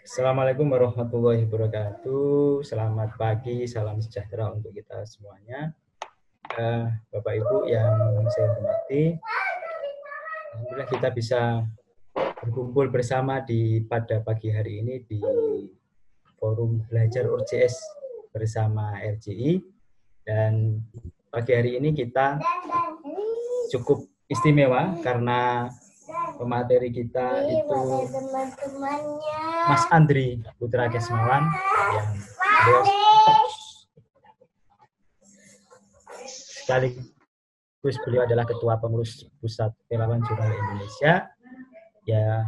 Assalamualaikum warahmatullahi wabarakatuh. Selamat pagi, salam sejahtera untuk kita semuanya. Bapak Ibu yang saya hormati, alhamdulillah kita bisa berkumpul bersama pada pagi hari ini di forum belajar OJS bersama RJI. Dan pagi hari ini kita cukup istimewa karena pemateri kita itu Mas Andri Putra Kesmawan yang sekaligus beliau adalah Ketua Pengurus Pusat Relawan Jurnal Indonesia. Ya,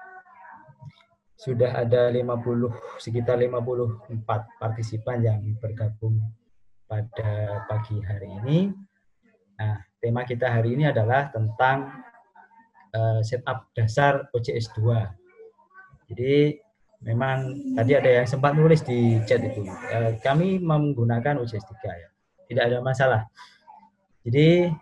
sudah ada sekitar 54 partisipan yang bergabung pada pagi hari ini. Nah, tema kita hari ini adalah tentang setup dasar OJS 2. Jadi memang tadi ada yang sempat nulis di chat itu. Kami menggunakan OJS 3 ya. Tidak ada masalah. Jadi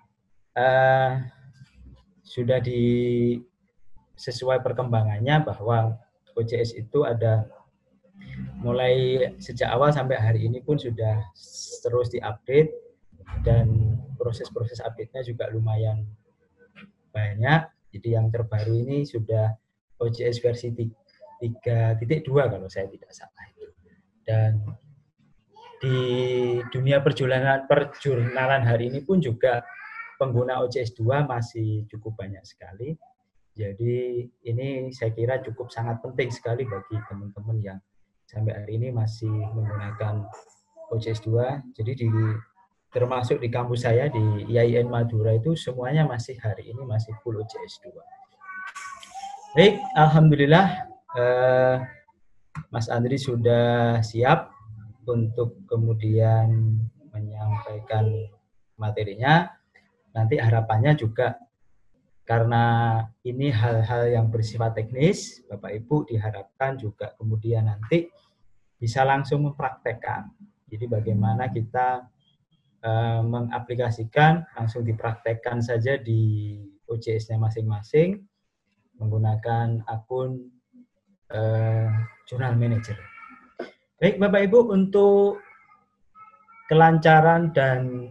sudah sesuai perkembangannya bahwa OJS itu ada mulai sejak awal sampai hari ini pun sudah terus diupdate dan proses-proses update-nya juga lumayan banyak. Jadi yang terbaru ini sudah OJS versi 3.2 kalau saya tidak salah. Dan di dunia perjurnalan hari ini pun juga pengguna OJS 2 masih cukup banyak sekali. Jadi ini saya kira cukup sangat penting sekali bagi teman-teman yang sampai hari ini masih menggunakan OJS 2. Jadi termasuk di kampus saya di IAIN Madura itu semuanya masih hari ini masih full OJS 2. Baik, alhamdulillah Mas Andri sudah siap untuk kemudian menyampaikan materinya. Nanti harapannya juga karena ini hal-hal yang bersifat teknis, Bapak Ibu diharapkan juga kemudian nanti bisa langsung mempraktekkan. Jadi bagaimana kita mengaplikasikan, langsung dipraktekkan saja di OJS-nya masing-masing menggunakan akun Journal Manager. Baik Bapak Ibu, untuk kelancaran dan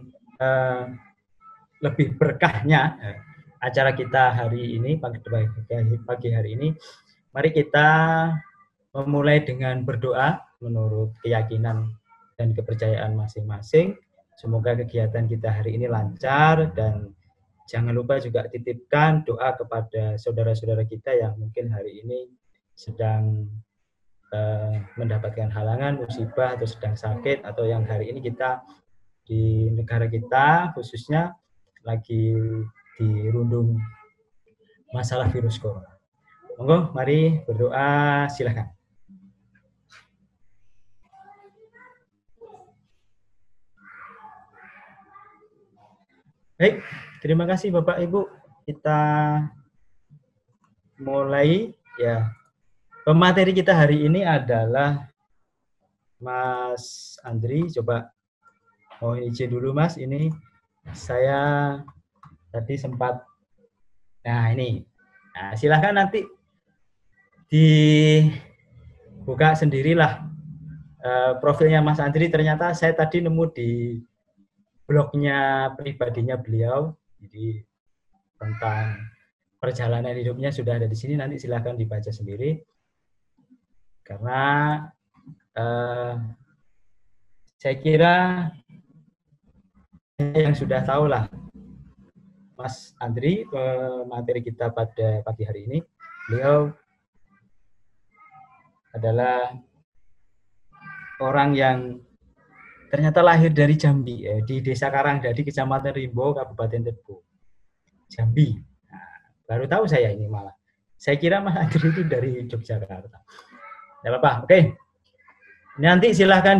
lebih berkahnya acara kita hari ini, pagi hari ini, mari kita memulai dengan berdoa menurut keyakinan dan kepercayaan masing-masing. Semoga kegiatan kita hari ini lancar dan jangan lupa juga titipkan doa kepada saudara-saudara kita yang mungkin hari ini sedang mendapatkan halangan, musibah, atau sedang sakit, atau yang hari ini kita di negara kita khususnya lagi dirundung masalah virus corona. Monggo, mari berdoa, silakan. Baik, terima kasih Bapak Ibu. Kita mulai ya. Pemateri kita hari ini adalah Mas Andri. Coba izin dulu Mas, ini saya tadi sempat. Nah ini, nah, silahkan nanti dibuka sendirilah profilnya Mas Andri. Ternyata saya tadi nemu di blognya pribadinya beliau, jadi tentang perjalanan hidupnya sudah ada di sini. Nanti silahkan dibaca sendiri. Karena saya kira yang sudah tahu lah Mas Andri, materi kita pada pagi hari ini, beliau adalah orang yang ternyata lahir dari Jambi, di Desa Karangdadi, Kecamatan Rimbo, Kabupaten Tebo, Jambi. Nah, baru tahu saya ini malah. Saya kira Mas Andri itu dari Yogyakarta. Tidak apa-apa, oke. Nanti silahkan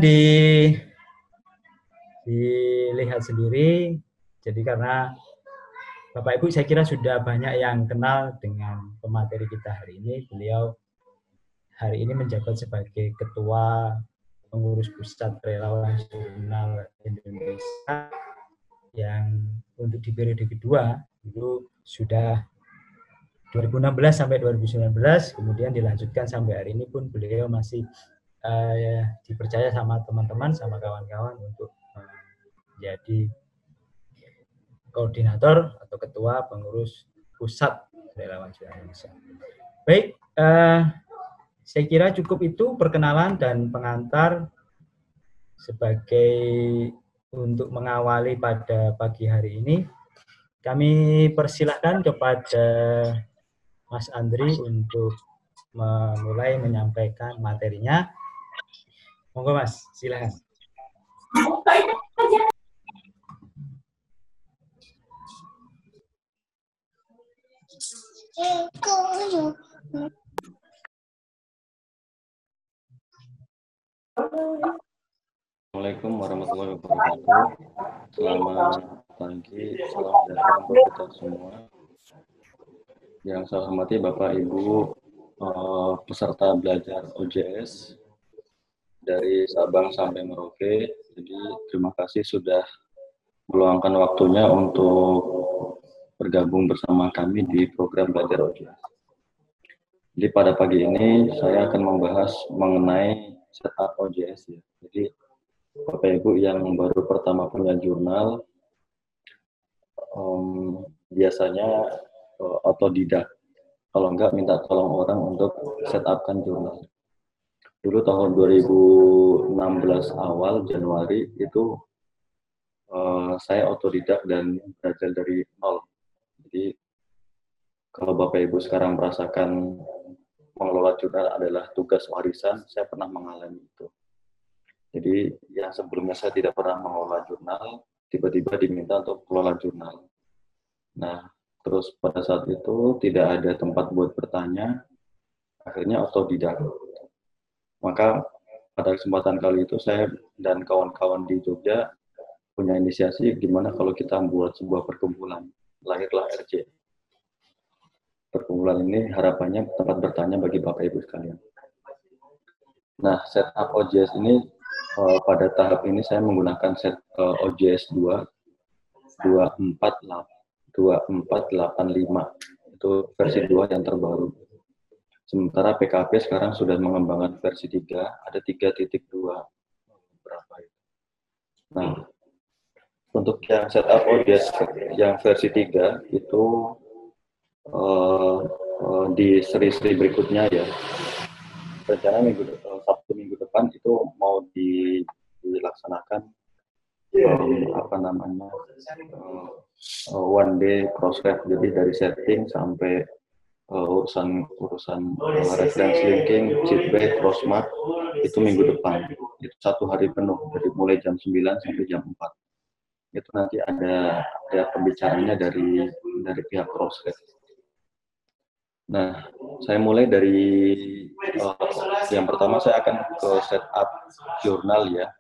dilihat sendiri. Jadi karena Bapak Ibu saya kira sudah banyak yang kenal dengan pemateri kita hari ini. Beliau hari ini menjabat sebagai Ketua Pengurus Pusat Relawan Jurnal Indonesia yang untuk di periode kedua itu sudah 2016 sampai 2019, kemudian dilanjutkan sampai hari ini pun beliau masih dipercaya sama teman-teman, sama kawan-kawan untuk menjadi koordinator atau ketua pengurus pusat Relawan Jurnal Indonesia. Baik, saya kira cukup itu perkenalan dan pengantar sebagai untuk mengawali pada pagi hari ini. Kami persilahkan kepada Mas Andri untuk memulai menyampaikan materinya. Monggo Mas, silakan. Assalamualaikum warahmatullahi wabarakatuh. Selamat pagi, salam sejahtera untuk kita semua. Yang saya hormati Bapak Ibu peserta belajar OJS dari Sabang sampai Merauke. Jadi terima kasih sudah meluangkan waktunya untuk bergabung bersama kami di program belajar OJS. Jadi pada pagi ini saya akan membahas mengenai setup OJS ya. Jadi Bapak Ibu yang baru pertama punya jurnal biasanya otodidak. Kalau enggak minta tolong orang untuk setupkan jurnal. Dulu tahun 2016 awal Januari itu saya otodidak dan belajar dari nol. Jadi kalau Bapak Ibu sekarang merasakan mengelola jurnal adalah tugas warisan, saya pernah mengalami itu. Jadi yang sebelumnya saya tidak pernah mengelola jurnal, tiba-tiba diminta untuk kelola jurnal. Nah, terus pada saat itu tidak ada tempat buat bertanya, akhirnya otodidak. Maka pada kesempatan kali itu saya dan kawan-kawan di Jogja punya inisiasi gimana kalau kita membuat sebuah perkumpulan. Lahirlah RJ. Perkumpulan ini harapannya tempat bertanya bagi Bapak Ibu sekalian. Nah, setup OJS ini pada tahap ini saya menggunakan OJS 2485. Itu versi 2 yang terbaru. Sementara PKP sekarang sudah mengembangkan versi 3, ada 3.2 berapa itu. Nah, untuk yang setup OJS yang versi 3 itu di seri-seri berikutnya ya. Rencana Sabtu minggu depan itu mau dilaksanakan one day cross-ref, jadi dari setting sampai urusan reference linking, feedback, crossmark itu minggu depan. Itu 1 hari penuh, dari mulai jam 9 sampai jam 4. Itu nanti ada pembicaranya dari pihak crossref. Nah, saya mulai dari yang pertama saya akan ke setup jurnal ya.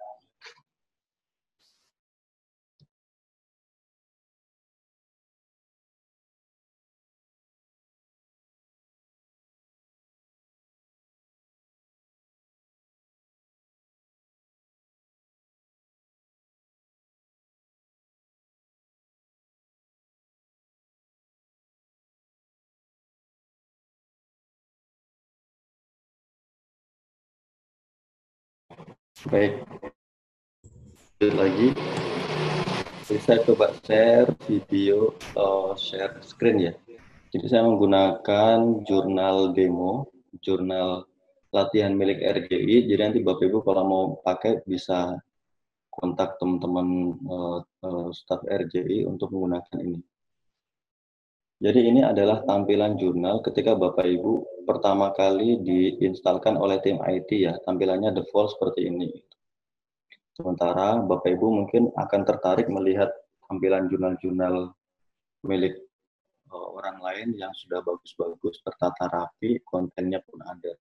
Baik, lagi. Jadi saya coba share video, share screen ya. Jadi saya menggunakan jurnal demo, jurnal latihan milik RJI. Jadi nanti Bapak Ibu kalau mau pakai bisa kontak teman-teman staf RJI untuk menggunakan ini. Jadi ini adalah tampilan jurnal ketika Bapak Ibu pertama kali diinstalkan oleh tim IT ya. Tampilannya default seperti ini. Sementara Bapak Ibu mungkin akan tertarik melihat tampilan jurnal-jurnal milik orang lain yang sudah bagus-bagus, tertata rapi, kontennya pun ada.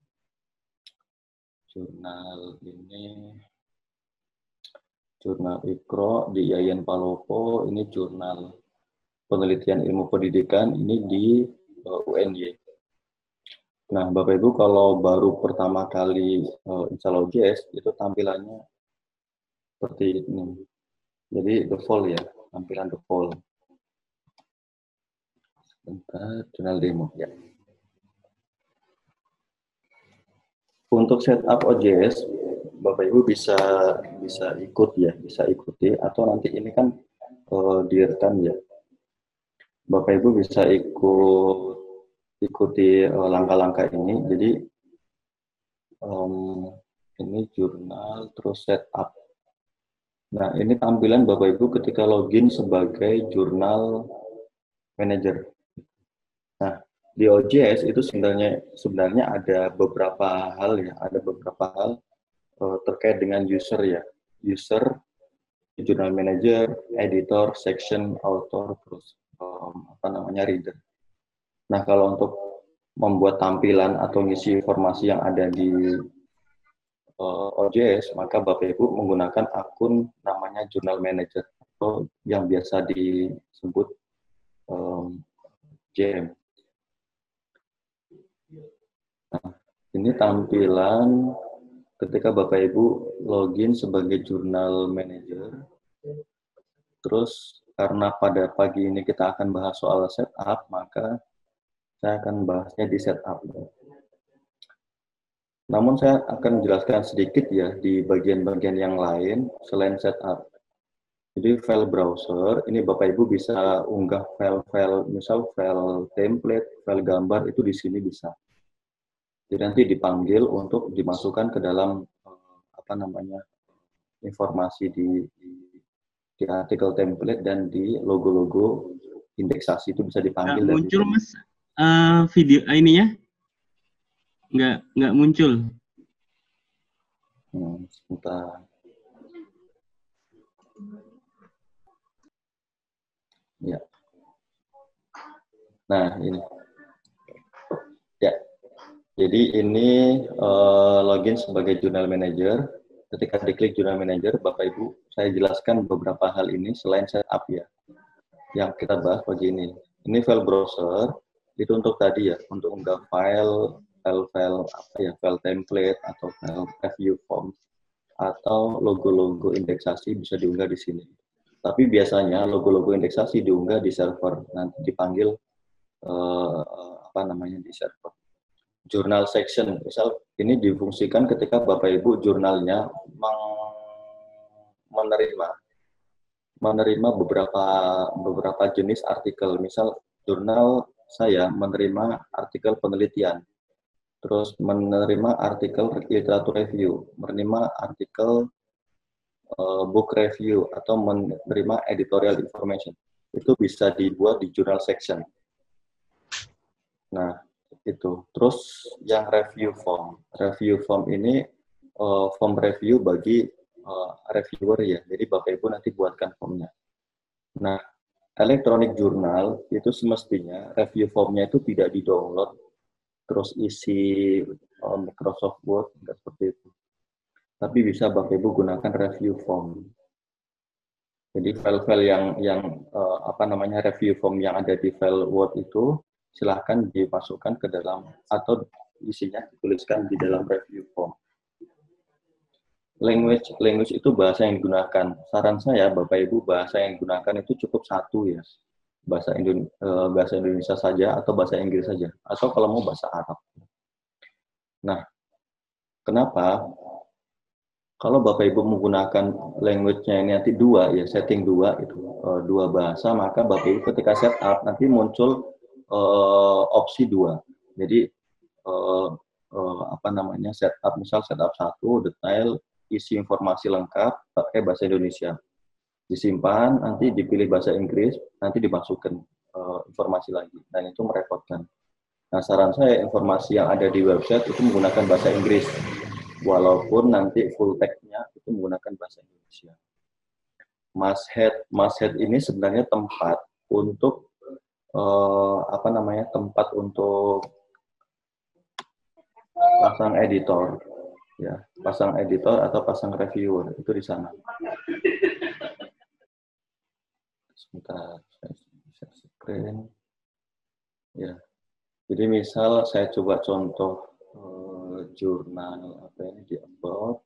Jurnal ini, jurnal Ikro di Yayan Palopo, ini jurnal penelitian ilmu pendidikan, ini di UNY. Nah, Bapak Ibu kalau baru pertama kali install OJS, itu tampilannya seperti ini. Jadi default ya, tampilan default. Bentar, jurnal demo ya. Untuk setup OJS, Bapak Ibu bisa ikut ya, bisa ikuti, atau nanti ini kan direkam ya. Bapak Ibu bisa ikuti langkah-langkah ini. Jadi ini jurnal terus setup. Nah, ini tampilan Bapak Ibu ketika login sebagai jurnal manager. Nah, di OJS itu sebenarnya ada beberapa hal ya, terkait dengan user ya. User, jurnal manager, editor, section, author, terus reader. Nah, kalau untuk membuat tampilan atau ngisi informasi yang ada di OJS, maka Bapak Ibu menggunakan akun namanya jurnal manager atau yang biasa disebut JM. Nah, ini tampilan ketika Bapak Ibu login sebagai jurnal manager. Terus karena pada pagi ini kita akan bahas soal setup, maka saya akan bahasnya di setup. Namun saya akan menjelaskan sedikit ya di bagian-bagian yang lain selain setup. Jadi file browser, ini Bapak Ibu bisa unggah file-file, misal file template, file gambar, itu di sini bisa. Jadi nanti dipanggil untuk dimasukkan ke dalam informasi di artikel template dan di logo-logo indeksasi itu bisa dipanggil. Nggak muncul Mas video ininya? Nggak muncul. Sebentar. Ya. Nah, ini. Ya. Jadi ini login sebagai jurnal manager. Ketika diklik jurnal manager, Bapak Ibu, saya jelaskan beberapa hal ini selain setup ya. Yang kita bahas pagi ini. Ini file browser, itu untuk tadi ya, untuk unggah file template atau file review form atau logo-logo indeksasi bisa diunggah di sini. Tapi biasanya logo-logo indeksasi diunggah di server, nanti dipanggil di server. Jurnal section, misal ini difungsikan ketika Bapak Ibu jurnalnya menerima beberapa jenis artikel. Misal jurnal saya menerima artikel penelitian, terus menerima artikel literatur review, menerima artikel book review, atau menerima editorial information. Itu bisa dibuat di journal section. Nah, itu. Terus yang review form. Review form ini form review bagi reviewer ya. Jadi Bapak Ibu nanti buatkan formnya. Nah, electronic journal itu semestinya review formnya itu tidak di-download terus isi Microsoft Word, enggak seperti itu. Tapi bisa Bapak Ibu gunakan review form. Jadi file-file yang review form yang ada di file Word itu silahkan dimasukkan ke dalam atau isinya dituliskan di dalam review form. Language itu bahasa yang digunakan. Saran saya Bapak Ibu bahasa yang digunakan itu cukup satu ya. Bahasa Indonesia saja atau bahasa Inggris saja, atau kalau mau bahasa Arab. Nah, kenapa? Kalau Bapak Ibu menggunakan language-nya ini nanti setting dua bahasa, maka Bapak Ibu ketika setup nanti muncul opsi 2. Jadi setup 1 detail isi informasi lengkap pakai bahasa Indonesia. Disimpan, nanti dipilih bahasa Inggris, nanti dimasukkan informasi lagi, dan itu merepotkan. Nah, saran saya informasi yang ada di website itu menggunakan bahasa Inggris, walaupun nanti full text-nya itu menggunakan bahasa Indonesia. Masthead ini sebenarnya tempat untuk pasang editor, ya, pasang editor atau pasang reviewer itu di sana. Sebentar, saya share screen. Ya, jadi misal saya coba contoh jurnal di about.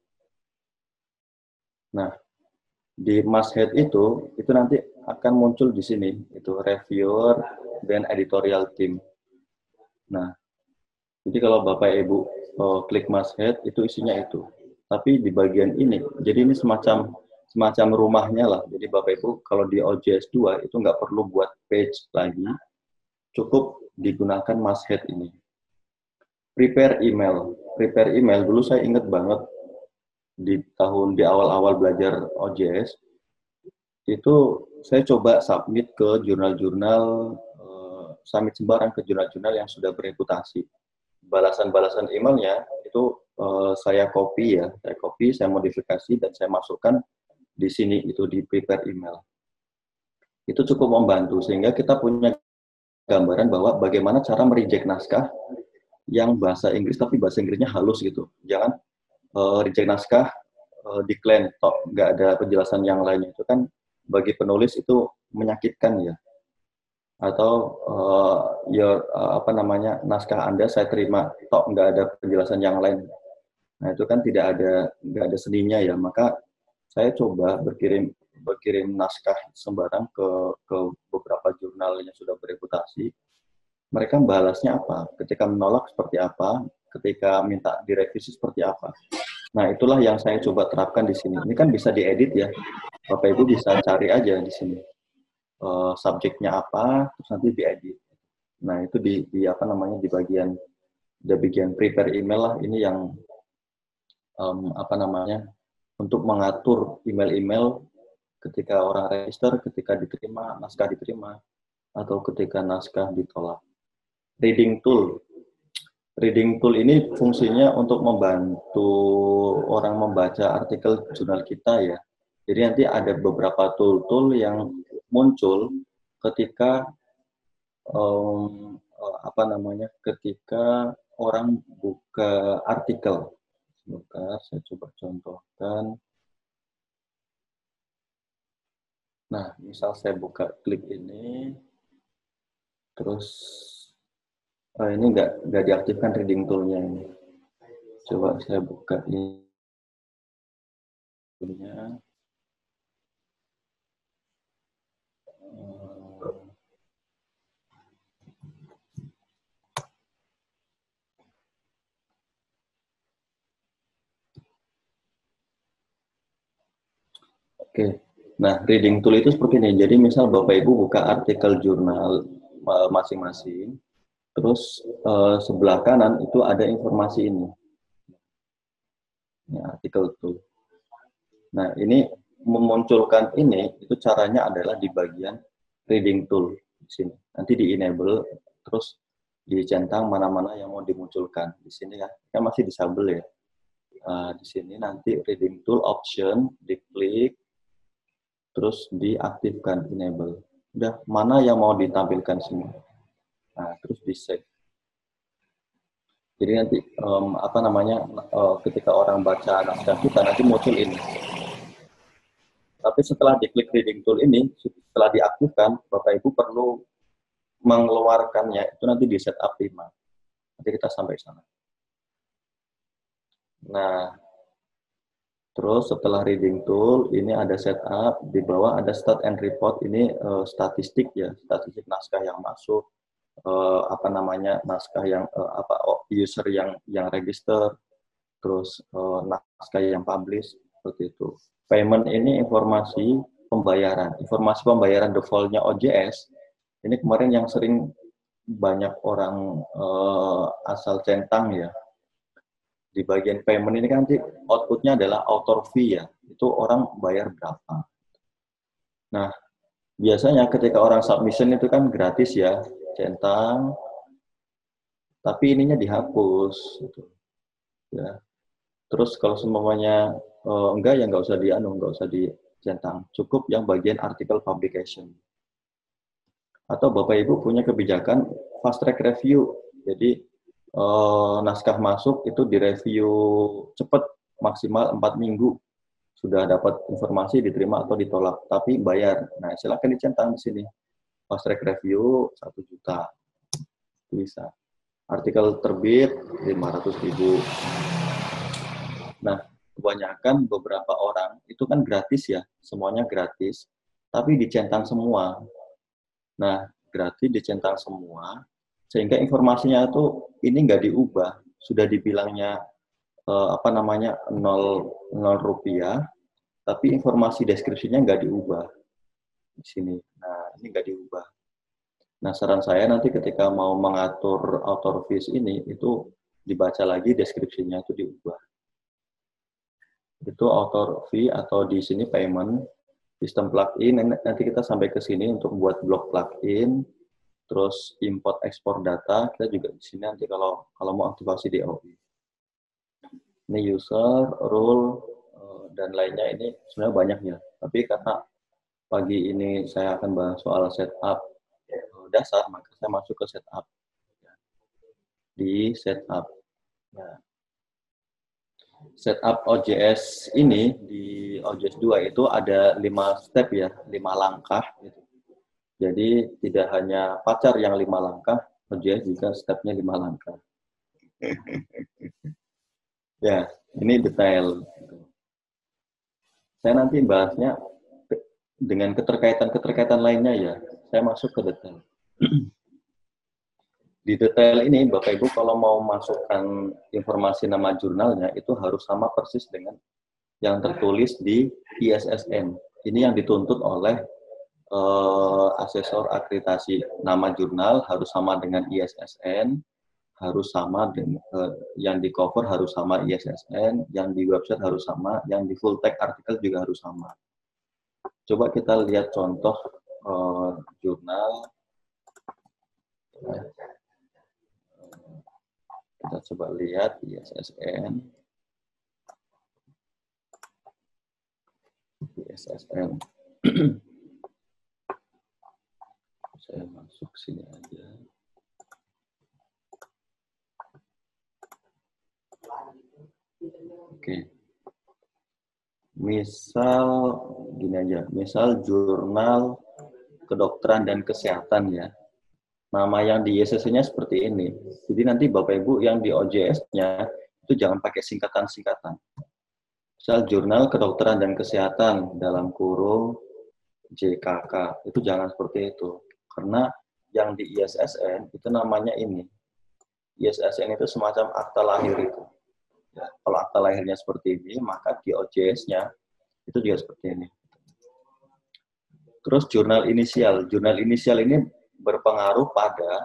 Nah, di masthead itu nanti akan muncul di sini itu reviewer, dan editorial team. Nah, jadi kalau Bapak Ibu klik masthead itu isinya itu. Tapi di bagian ini, jadi ini semacam rumahnya lah. Jadi Bapak Ibu kalau di OJS 2 itu nggak perlu buat page lagi, cukup digunakan masthead ini. Prepare email dulu saya ingat banget di awal-awal belajar OJS itu saya coba submit ke jurnal-jurnal, submit sembarang ke jurnal-jurnal yang sudah bereputasi. Balasan-balasan emailnya itu saya copy, saya modifikasi dan saya masukkan di sini, itu di prepare email. Itu cukup membantu sehingga kita punya gambaran bahwa bagaimana cara mereject naskah yang bahasa Inggris tapi bahasa Inggrisnya halus gitu. Jangan reject naskah decline, nggak ada penjelasan yang lainnya, itu kan bagi penulis itu menyakitkan ya. Atau naskah Anda saya terima, nggak ada penjelasan yang lain. Nah itu kan nggak ada seninya ya. Maka saya coba berkirim naskah sembarang ke beberapa jurnal yang sudah bereputasi. Mereka balasnya apa? Ketika menolak seperti apa? Ketika minta direvisi seperti apa? Nah itulah yang saya coba terapkan di sini. Ini kan bisa diedit ya. Bapak Ibu bisa cari aja di sini. Subjeknya apa, terus nanti diedit. Nah itu di bagian prepare email lah, ini yang untuk mengatur email-email ketika orang register, ketika diterima, naskah diterima, atau ketika naskah ditolak. Reading tool ini fungsinya untuk membantu orang membaca artikel jurnal kita ya. Jadi nanti ada beberapa tool-tool yang muncul ketika ketika orang buka artikel. Sebentar, saya coba contohkan. Nah, misal saya buka klik ini, terus ini nggak diaktifkan reading tool-nya ini. Coba saya buka ini. Oke, nah reading tool itu seperti ini. Jadi misal Bapak Ibu buka artikel jurnal masing-masing, terus sebelah kanan itu ada informasi ini. Ini artikel tool. Nah ini memunculkan ini, itu caranya adalah di bagian reading tool di sini. Nanti di enable, terus dicentang mana-mana yang mau dimunculkan di sini ya. Kan masih disable ya. Di sini nanti reading tool option diklik. Terus diaktifkan enable. Udah, mana yang mau ditampilkan semua. Nah, terus di save. Jadi nanti ketika orang baca naskah kita nanti muncul ini. Tapi setelah diklik reading tool ini, setelah diaktifkan, Bapak Ibu perlu mengeluarkannya, itu nanti di setup 5. Nanti kita sampai sana. Nah, terus setelah reading tool, ini ada setup, di bawah ada start and report, ini statistik ya, statistik naskah yang masuk, naskah yang user yang register, terus naskah yang publish, seperti itu. Payment ini informasi pembayaran defaultnya OJS, ini kemarin yang sering banyak orang asal centang ya. Di bagian payment ini kan nanti outputnya adalah author fee ya, itu orang bayar berapa. Nah, biasanya ketika orang submission itu kan gratis ya, centang, tapi ininya dihapus. Gitu. Ya. Terus kalau semuanya enggak ya nggak usah dicentang, cukup yang bagian article publication. Atau Bapak Ibu punya kebijakan fast track review, jadi naskah masuk itu direview cepat, maksimal 4 minggu sudah dapat informasi diterima atau ditolak, tapi bayar. Nah silakan dicentang di sini fast track review 1 juta bisa. Artikel terbit 500.000. Nah kebanyakan beberapa orang itu kan gratis ya, semuanya gratis, tapi dicentang semua. Nah gratis, dicentang semua, sehingga informasinya itu ini nggak diubah, sudah dibilangnya nol rupiah, tapi informasi deskripsinya nggak diubah di sini. Nah, ini nggak diubah. Nah, saran saya nanti ketika mau mengatur author fees ini, itu dibaca lagi deskripsinya itu diubah. Itu author fee atau di sini payment, sistem plugin, nanti kita sampai ke sini untuk buat blok plugin, terus import ekspor data, kita juga di sini nanti kalau mau aktivasi DOI. Ini user, rule, dan lainnya ini sebenarnya banyak ya. Tapi karena pagi ini saya akan bahas soal setup dasar, maka saya masuk ke setup. Di setup. Nah, setup OJS ini di OJS 2 itu ada 5 step ya, 5 langkah gitu. Jadi tidak hanya pacar yang 5 langkah, OJS juga stepnya 5 langkah. Ya, ini detail. Saya nanti bahasnya dengan keterkaitan lainnya ya. Saya masuk ke detail. Di detail ini, Bapak Ibu kalau mau masukkan informasi nama jurnalnya, itu harus sama persis dengan yang tertulis di ISSN. Ini yang dituntut oleh asesor akreditasi. Nama jurnal harus sama dengan ISSN, harus sama dengan yang di cover harus sama ISSN, yang di website harus sama, yang di full text artikel juga harus sama. Coba kita lihat contoh jurnal. Kita coba lihat ISSN. ISSN. Saya masuk sini aja. Oke. Misal gini aja, misal jurnal kedokteran dan kesehatan ya. Nama yang di ISSN-nya seperti ini. Jadi nanti Bapak Ibu yang di OJS-nya itu jangan pakai singkatan-singkatan. Misal jurnal kedokteran dan kesehatan dalam kurung JKK, itu jangan seperti itu. Karena yang di ISSN itu namanya ini. ISSN itu semacam akta lahir itu. Ya, kalau akta lahirnya seperti ini, maka di OJS-nya itu juga seperti ini. Terus jurnal inisial. Jurnal inisial ini berpengaruh pada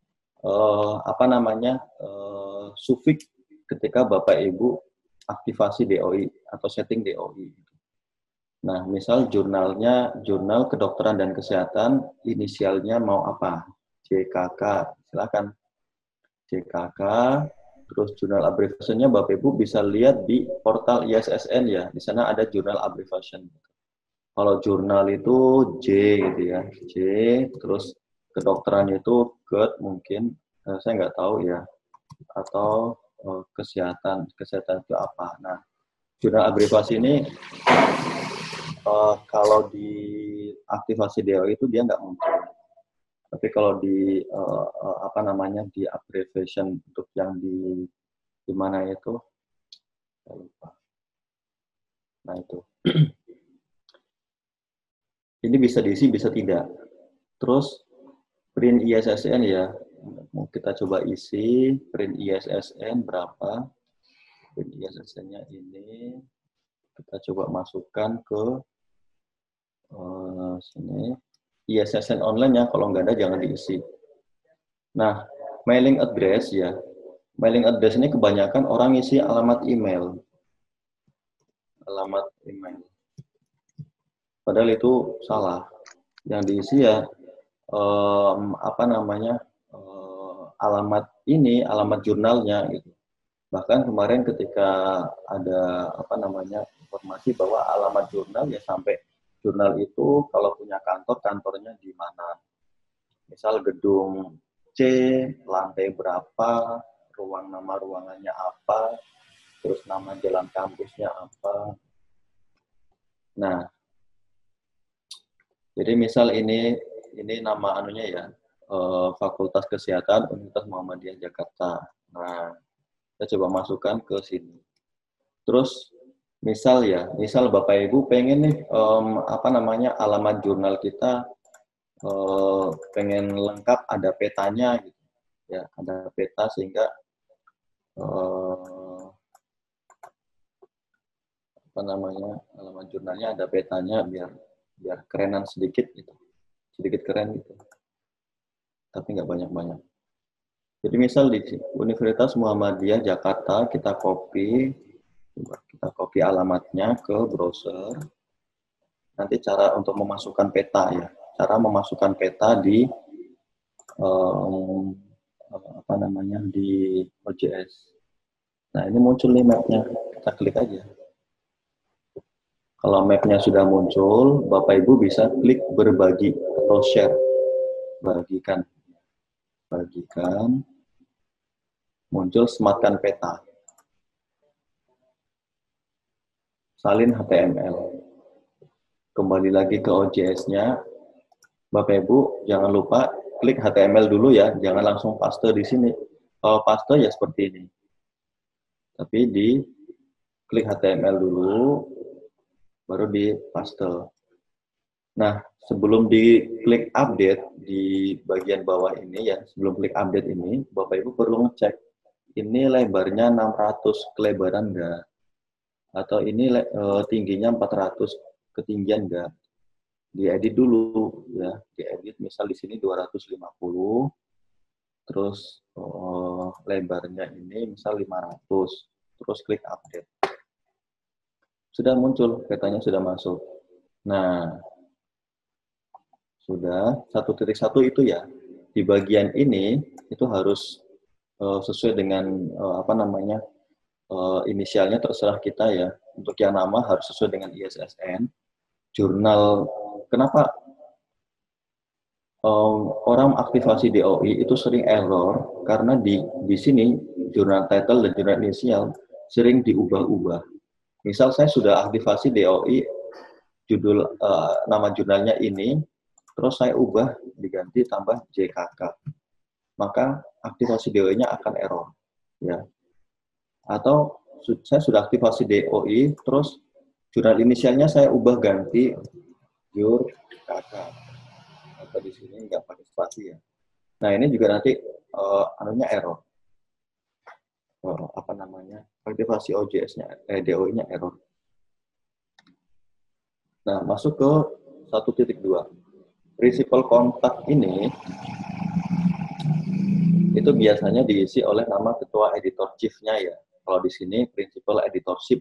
sufiks ketika Bapak Ibu aktivasi DOI atau setting DOI. Nah, misal jurnalnya jurnal kedokteran dan kesehatan, inisialnya mau apa? JKK, silakan. JKK, terus jurnal abbreviation-nya Bapak Ibu bisa lihat di portal ISSN ya. Di sana ada jurnal abbreviation. Kalau jurnal itu J gitu ya, J, terus kedokteran itu GERD mungkin, saya nggak tahu ya, atau kesehatan itu apa. Nah, jurnal abbreviasi ini kalau di aktivasi DOI itu dia nggak muncul. Tapi kalau di di abbreviation untuk yang di mana itu, saya lupa. Nah itu. Ini bisa diisi, bisa tidak. Terus print ISSN ya, mau kita coba isi print ISSN berapa? Print ISSN-nya ini kita coba masukkan ke sini. ISSN online ya, kalau nggak ada jangan diisi. Nah, mailing address ya. Mailing address ini kebanyakan orang isi alamat email. Alamat email. Padahal itu salah. Yang diisi ya alamat ini, alamat jurnalnya gitu. Bahkan kemarin ketika ada informasi bahwa alamat jurnal ya sampai jurnal itu kalau punya kantornya di mana. Misal gedung C, lantai berapa, nama ruangannya apa, terus nama jalan kampusnya apa. Nah, jadi misal ini nama anunya ya, Fakultas Kesehatan Universitas Muhammadiyah Jakarta. Nah, kita coba masukkan ke sini. Terus misal Bapak Ibu pengen nih alamat jurnal kita pengen lengkap ada petanya gitu. Ya, ada peta sehingga apa namanya, halaman jurnalnya ada petanya biar kerenan sedikit gitu. Sedikit keren gitu. Tapi nggak banyak-banyak. Jadi misal di Universitas Muhammadiyah Jakarta kita copy alamatnya ke browser. Nanti cara untuk memasukkan peta ya, cara memasukkan peta di apa namanya di OJS. Nah ini muncul nih mapnya, kita klik aja. Kalau mapnya sudah muncul, Bapak Ibu bisa klik berbagi atau share, bagikan, muncul sematkan peta, salin HTML. Kembali lagi ke OJS-nya, Bapak Ibu jangan lupa klik HTML dulu ya, jangan langsung paste di sini. Kalau paste ya seperti ini. Tapi di klik HTML dulu, baru di paste. Nah, sebelum diklik update di bagian bawah ini ya, sebelum klik update ini, Bapak Ibu perlu ngecek ini lebarnya 600 kelebaran enggak? Atau ini tingginya 400 ketinggian enggak? Diedit dulu ya, diedit misal di sini 250, terus lebarnya ini misal 500, terus klik update. Sudah muncul, petanya sudah masuk. Nah, sudah 1.1 itu ya. Di bagian ini itu harus sesuai dengan apa namanya inisialnya terserah kita ya. Untuk yang nama harus sesuai dengan ISSN. Jurnal, kenapa orang aktivasi DOI itu sering error karena di sini jurnal title dan jurnal inisial sering diubah-ubah. Misal saya sudah aktivasi DOI judul nama jurnalnya ini, terus saya ubah diganti tambah JKK, maka aktivasi DOI-nya akan error, ya. Atau saya sudah aktivasi DOI, terus jurnal inisialnya saya ubah ganti JKK, atau di sini nggak pakai spasi ya. Nah ini juga nanti anunya error, apa namanya aktivasi OJS-nya, DOI-nya error. Nah masuk ke 1.2. Principal kontak ini itu biasanya diisi oleh nama ketua editor chief-nya ya. Kalau di sini principal editorship,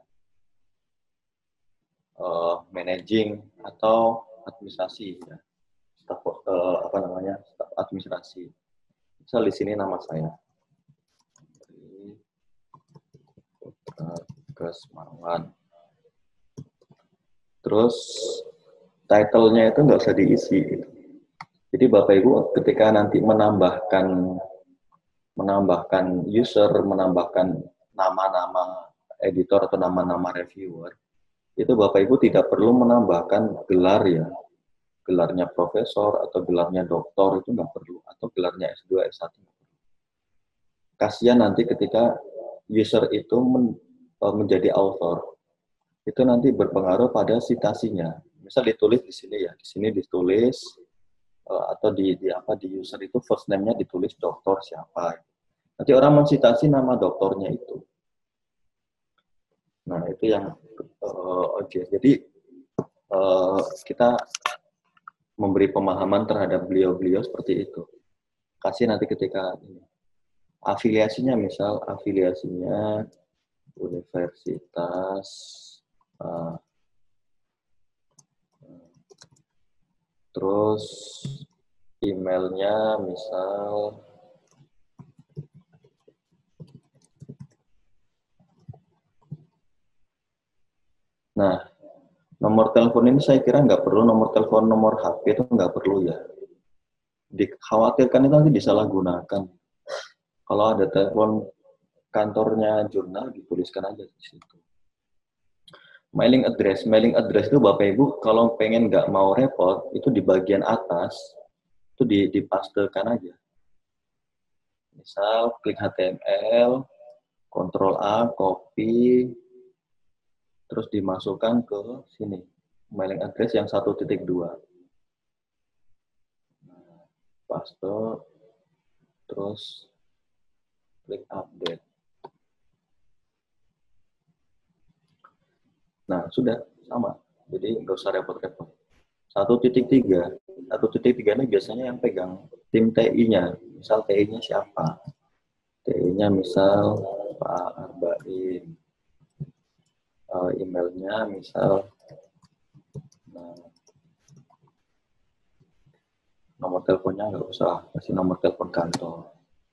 managing atau administrasi ya. Staf apa namanya? Staf administrasi. Misal di sini nama saya. Kesmangan. Terus title-nya itu nggak usah diisi. Jadi Bapak Ibu ketika nanti menambahkan user, menambahkan nama-nama editor atau nama-nama reviewer, itu Bapak Ibu tidak perlu menambahkan gelar ya. Gelarnya profesor atau gelarnya doktor itu nggak perlu, atau gelarnya S2, S1. Kasihan nanti ketika user itu menjadi author, itu nanti berpengaruh pada citasinya. Misal ditulis di sini ya, di sini ditulis atau di user itu first name-nya ditulis doktor siapa. Nanti orang mensitasi nama doktornya itu. Nah itu yang OJS. Jadi kita memberi pemahaman terhadap beliau-beliau seperti itu. Kasih nanti ketika ini. Afiliasinya misal afiliasinya universitas. Terus emailnya misal nah nomor telepon ini saya kira nggak perlu, nomor telepon, nomor HP itu nggak perlu ya. Dikhawatirkan itu nanti disalahgunakan. Kalau ada telepon kantornya jurnal dituliskan aja di situ. Mailing address itu Bapak Ibu kalau pengen nggak mau repot itu di bagian atas itu dipastekan aja. Misal klik HTML, Ctrl A, copy, terus dimasukkan ke sini mailing address yang 1.2. paste, terus klik update. Nah, sudah sama. Jadi nggak usah repot-repot. 1.3. 1.3 ini biasanya yang pegang tim TI-nya. Misal TI-nya siapa? TI-nya misal Pak Arbain. Emailnya misal, nah, nomor teleponnya nggak usah, kasih nomor telepon kantor.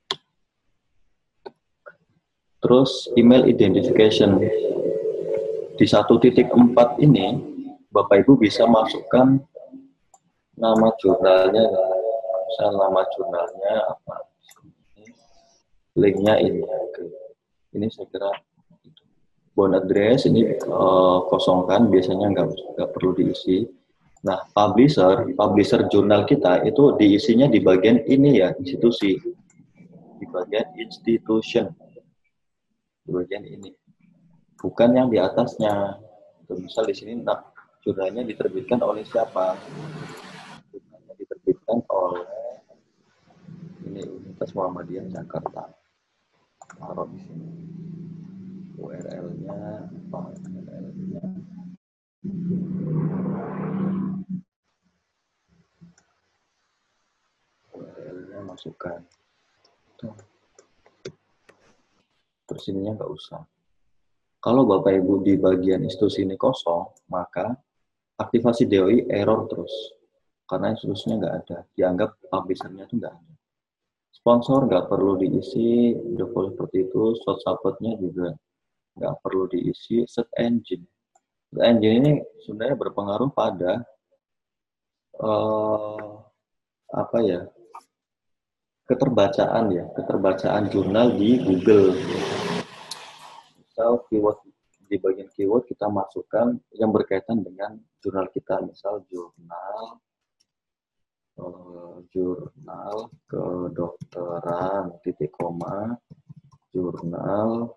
Terus email identification. Di 1.4 ini, Bapak Ibu bisa masukkan nama jurnalnya, misal nama jurnalnya apa, linknya ini. Oke. Ini saya kira bound address ini kosongkan, biasanya nggak perlu diisi. Nah, publisher jurnal kita itu diisinya di bagian ini ya, institusi, di bagian institution, di bagian ini, bukan yang di atasnya. Misal di sini, nah, jurnalnya diterbitkan oleh siapa? Jurnalnya diterbitkan oleh ini Universitas Muhammadiyah Jakarta. Taruh di sini. URL-nya apa? URL-nya. URL-nya masukkan. Tuh. Terus ininya nggak usah. Kalau Bapak Ibu di bagian institusi ini kosong, maka aktivasi DOI error terus. Karena institusinya nggak ada. Dianggap publisher-nya itu nggak ada. Sponsor nggak perlu diisi, default seperti itu. Source support-nya juga nggak perlu diisi. Search engine. Search engine ini sebenarnya berpengaruh pada apa ya? Keterbacaan jurnal di Google. Misal keyword, di bagian keyword kita masukkan yang berkaitan dengan jurnal kita, misal jurnal kedokteran titik koma, jurnal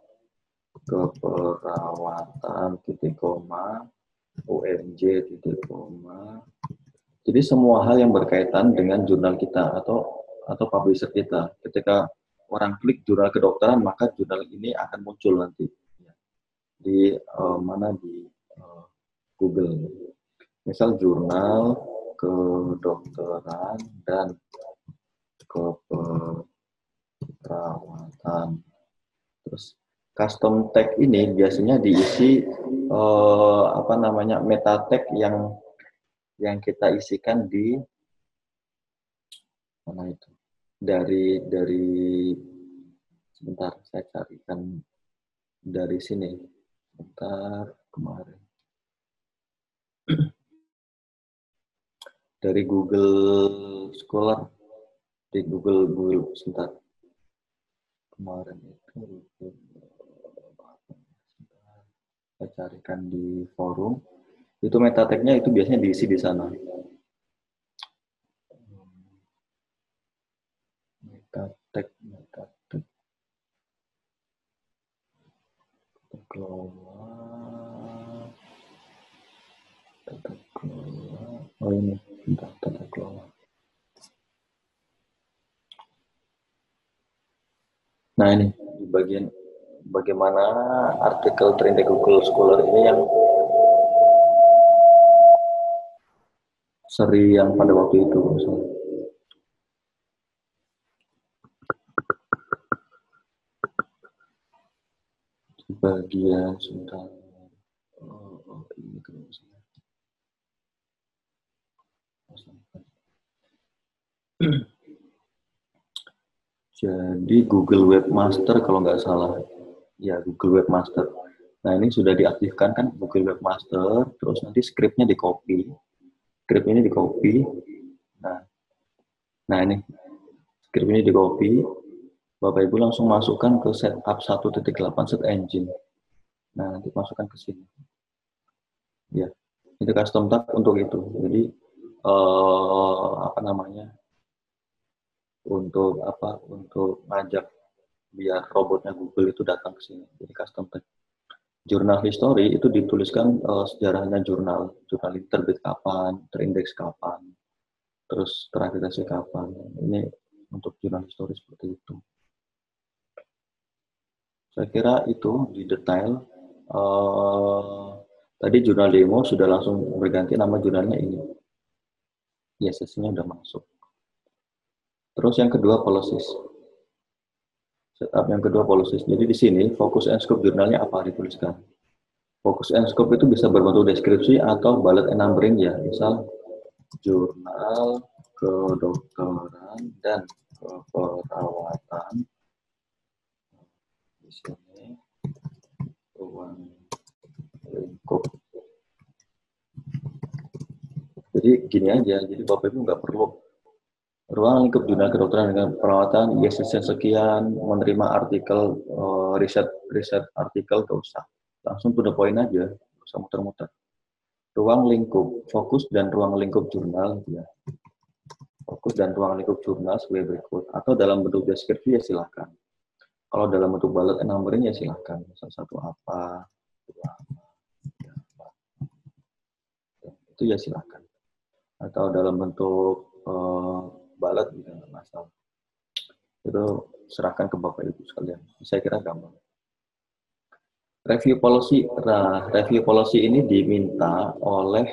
keperawatan titik koma, UMJ titik koma. Jadi semua hal yang berkaitan dengan jurnal kita atau publisher kita. Ketika orang klik jurnal kedokteran, maka jurnal ini akan muncul nanti di Google. Misal jurnal kedokteran dan keperawatan. Terus custom tag ini biasanya diisi meta tag yang kita isikan di mana itu? Dari sebentar saya carikan dari sini. Sebentar, kemarin. Dari Google Scholar, di Google sebentar. Kemarin itu saya carikan di forum. Itu meta tag-nya itu biasanya diisi di sana. Meta tag. Tata kelola. Oh ini, tata kelola. Nah ini di bagian bagaimana artikel terindeks Google Scholar ini yang seri yang pada waktu itu misalnya. Di bagian sebentar. Ini kalau misalnya. Jadi Google Webmaster kalau nggak salah, ya Google Webmaster. Nah ini sudah diaktifkan kan Google Webmaster, terus nanti skripnya di copy, skrip ini di copy. Nah ini skrip ini di copy, Bapak Ibu langsung masukkan ke setup 1.8 search engine. Nah nanti masukkan ke sini. Ya, itu custom tag untuk itu. Jadi untuk ngajak biar robotnya Google itu datang ke sini. Jadi custom tag. Jurnal history itu dituliskan sejarahnya jurnal ini terbit kapan, terindeks kapan. terus terakreditasi kapan. Ini untuk jurnal historis seperti itu. Saya kira itu di detail. Tadi jurnal demo sudah langsung berganti nama jurnalnya ini. ISS-nya udah masuk. Terus yang kedua policies. Setup yang kedua policies. Jadi di sini fokus and scope jurnalnya apa dituliskan. Fokus and scope itu bisa berbentuk deskripsi atau bullet and numbering ya. Misal jurnal kedokteran dan keperawatan. Di sini ruang lingkup. Jadi gini aja. Jadi Bapak Ibu nggak perlu ruang lingkup jurnal kedokteran dengan perawatan, ISSN sekian, menerima artikel, riset artikel, gak usah. Langsung to the point aja, gak usah muter-muter. Ruang lingkup, fokus dan ruang lingkup jurnal, ya. Fokus dan ruang lingkup jurnal sebagai berikut. Atau dalam bentuk deskripsi ya silakan. Kalau dalam bentuk bullet and numbering ya silakan. Salah satu apa, dua apa. Itu ya silakan. Atau dalam bentuk balat juga nggak masalah. Itu serahkan ke Bapak Ibu sekalian. Saya kira gampang. Review policy. Nah, review policy ini diminta oleh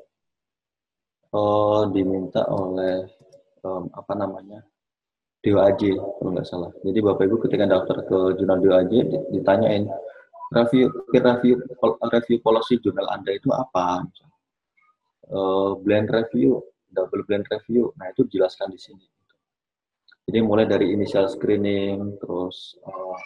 apa namanya? DOAJ kalau nggak salah. Jadi Bapak Ibu ketika daftar ke jurnal DOAJ ditanyain review policy jurnal Anda itu apa? Blend review, double blend review. Nah, itu dijelaskan di sini. Jadi mulai dari initial screening, terus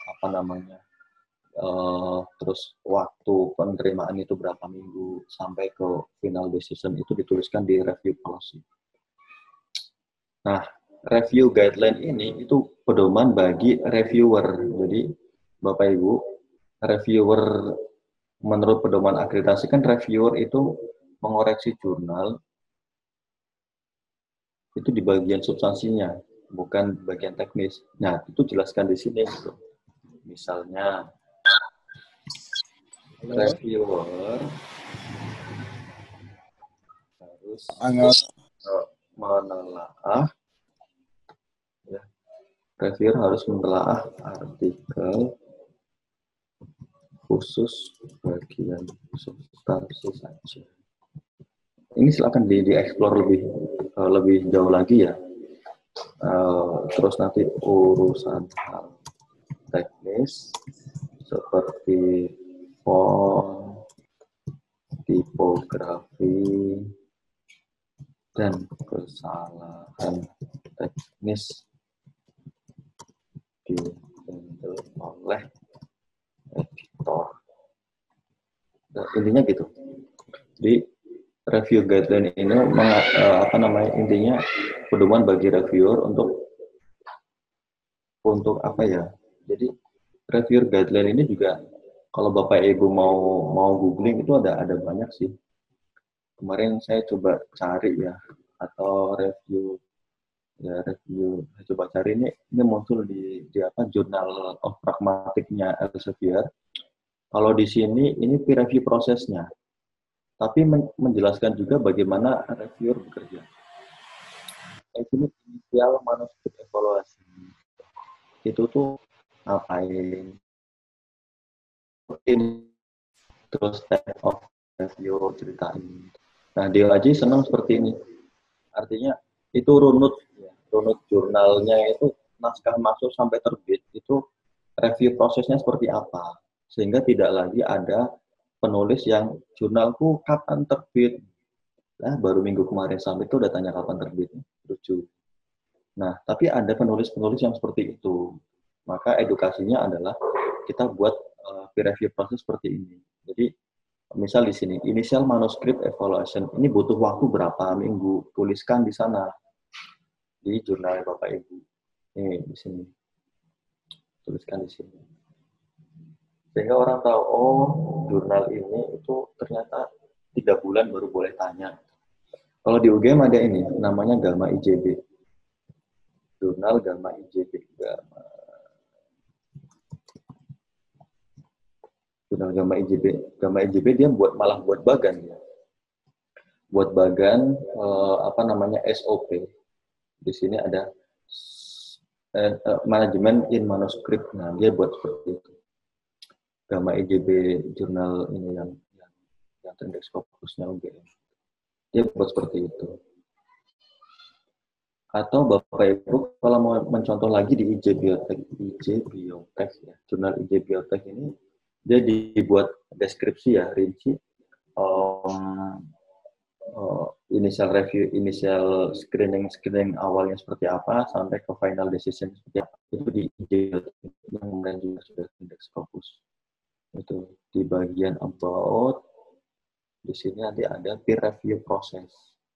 terus waktu penerimaan itu berapa minggu sampai ke final decision itu dituliskan di review policy. Nah, review guideline ini itu pedoman bagi reviewer. Jadi Bapak Ibu, reviewer menurut pedoman akreditasi kan reviewer itu mengoreksi jurnal itu di bagian substansinya, bukan bagian teknis. Nah, itu jelaskan di sini gitu. Misalnya reviewer harus menelaah, ya, reviewer harus menelaah artikel khusus bagian substansi saja. Ini silakan dieksplor lebih jauh lagi ya. Terus nanti urusan hal teknis seperti font, tipografi, dan kesalahan teknis dihandle oleh editor. Nah, intinya gitu. Jadi review guideline ini intinya pedoman bagi reviewer untuk apa ya? Jadi review guideline ini juga kalau Bapak Ibu mau googling itu ada banyak sih. Kemarin saya coba cari ya, atau saya coba cari ini muncul di apa Journal of Pragmatic-nya Elsevier. Kalau di sini ini peer review prosesnya, tapi menjelaskan juga bagaimana reviewer bekerja. Ini inisial manuskrip evaluasi. Itu tuh ngapain? Terus type of review ceritain. Nah, dia aja senang seperti ini. Artinya itu runut jurnalnya itu naskah masuk sampai terbit itu review prosesnya seperti apa, sehingga tidak lagi ada penulis yang jurnalku kapan terbit. Nah, baru minggu kemarin sampai itu udah tanya kapan terbitnya. Lucu. Nah, tapi ada penulis-penulis yang seperti itu. Maka edukasinya adalah kita buat peer review proses seperti ini. Jadi, misal di sini, initial manuscript evaluation, ini butuh waktu berapa minggu, tuliskan di sana, di jurnal Bapak Ibu. Ini di sini. Tuliskan di sini. Sehingga orang tahu, oh, jurnal ini itu ternyata 3 bulan baru boleh tanya. Kalau di UGM ada ini, namanya Gamma IJB. Jurnal Gamma IJB. Jurnal Gamma IJB. Gamma IJB dia malah buat bagan ya. buat bagan apa namanya SOP. Di sini ada manajemen in manuskrip. Nah, dia buat seperti itu. Gamma IJB jurnal ini yang Trendek Scopusnya UGM. Dia buat seperti itu. Atau Bapak Ibu kalau mau mencontoh lagi di IJ Biotek ya, jurnal IJ Biotek ini dia dibuat deskripsi ya, rinci, initial review, initial screening awalnya seperti apa sampai ke final decision seperti apa. Itu di IJ Biotek yang kemudian juga sudah Trendek Scopus. Itu di bagian about, di sini nanti ada peer review proses.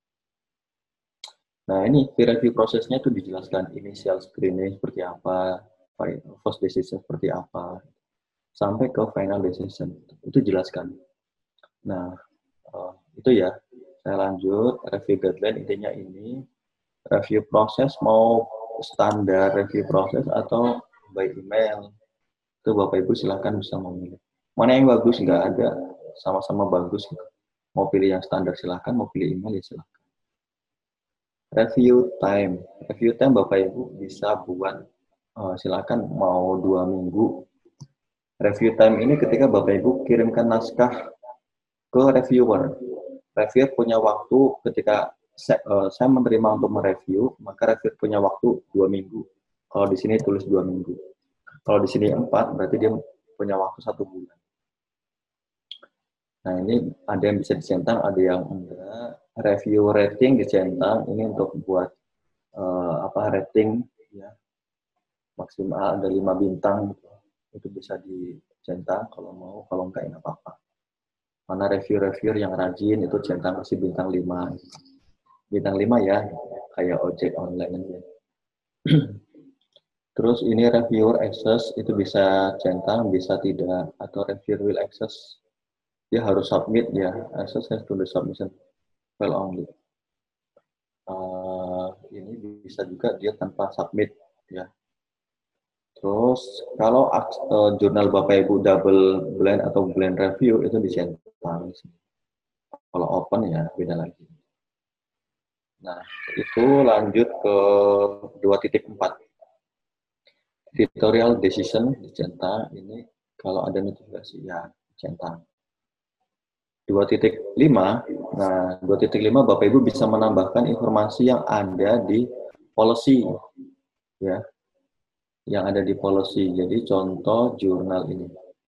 Nah, ini peer review prosesnya itu dijelaskan initial screening seperti apa, first decision seperti apa, sampai ke final decision. Itu jelaskan. Nah, itu ya. Saya lanjut, review guideline intinya ini, review proses mau standar review proses atau by email. Itu Bapak Ibu silahkan bisa memilih. Mana yang bagus, nggak ada. Sama-sama bagus. Mau pilih yang standar silahkan, mau pilih email ya silahkan. Review time Bapak Ibu bisa buat silakan mau 2 minggu. Review time ini ketika Bapak Ibu kirimkan naskah ke reviewer. Reviewer punya waktu ketika saya menerima untuk mereview, maka reviewer punya waktu 2 minggu. Kalau di sini tulis 2 minggu. Kalau di sini 4, berarti dia punya waktu 1 bulan. Nah, ini ada yang bisa dicentang, ada yang enggak. Review rating dicentang, ini untuk buat rating ya, maksimal ada 5 bintang gitu. Itu bisa dicentang kalau mau, kalau enggak ya apa-apa. Mana reviewer yang rajin itu centang kasih bintang 5. Bintang 5 ya, kayak ojek online aja. Terus ini reviewer access itu bisa centang, bisa tidak, atau reviewer will access dia harus submit ya, access has to the submission file only. Ini bisa juga dia tanpa submit ya. Terus kalau jurnal Bapak Ibu double blind atau blind review itu dicentang. Kalau open ya beda lagi. Nah, itu lanjut ke 2.4. Editorial decision dicentang. Ini kalau ada notifikasi ya dicentang. 2.5. Nah, 2.5 Bapak Ibu bisa menambahkan informasi yang ada di policy ya. Yang ada di policy. Jadi contoh jurnal ini.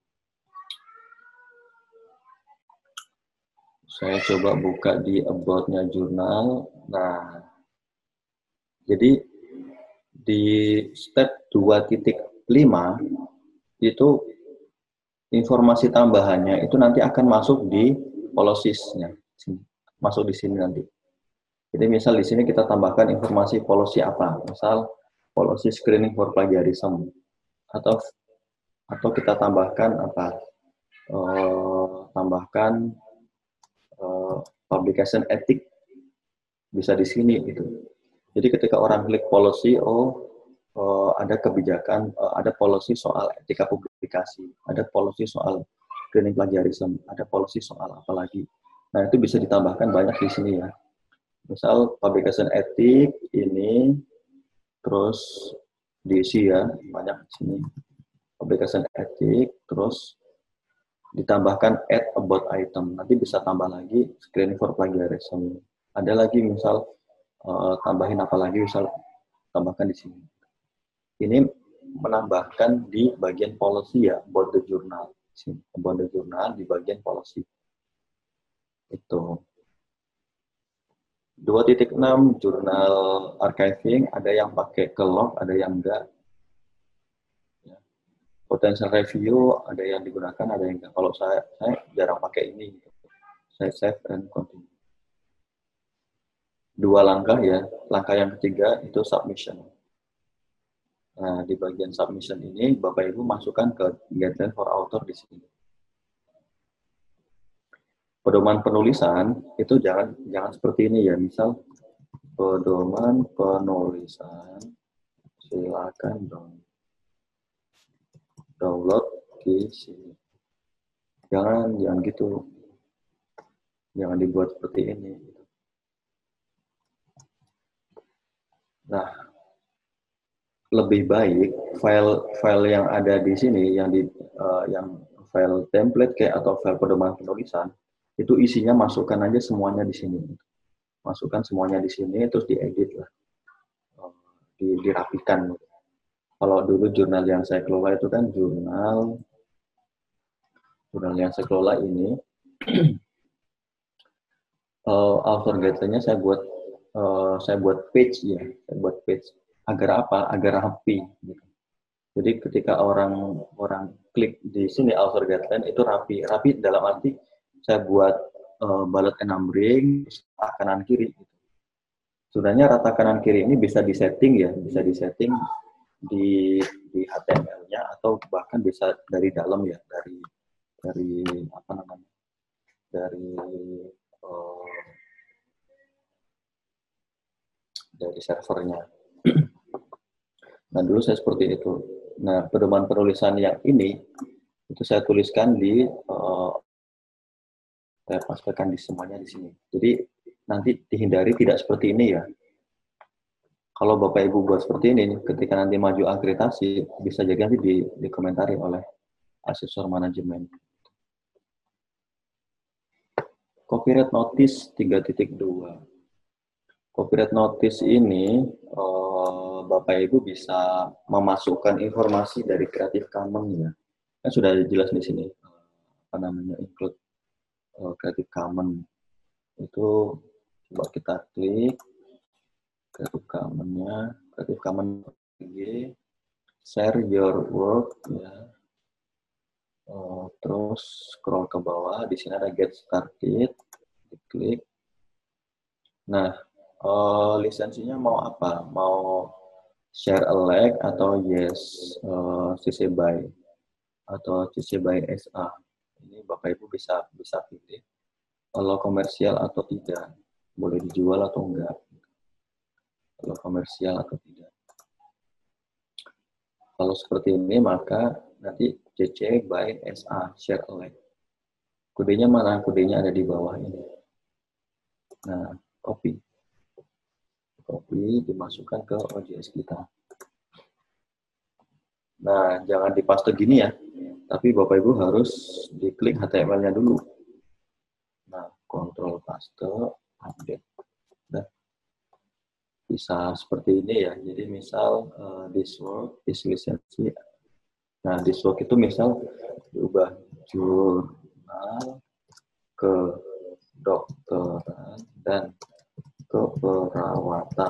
Saya coba buka di about-nya jurnal. Nah, jadi di step 2.5 itu informasi tambahannya itu nanti akan masuk di policies-nya. Masuk di sini nanti. Jadi misal di sini kita tambahkan informasi policy apa? Misal policy screening for plagiarism. Atau kita tambahkan apa? Tambahkan publication ethic bisa di sini gitu. Jadi ketika orang klik policy, ada kebijakan, ada policy soal etika publikasi, ada policy soal screening plagiarism, ada policy soal apa lagi. Nah itu bisa ditambahkan banyak di sini ya. Misal publication ethic ini, terus diisi ya banyak di sini. Publication ethic, terus ditambahkan add about item. Nanti bisa tambah lagi screening for plagiarism. Ada lagi misal tambahin apa lagi, misal tambahkan di sini. Ini menambahkan di bagian policy ya, about the journal. About the journal di bagian policy. Itu. 2.6 jurnal archiving, ada yang pakai ke log, ada yang enggak. Potential review ada yang digunakan, ada yang enggak. Kalau saya jarang pakai ini. Saya save and continue. 2 langkah ya. Langkah yang ketiga itu submission. Nah, di bagian submission ini Bapak Ibu masukkan ke guideline for author di sini. Pedoman penulisan itu jangan seperti ini ya. Misal pedoman penulisan silakan download di sini. Jangan gitu. Jangan dibuat seperti ini. Nah, lebih baik file yang ada di sini, yang file template kayak atau file pedoman penulisan, itu isinya masukkan aja semuanya di sini. Masukkan semuanya di sini, terus diedit lah, dirapikan. Kalau dulu jurnal yang saya kelola itu kan jurnal yang saya kelola ini, author guideline-nya saya buat page ya, saya buat page agar apa? Agar rapi. Gitu. Jadi ketika orang klik di sini author guideline itu rapi dalam arti saya buat bullet numbering kanan kiri. Gitu. Sebenarnya rata kanan kiri ini bisa disetting ya, bisa disetting di HTML-nya atau bahkan bisa dari dalam ya, dari apa namanya, dari servernya. Nah, dulu saya seperti itu. Nah, pedoman penulisan yang ini itu saya tuliskan saya pastikan di semuanya di sini. Jadi nanti dihindari tidak seperti ini ya. Kalau Bapak Ibu buat seperti ini, ketika nanti maju akreditasi, bisa jadi nanti dikomentari oleh asesor manajemen. Copyright notice 3.2. Copyright notice ini Bapak Ibu bisa memasukkan informasi dari Creative Commons ya. Kan sudah jelas di sini apa namanya include Creative Commons. Itu coba kita klik Creative Commons-nya, Creative Commons share your work ya. Terus scroll ke bawah, di sini ada get started, diklik. Nah, lisensinya mau apa? Mau share alike atau yes, CC BY atau CC BY SA. Ini Bapak Ibu bisa pilih. Kalau komersial atau tidak, boleh dijual atau enggak. Kalau komersial atau tidak. Kalau seperti ini maka nanti CC BY SA share alike. Kodenya mana? Kodenya ada di bawah ini. Nah, copy dimasukkan ke OJS kita. Nah, jangan dipaste gini ya, tapi Bapak Ibu harus diklik HTML-nya dulu. Nah, kontrol paste, update. Nah, bisa seperti ini ya. Jadi misal this work, this lisensi. Nah, this work itu misal diubah jurnal kedokteran dan keperawatan.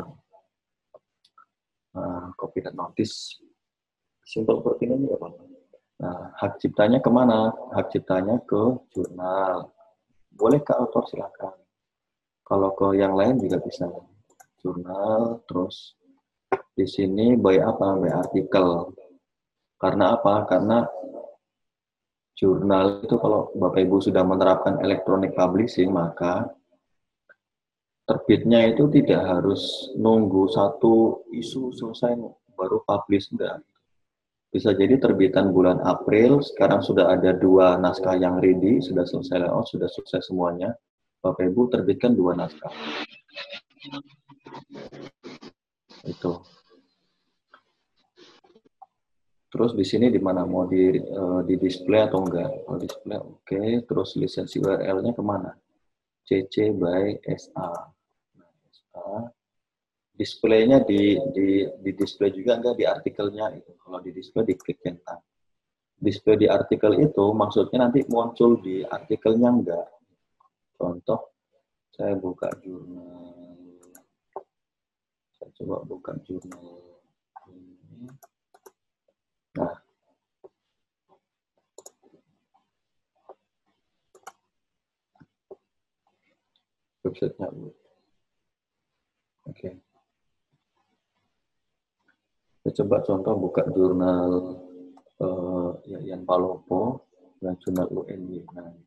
Nah, copyright notice. Simple seperti ini ya Pak. Nah, hak ciptanya kemana? Hak ciptanya ke jurnal. Boleh ke autor silakan. Kalau ke yang lain juga bisa. Jurnal, terus di sini by apa? By artikel. Karena apa? Karena jurnal itu kalau Bapak Ibu sudah menerapkan electronic publishing, maka terbitnya itu tidak harus nunggu satu isu selesai baru publish, enggak. Bisa jadi terbitan bulan April, sekarang sudah ada 2 naskah yang ready, sudah selesai layout, sudah sukses semuanya. Bapak Ibu terbitkan 2 naskah. Itu. Terus di sini di mana mau di display atau enggak? Kalau display oke. Terus lisensi URL-nya kemana? CC by SA. Nah, SA. Displaynya di display juga enggak di artikelnya itu. Kalau di display diklik centang. Display di artikel itu maksudnya nanti muncul di artikelnya enggak. Contoh, saya buka jurnal. Saya coba buka jurnal ini. Nah, websitenya. Oke. Saya coba contoh buka jurnal Yayan Palopo dan jurnal UNY.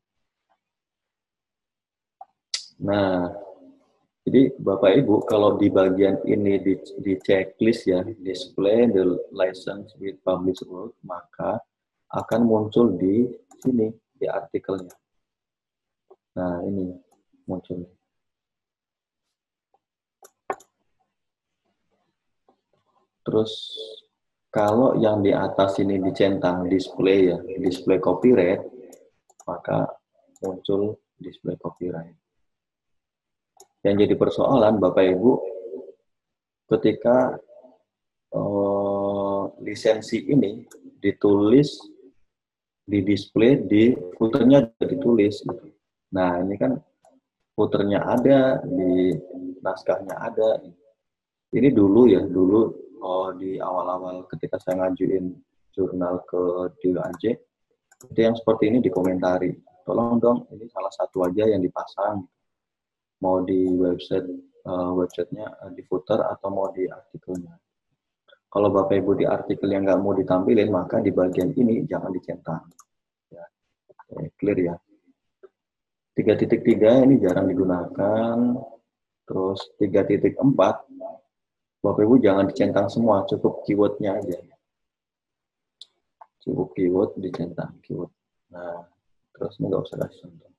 Nah, jadi Bapak Ibu kalau di bagian ini di checklist ya, display the license with published work, maka akan muncul di sini di artikelnya. Nah, ini muncul. Terus kalau yang di atas ini dicentang display ya, display copyright, maka muncul display copyright. Yang jadi persoalan Bapak Ibu, ketika lisensi ini ditulis di display, di footernya ditulis. Nah ini kan footernya ada, di naskahnya ada. Ini dulu ya, di awal-awal ketika saya ngajuin jurnal ke DOAJ, itu yang seperti ini dikomentari. Tolong dong, ini salah satu aja yang dipasang. Mau di websitenya di footer atau mau di artikelnya. Kalau Bapak Ibu di artikel yang nggak mau ditampilin, maka di bagian ini jangan dicentang. Ya, clear ya. 3.3 ini jarang digunakan. Terus 3.4, Bapak Ibu jangan dicentang semua, cukup keywordnya aja. Cukup keyword dicentang, keyword. Nah, terus ini nggak usah kasih contoh.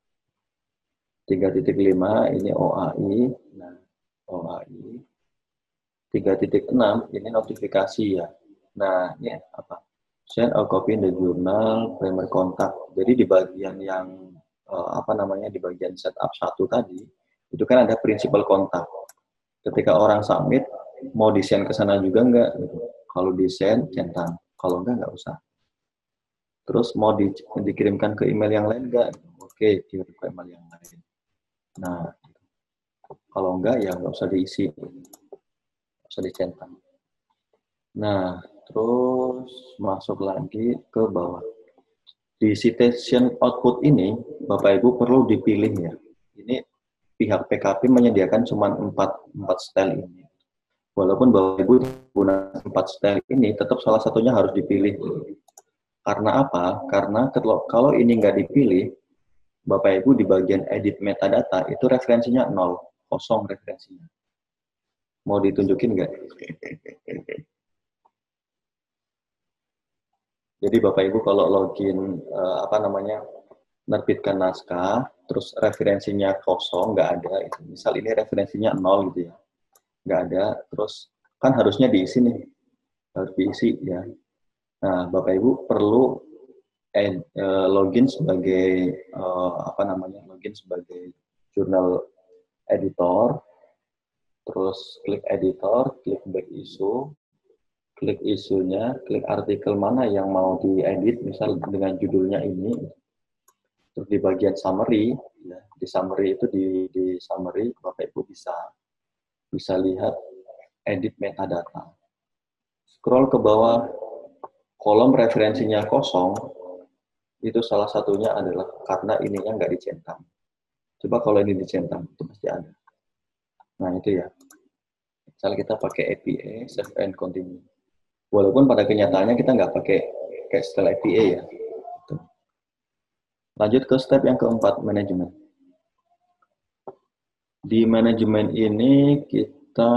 3.5 ini OAI. Nah, OAI. 3.6 ini notifikasi ya. Nah, ini apa? Share a copy in the journal, primary contact. Jadi di bagian yang di bagian setup 1 tadi, itu kan ada principal contact. Ketika orang submit, mau di-send ke sana juga enggak? Gitu. Kalau di-send, centang. Kalau enggak usah. Terus mau dikirimkan ke email yang lain enggak? Oke, kirim ke email yang lain. Nah, kalau enggak ya enggak usah diisi. Usah dicentang. Nah, terus masuk lagi ke bawah. Di citation output ini, Bapak Ibu perlu dipilih ya. Ini pihak PKP menyediakan cuma 4 style ini. Walaupun Bapak Ibu gunakan 4 style ini, tetap salah satunya harus dipilih. Karena apa? Karena kalau ini nggak dipilih, Bapak Ibu di bagian edit metadata, itu referensinya 0, kosong referensinya. Mau ditunjukin nggak? Jadi Bapak Ibu kalau login nerbitkan naskah, terus referensinya kosong, nggak ada. Misal ini referensinya 0 gitu ya, nggak ada. Terus kan harusnya diisi nih, harus diisi ya. Nah Bapak Ibu perlu login sebagai login sebagai jurnal editor. Terus klik editor, klik back issue, klik isunya, klik artikel mana yang mau diedit, misal dengan judulnya ini. Terus di bagian summary, ya, di summary itu di summary Bapak Ibu bisa lihat edit metadata. Scroll ke bawah, kolom referensinya kosong, itu salah satunya adalah karena ininya nggak dicentang. Coba kalau ini dicentang, itu pasti ada. Nah itu ya, misal kita pakai APA, save and continue. Walaupun pada kenyataannya kita nggak pakai style APA ya. Lanjut ke step yang keempat, manajemen. Di manajemen ini kita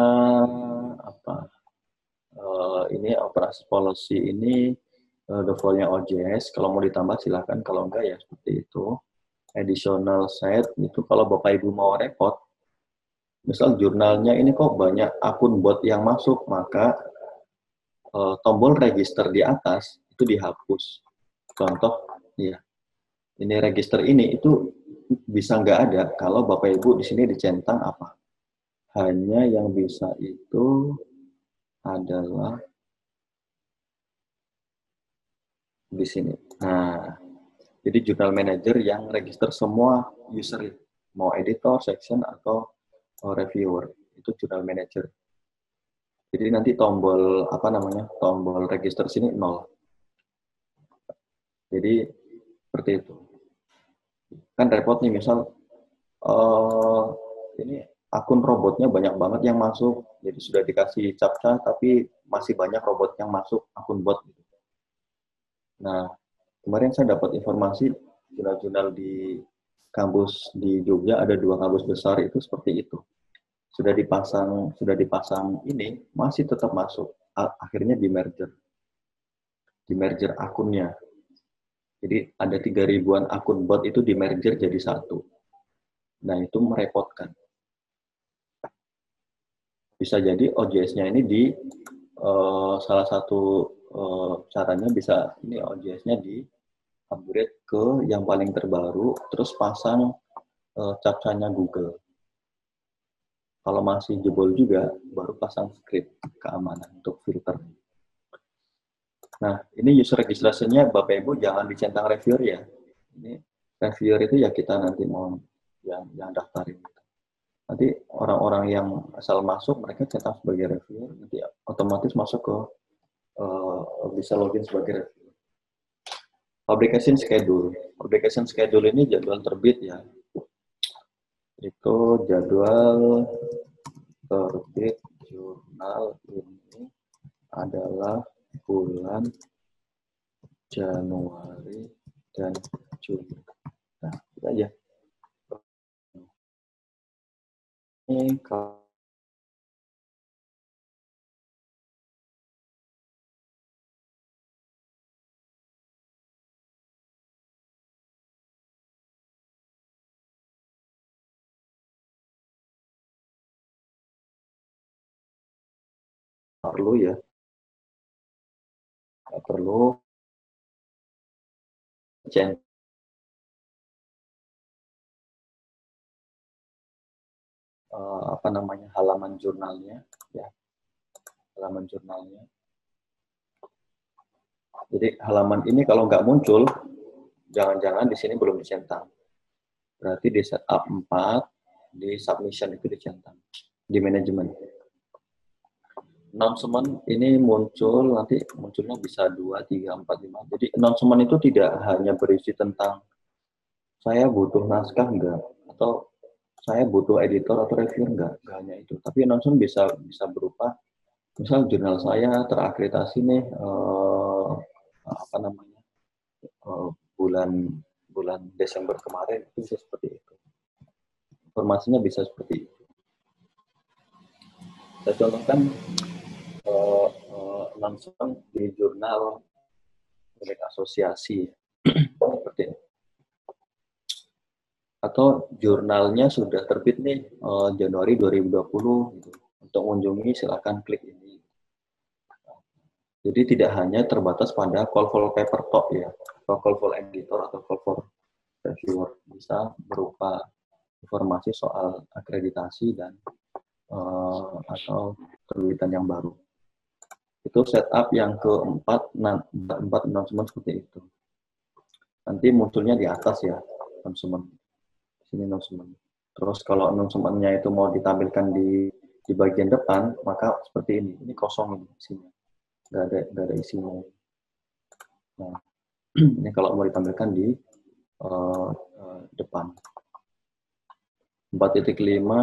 ini operasi policy ini defaultnya OJS. Kalau mau ditambah silakan, kalau enggak ya seperti itu. Additional set itu kalau Bapak Ibu mau repot, misal jurnalnya ini kok banyak akun bot yang masuk, maka tombol register di atas itu dihapus. Contoh, ya, ini register ini itu bisa nggak ada kalau Bapak Ibu di sini dicentang apa? Hanya yang bisa itu adalah di sini. Nah, jadi jurnal manager yang register semua user, mau editor, section atau reviewer, itu jurnal manager. Jadi nanti tombol tombol register sini 0. Jadi seperti itu. Kan repot nih, misal ini akun robotnya banyak banget yang masuk, jadi sudah dikasih captcha tapi masih banyak robot yang masuk, akun bot. Nah, kemarin saya dapat informasi jurnal-jurnal di kampus di Jogja, ada 2 kampus besar itu seperti itu. Sudah dipasang ini, masih tetap masuk. Akhirnya di merger akunnya. Jadi ada 3.000-an akun bot itu di merger jadi 1. Nah, itu merepotkan. Bisa jadi OJS-nya ini salah satu caranya bisa ini OJS-nya di upgrade ke yang paling terbaru, terus pasang captcha-nya Google. Kalau masih jebol juga, baru pasang script keamanan untuk filter. Nah, ini user registration-nya Bapak Ibu jangan dicentang reviewer ya. Ini reviewer itu ya kita nanti mau yang daftarin. Nanti orang-orang yang asal masuk mereka centang sebagai reviewer, nanti otomatis masuk ke bisa login sebagai reviewer. Publication schedule. Publication schedule ini jadwal terbit ya. Itu jadwal terbit jurnal ini adalah bulan Januari dan Juli. Nah, itu aja. Ini kalau perlu ya, nggak perlu apa namanya halaman jurnalnya ya, halaman jurnalnya. Jadi halaman ini kalau nggak muncul, jangan-jangan di sini belum dicentang. Berarti di setup 4, di submission itu dicentang, di manajemen. Announcement ini muncul, nanti munculnya bisa 2, 3, 4, 5. Jadi announcement itu tidak hanya berisi tentang saya butuh naskah enggak, atau saya butuh editor atau reviewer enggak hanya itu. Tapi announcement bisa berupa, misal jurnal saya terakreditasi nih, apa namanya, bulan Desember kemarin, itu bisa seperti itu. Informasinya bisa seperti itu. Saya contohkan announcement di jurnal milik asosiasi seperti itu. Atau jurnalnya sudah terbit nih Januari 2020 gitu. Untuk mengunjungi silakan klik ini. Jadi tidak hanya terbatas pada call for paper talk ya, atau call for editor atau call for reviewer, bisa berupa informasi soal akreditasi dan atau terbitan yang baru. Itu setup yang keempat, announcement seperti itu. Nanti munculnya di atas ya, announcement. Sini announcement. Terus kalau announcement-nya itu mau ditampilkan di bagian depan, maka seperti ini. Ini kosong ini isinya. Nggak ada isinya. Nah, ini kalau mau ditampilkan di depan. 4.5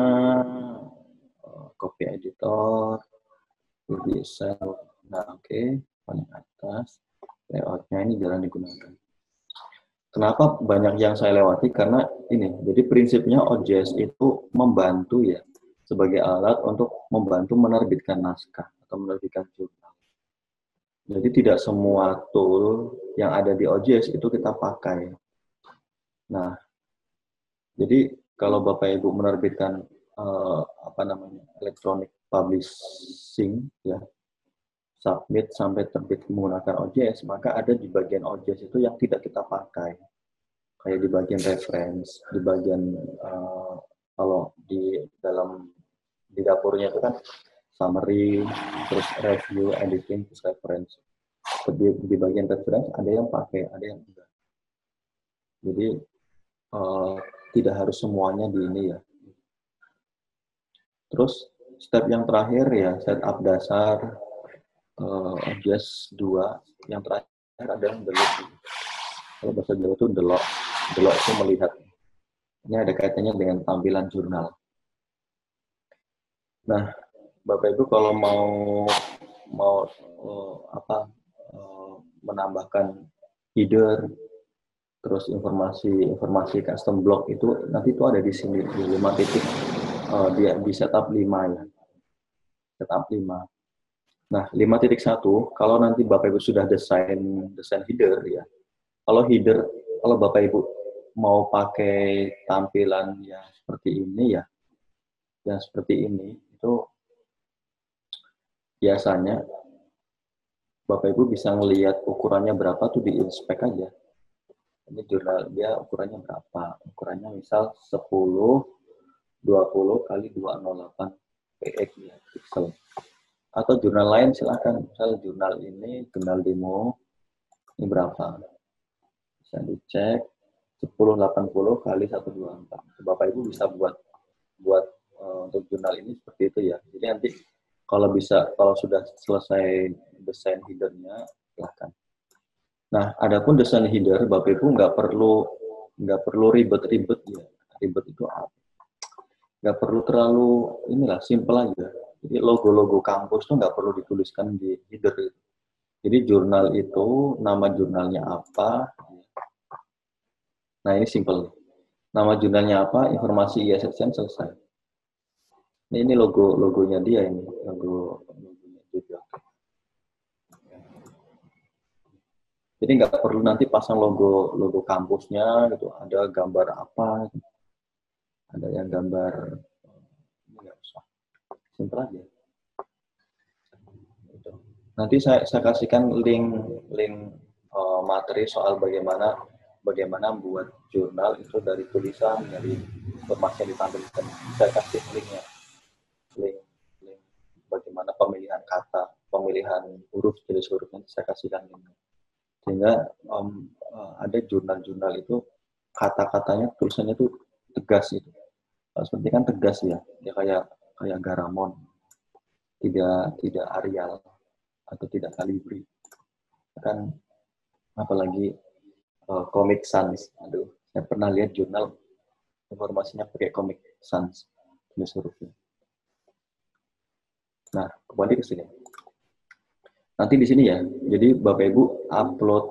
copy editor, bisa. Nah, oke, paling atas layoutnya ini jarang digunakan. Kenapa banyak yang saya lewati? Karena ini, jadi prinsipnya OJS itu membantu ya, sebagai alat untuk membantu menerbitkan naskah atau menerbitkan jurnal. Jadi tidak semua tool yang ada di OJS itu kita pakai. Nah, jadi kalau Bapak Ibu menerbitkan apa namanya electronic publishing ya, submit sampai terbit menggunakan OJS, maka ada di bagian OJS itu yang tidak kita pakai. Kayak di bagian reference, di bagian kalau di dapurnya itu kan summary, terus review, editing, terus reference. Di bagian reference ada yang pakai, ada yang enggak. Jadi tidak harus semuanya di ini ya. Terus step yang terakhir ya, setup dasar OJS 2. Yang terakhir adalah delete. Kalau bahasa Jawa itu delok. Delok itu melihat. Ini ada kaitannya dengan tampilan jurnal. Nah, Bapak Ibu kalau mau menambahkan header, terus informasi custom block itu nanti itu ada di sini di 5 titik, dia di setup 5 ya, setup 5. Nah 5.1 kalau nanti Bapak Ibu sudah desain header ya, kalau Bapak Ibu mau pakai tampilan yang seperti ini ya, yang seperti ini itu biasanya Bapak Ibu bisa ngelihat ukurannya berapa tuh di inspek aja. Ini jurnal dia ukurannya berapa? Ukurannya misal 10 20 kali 208 px ya, pixel. Atau jurnal lain silakan. Misal jurnal ini, jurnal demo ini berapa? Bisa dicek 1080 kali 124. Bapak Ibu bisa buat untuk jurnal ini seperti itu ya. Jadi nanti kalau sudah selesai desain headernya, silahkan. Nah, adapun desain header, Bapak Ibu nggak perlu ribet-ribet ya. Ribet itu apa? Nggak perlu terlalu simple aja. Jadi logo-logo kampus tuh nggak perlu dituliskan di header itu. Jadi jurnal itu nama jurnalnya apa? Nah ini simple. Nama jurnalnya apa? Informasi ISSN selesai. Ini logonya dia ini, logonya juga. Jadi nggak perlu nanti pasang logo kampusnya gitu, ada gambar apa, gitu. Ada yang gambar, nggak usah, simple aja. Gitu. Nanti saya kasihkan link materi soal bagaimana membuat jurnal itu dari tulisan, dari informasi yang ditampilkan. Saya kasih linknya, link bagaimana pemilihan kata, pemilihan huruf, jenis hurufnya saya kasihkan linknya. Sehingga ada jurnal-jurnal itu kata-katanya tulisannya itu tegas itu. Seperti kan tegas ya, dia kayak Garamond, tidak Arial atau tidak Calibri. Kan apalagi Comic Sans. Aduh, saya pernah lihat jurnal informasinya pakai Comic Sans tulis hurufnya. Nah, kembali ke sini. Nanti di sini ya, jadi Bapak Ibu upload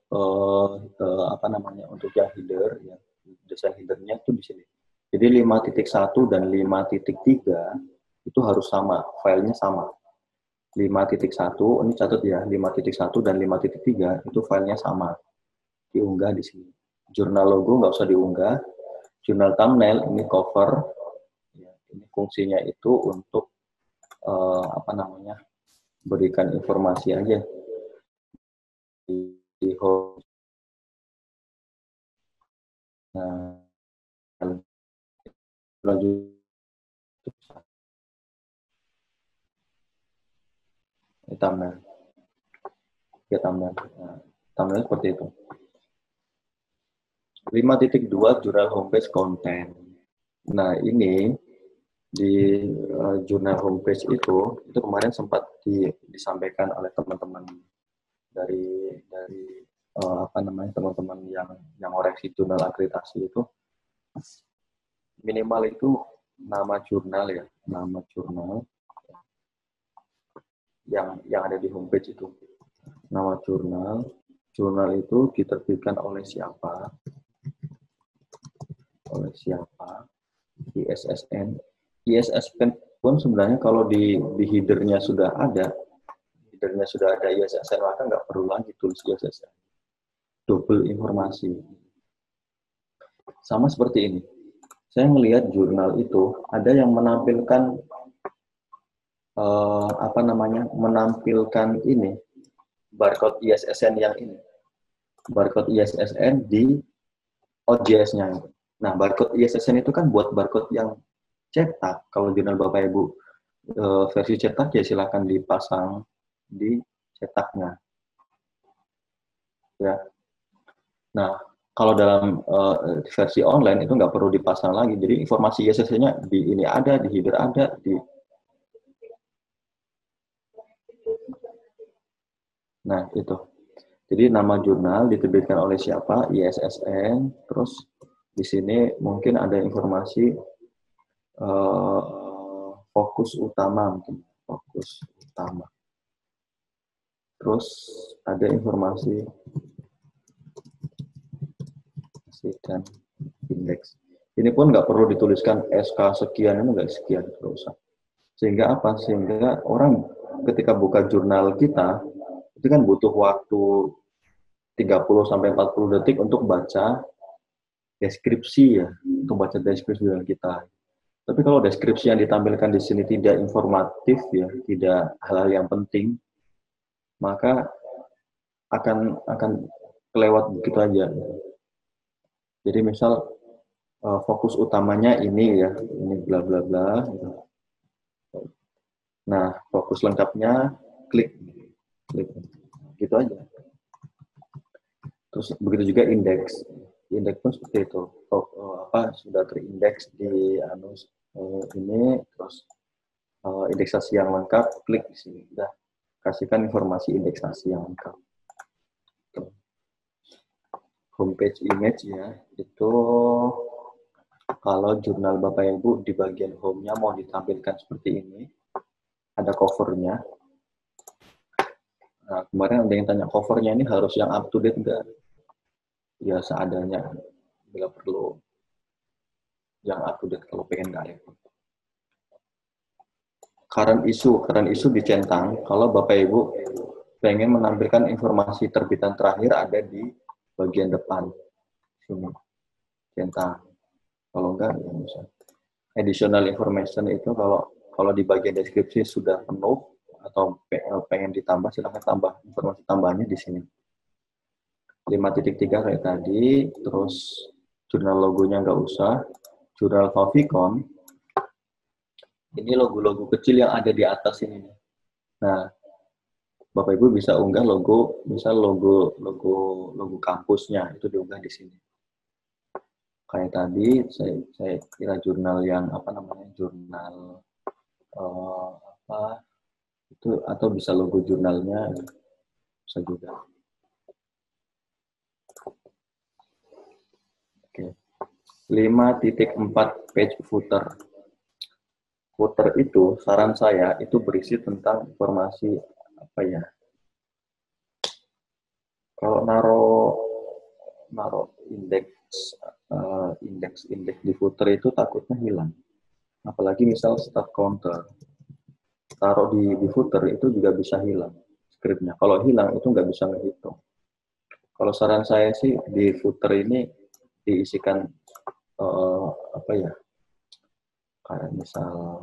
untuk yang header, ya, desain headernya itu di sini. Jadi 5.1 dan 5.3 itu harus sama, filenya sama. 5.1, ini catat ya, 5.1 dan 5.3 itu filenya sama. Diunggah di sini. Jurnal logo nggak usah diunggah. Jurnal thumbnail, ini cover. Ya, ini fungsinya itu untuk berikan informasi aja di home. Nah, ini thumbnail. Ya, thumbnail. Nah, thumbnail seperti itu. 5.2 jurnal homepage konten. Nah, ini di jurnal homepage itu kemarin sempat disampaikan oleh teman-teman dari teman-teman yang koreksi jurnal akreditasi itu, minimal itu nama jurnal ya, nama jurnal yang ada di homepage itu, nama jurnal itu diterbitkan oleh siapa, ISSN pun sebenarnya kalau di headernya sudah ada ISSN, maka nggak perlu lagi tulis ISSN. Double informasi. Sama seperti ini. Saya melihat jurnal itu ada yang menampilkan menampilkan ini barcode ISSN yang ini. Barcode ISSN di OJS-nya. Nah, barcode ISSN itu kan buat barcode yang cetak. Kalau jurnal Bapak Ibu versi cetak ya silakan dipasang di cetaknya. Ya. Nah, kalau dalam versi online itu nggak perlu dipasang lagi. Jadi informasi ISSN-nya di ini ada, di header ada, Nah, itu. Jadi nama jurnal diterbitkan oleh siapa, ISSN, terus di sini mungkin ada informasi fokus utama, Terus ada informasi dan indeks. Ini pun nggak perlu dituliskan SK sekian, ini nggak sekian, nggak usah. Sehingga apa? Sehingga orang ketika buka jurnal kita, itu kan butuh waktu 30-40 detik untuk baca deskripsi ya, untuk baca deskripsi jurnal kita. Tapi kalau deskripsi yang ditampilkan di sini tidak informatif ya, tidak hal-hal yang penting, maka akan kelewat begitu aja. Jadi misal fokus utamanya ini ya, ini bla bla bla. Nah, fokus lengkapnya klik, gitu aja. Terus begitu juga indeks pun seperti itu. Sudah terindeks di ini, terus indeksasi yang lengkap, klik di sini. Udah kasihkan informasi indeksasi yang lengkap. Homepage image ya, itu kalau jurnal Bapak Ibu di bagian home-nya mau ditampilkan seperti ini, ada covernya. Nah, kemarin ada yang tanya covernya ini harus yang up to date enggak? Ya seadanya, bila perlu yang up to date kalau pengen nggak repot. Current issue dicentang kalau Bapak Ibu pengen menampilkan informasi terbitan terakhir ada di bagian depan sini, centang. Kalau enggak ya bisa. Additional information itu kalau di bagian deskripsi sudah penuh atau pengen ditambah, silahkan tambah informasi tambahannya di sini. 5.3 kayak tadi, terus jurnal logonya nggak usah. Jurnal Favicon, ini logo-logo kecil yang ada di atas ini. Nah, Bapak Ibu bisa unggah logo, misal logo kampusnya itu diunggah di sini. Kayak tadi saya kira jurnal yang jurnal itu, atau bisa logo jurnalnya bisa juga. Oke. 5.4 page footer. Footer itu saran saya itu berisi tentang informasi apa ya? Kalau naruh indeks di footer itu takutnya hilang. Apalagi misal start counter, taruh di footer itu juga bisa hilang scriptnya. Kalau hilang itu nggak bisa ngehitung. Kalau saran saya sih di footer ini diisikan kayak misal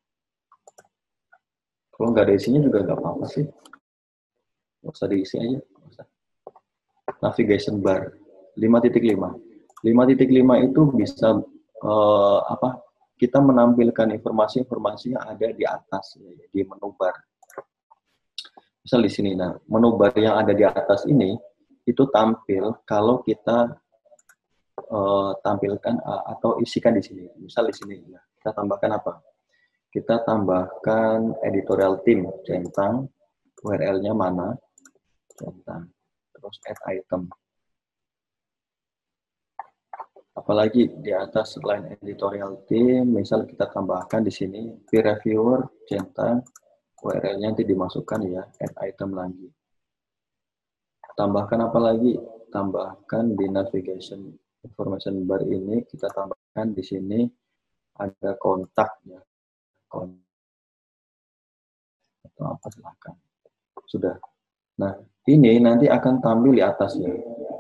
kalau nggak ada isinya juga nggak apa-apa sih, nggak usah diisi aja. Navigation bar 5.5 itu bisa kita menampilkan informasi-informasi yang ada di atas di menu bar. Misal di sini, nah menu bar yang ada di atas ini itu tampil kalau kita tampilkan atau isikan di sini. Misal di sini ya, kita tambahkan apa? Kita tambahkan editorial team, centang, URL-nya mana, centang, terus add item. Apalagi di atas selain editorial team, misal kita tambahkan di sini peer reviewer, centang, URL-nya nanti dimasukkan ya, add item lagi. Tambahkan apa lagi? Tambahkan di navigation information bar ini, kita tambahkan di sini ada kontaknya. Atau apa silahkan. Sudah. Nah, ini nanti akan tampil di atasnya.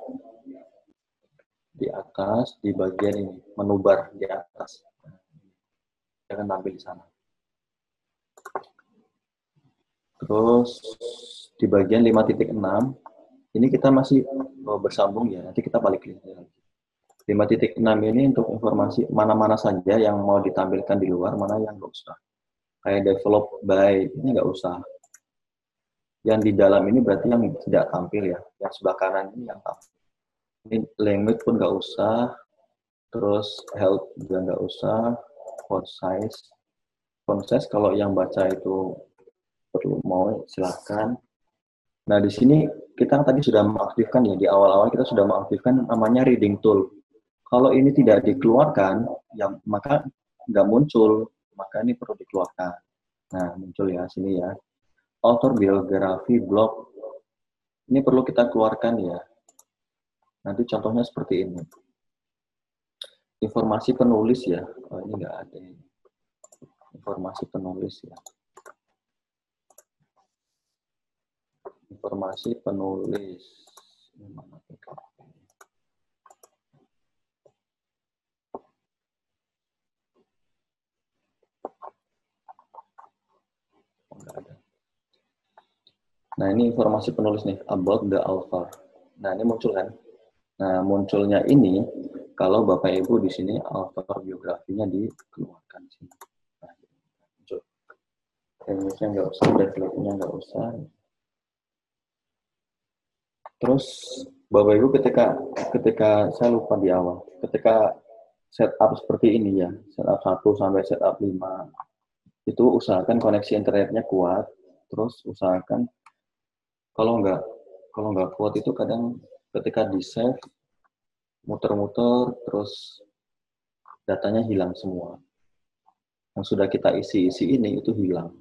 Di atas, di bagian ini, menu bar di atas. Akan tampil di sana. Terus di bagian 5.6, ini kita masih bersambung ya, nanti kita balik lagi. 5.6 ini untuk informasi mana-mana saja yang mau ditampilkan di luar, mana yang nggak usah. Kayak develop by, ini nggak usah. Yang di dalam ini berarti yang tidak tampil ya, yang sebelah kanan ini yang tampil. Ini language pun nggak usah, terus health juga nggak usah, font size kalau yang baca itu perlu mau silahkan. Nah di sini kita tadi sudah mengaktifkan ya, di awal-awal kita sudah mengaktifkan namanya reading tool. Kalau ini tidak dikeluarkan, ya maka nggak muncul, maka ini perlu dikeluarkan. Nah muncul ya sini ya, author biografi blog, ini perlu kita keluarkan ya. Nanti contohnya seperti ini. Informasi penulis ya, ini nggak ada ini. Informasi penulis ya. Informasi penulis. Ini mana itu? Oh, nggak ada. Nah, ini informasi penulis nih, about the author. Nah, ini muncul kan? Nah, munculnya ini, kalau Bapak Ibu di sini author biografinya dikeluarkan sini. Nah, muncul. Inggrisnya nggak usah, developnya nggak usah. Terus, Bapak Ibu ketika saya lupa di awal, ketika setup seperti ini ya, setup 1 sampai setup 5, itu usahakan koneksi internetnya kuat, terus usahakan kalau nggak kuat itu kadang ketika di save muter-muter terus datanya hilang semua. Yang sudah kita isi ini itu hilang.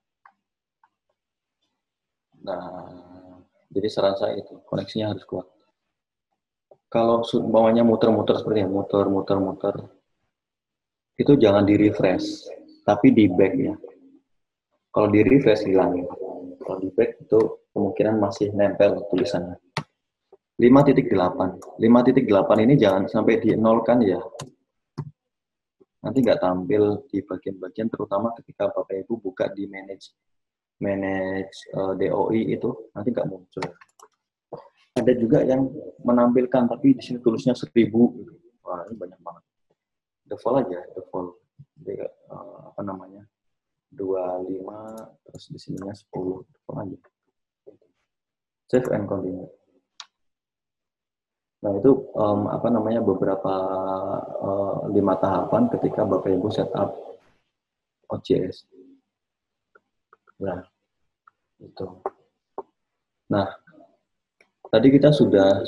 Nah, jadi saran saya itu koneksinya harus kuat. Kalau bawahnya muter-muter seperti ini, muter-muter, itu jangan di refresh, tapi di back ya. Kalau di refresh hilang. Kalau di back itu kemungkinan masih nempel tulisannya. 5.8. 5.8 ini jangan sampai dinolkan ya. Nanti nggak tampil di bagian-bagian, terutama ketika Bapak Ibu buka di manage DOI itu, nanti nggak muncul. Ada juga yang menampilkan, tapi di sini tulisnya 1000. Wah, ini banyak banget. Default aja, default. Jadi, 25, terus di sininya 10. Default aja. Save and continue. Nah, itu beberapa 5 tahapan ketika Bapak Ibu setup OJS. Nah, itu. Nah, tadi kita sudah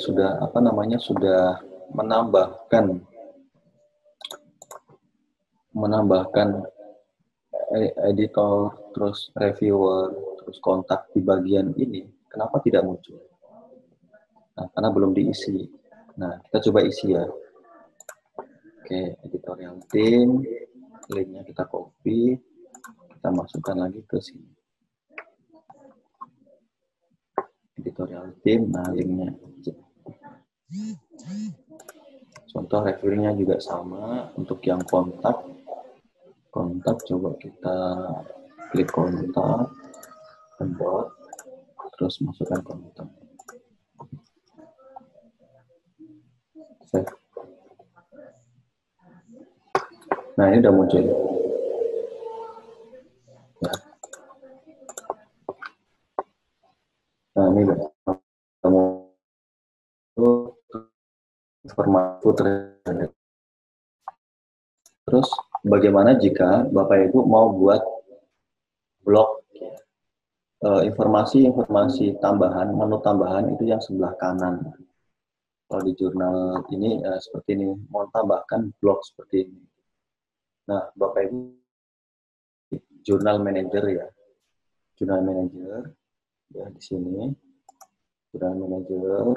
menambahkan editor, terus reviewer, terus kontak di bagian ini. Kenapa tidak muncul? Nah, karena belum diisi. Nah, kita coba isi ya. Oke, editorial team, linknya kita copy, kita masukkan lagi ke sini. Editorial team, nah linknya. Contoh reviewnya juga sama. Untuk yang kontak coba kita klik kontak, about, terus masukkan kontak. Save. Nah, ini udah muncul. Ya. Nah, ini udah informasi terhadap. Terus bagaimana jika Bapak Ibu mau buat blog informasi tambahan, menu tambahan itu yang sebelah kanan. Kalau di jurnal ini seperti ini, mau tambahkan blog seperti ini. Nah, Bapak Ibu jurnal manager ya. Jurnal manager ya di sini. Jurnal manager.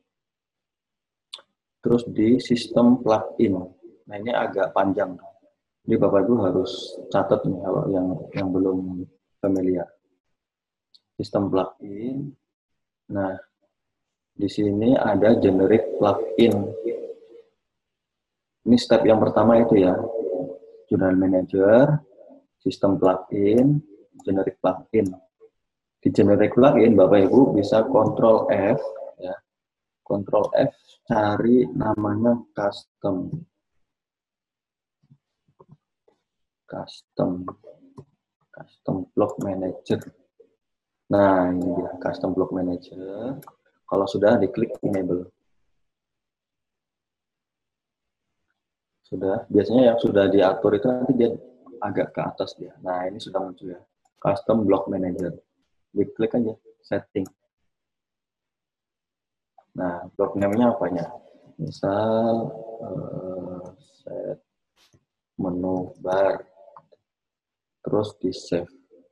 Terus di sistem plugin. Nah, ini agak panjang. Jadi Bapak Ibu harus catat nih kalau yang belum familiar. Sistem plugin. Nah, di sini ada generic plugin. Ini step yang pertama itu ya. Jurnal manager, sistem plugin, generic plugin. Di generic plugin Bapak Ibu bisa Ctrl F ya. Ctrl F cari namanya custom block manager. Nah, ini dia custom block manager. Kalau sudah diklik enable. Sudah, biasanya yang sudah diatur itu nanti dia agak ke atas dia. Nah, ini sudah muncul ya. Custom block manager. Diklik aja setting. Nah, block name-nya apanya? Misal set menu bar. Terus di save.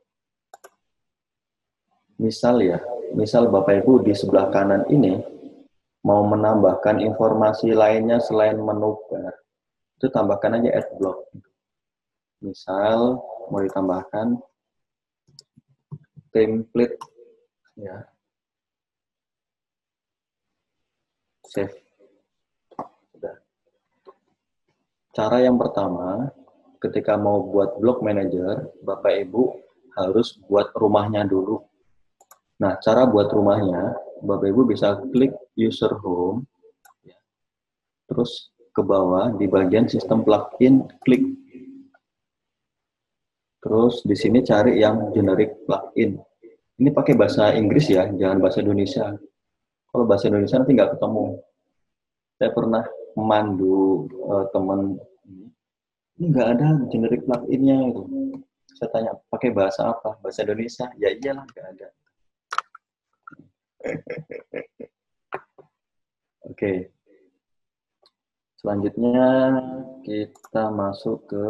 Misal Bapak Ibu di sebelah kanan ini mau menambahkan informasi lainnya selain menu bar, itu tambahkan aja add block. Misal mau ditambahkan template ya. Save. Sudah. Cara yang pertama, ketika mau buat block manager, Bapak Ibu harus buat rumahnya dulu. Nah, cara buat rumahnya, Bapak Ibu bisa klik user home, terus ke bawah di bagian sistem plugin, klik. Terus di sini cari yang generic plugin. Ini pakai bahasa Inggris ya, jangan bahasa Indonesia. Kalau bahasa Indonesia nanti nggak ketemu. Saya pernah memandu teman, ini nggak ada generic plugin-nya gitu. Saya tanya, pakai bahasa apa? Bahasa Indonesia? Ya iyalah, nggak ada. Oke. Selanjutnya kita masuk ke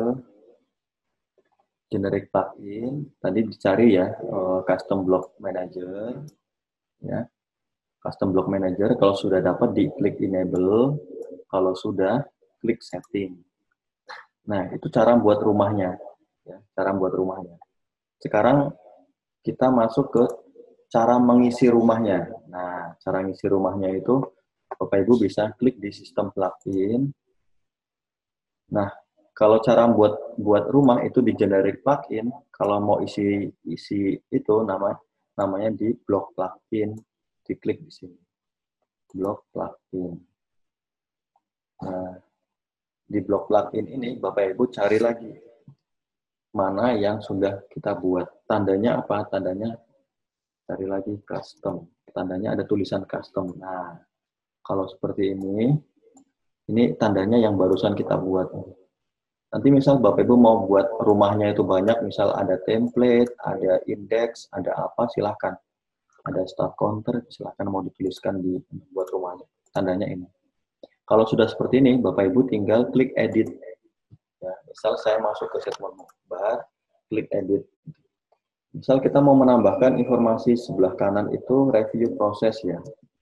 generic plugin. Tadi dicari ya, custom block manager. Ya, custom block manager. Kalau sudah dapat, diklik enable. Kalau sudah, klik setting. Nah, itu cara buat rumahnya. Ya, cara buat rumahnya. Sekarang kita masuk ke cara mengisi rumahnya. Nah, cara mengisi rumahnya itu Bapak Ibu bisa klik di sistem plugin. Nah, kalau cara buat rumah itu di generic plugin, kalau mau isi itu namanya di block plugin, diklik di sini. Block plugin. Nah, di block plugin ini Bapak Ibu cari lagi mana yang sudah kita buat. Tandanya apa? Tandanya cari lagi custom. Tandanya ada tulisan custom. Nah, kalau seperti ini tandanya yang barusan kita buat. Nanti misal Bapak Ibu mau buat rumahnya itu banyak, misal ada template, ada index, ada apa, silahkan. Ada start counter, silahkan mau dituliskan di buat rumahnya. Tandanya ini. Kalau sudah seperti ini, Bapak Ibu tinggal klik edit. Ya, misal saya masuk ke segmen bar, klik edit. Misal kita mau menambahkan informasi sebelah kanan itu review proses ya.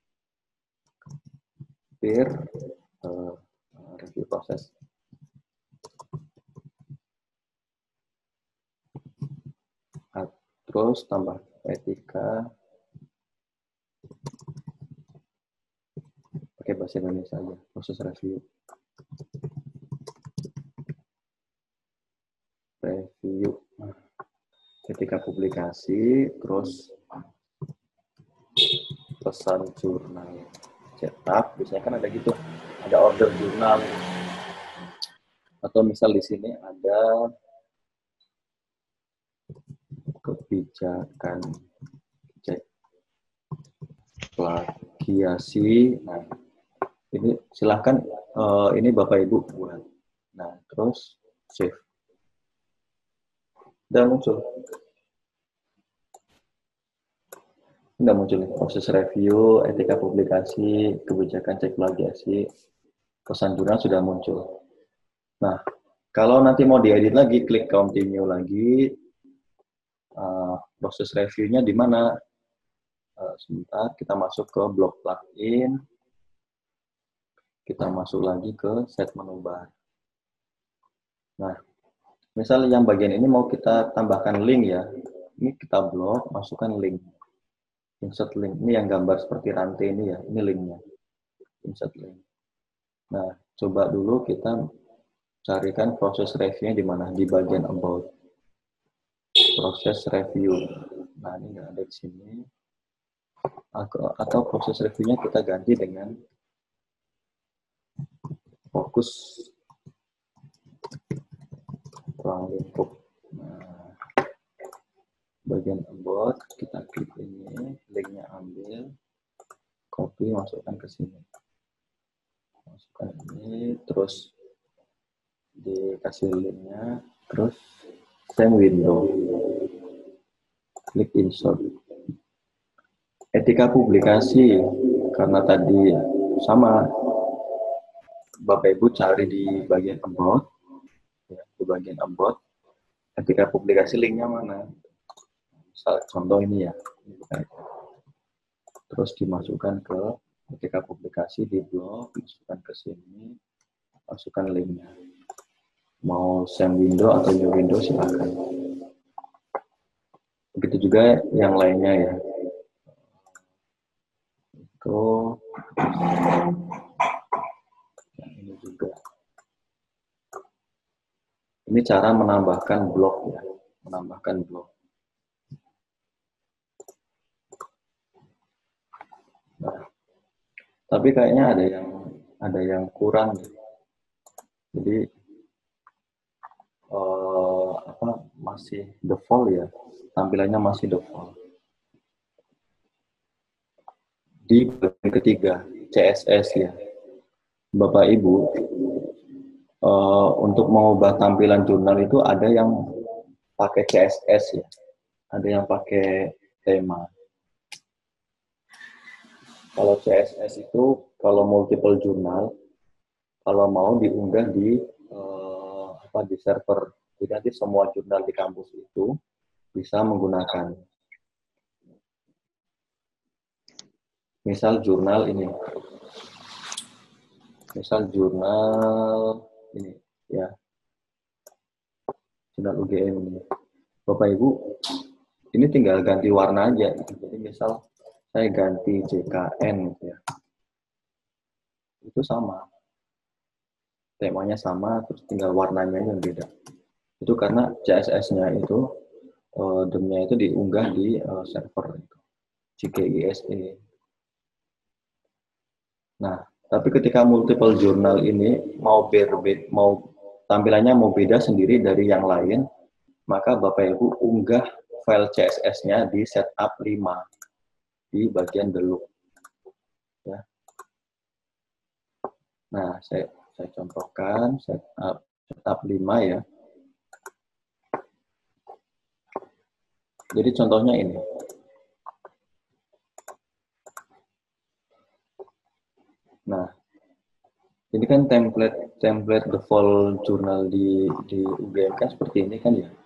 Review proses. Terus tambah etika. Pakai bahasa Indonesia aja, proses review. Ketika publikasi, terus pesan jurnal cetak, biasanya kan ada gitu, ada order jurnal, atau misal di sini ada kebijakan cek plagiasi. Nah, ini silahkan ini Bapak Ibu buat. Nah, terus save. Udah muncul. Udah muncul nih, proses review, etika publikasi, kebijakan cek plagiasi, pesan jurnal sudah muncul. Nah, kalau nanti mau diedit lagi, klik continue lagi. Proses reviewnya di mana? Sebentar, kita masuk ke block plugin. Kita masuk lagi ke set menu bar. Nah, misal yang bagian ini mau kita tambahkan link ya. Ini kita blok, masukkan link. Insert link. Ini yang gambar seperti rantai ini ya. Ini linknya. Insert link. Nah, coba dulu kita carikan proses reviewnya di mana? Di bagian about. Proses review. Nah, ini nggak ada di sini. Atau proses reviewnya kita ganti dengan fokus ruang lingkup. Nah, bagian about kita klik ini, linknya ambil, copy, masukkan ke sini. Masukkan ini, terus dikasih linknya, terus same window. Klik insert. Etika publikasi, karena tadi sama Bapak Ibu cari di bagian about, ya, di bagian about, etika publikasi linknya mana? Misal contoh ini ya, terus dimasukkan ke etika publikasi di blog, masukkan ke sini, masukkan linknya. Mau same window atau new window silahkan. Begitu juga yang lainnya ya. Itu ini juga. Ini cara menambahkan blok ya, menambahkan blok. Tapi kayaknya ada yang kurang. Jadi masih default ya, tampilannya masih default. Di bagian ketiga CSS ya, Bapak Ibu, untuk mengubah tampilan jurnal itu ada yang pakai CSS ya, ada yang pakai tema. Kalau CSS itu kalau multiple jurnal, kalau mau diunggah di server, jadi nanti semua jurnal di kampus itu bisa menggunakan. Misal jurnal ini, ya, jurnal UGM ini. Bapak Ibu, ini tinggal ganti warna aja. Jadi misal saya ganti JKN gitu ya. Itu sama. Temanya sama, terus tinggal warnanya yang beda. Itu karena CSS-nya itu, DOM-nya itu diunggah di server itu, JKISE. Nah, tapi ketika multiple jurnal ini mau tampilannya mau beda sendiri dari yang lain, maka Bapak Ibu unggah file CSS-nya di setup 5 di bagian the look. Ya. Nah, saya contohkan setup 5 ya. Jadi contohnya ini. Nah, ini kan template default jurnal di UGM kan seperti ini kan ya.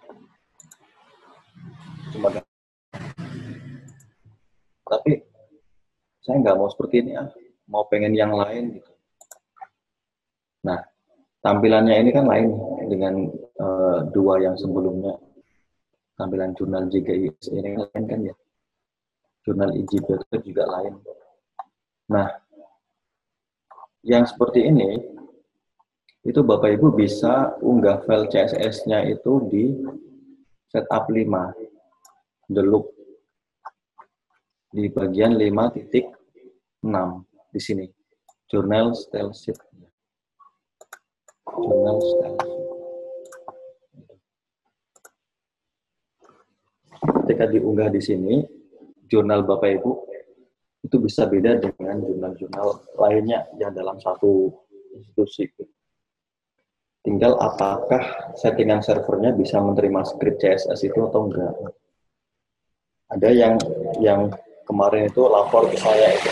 Tapi saya nggak mau seperti ini ya, mau pengen yang lain gitu. Nah, tampilannya ini kan lain dengan dua yang sebelumnya. Tampilan jurnal JKIS ini lain kan ya. Jurnal IJB itu juga lain. Nah, yang seperti ini, itu Bapak Ibu bisa unggah file CSS-nya itu di setup 5, the look, di bagian 5.6 di sini, journal style sheet. Journal style sheet. Ketika diunggah di sini, jurnal Bapak Ibu itu bisa beda dengan jurnal-jurnal lainnya yang dalam satu institusi. Tinggal apakah settingan servernya bisa menerima script CSS itu atau enggak. Ada yang kemarin itu lapor ke saya itu,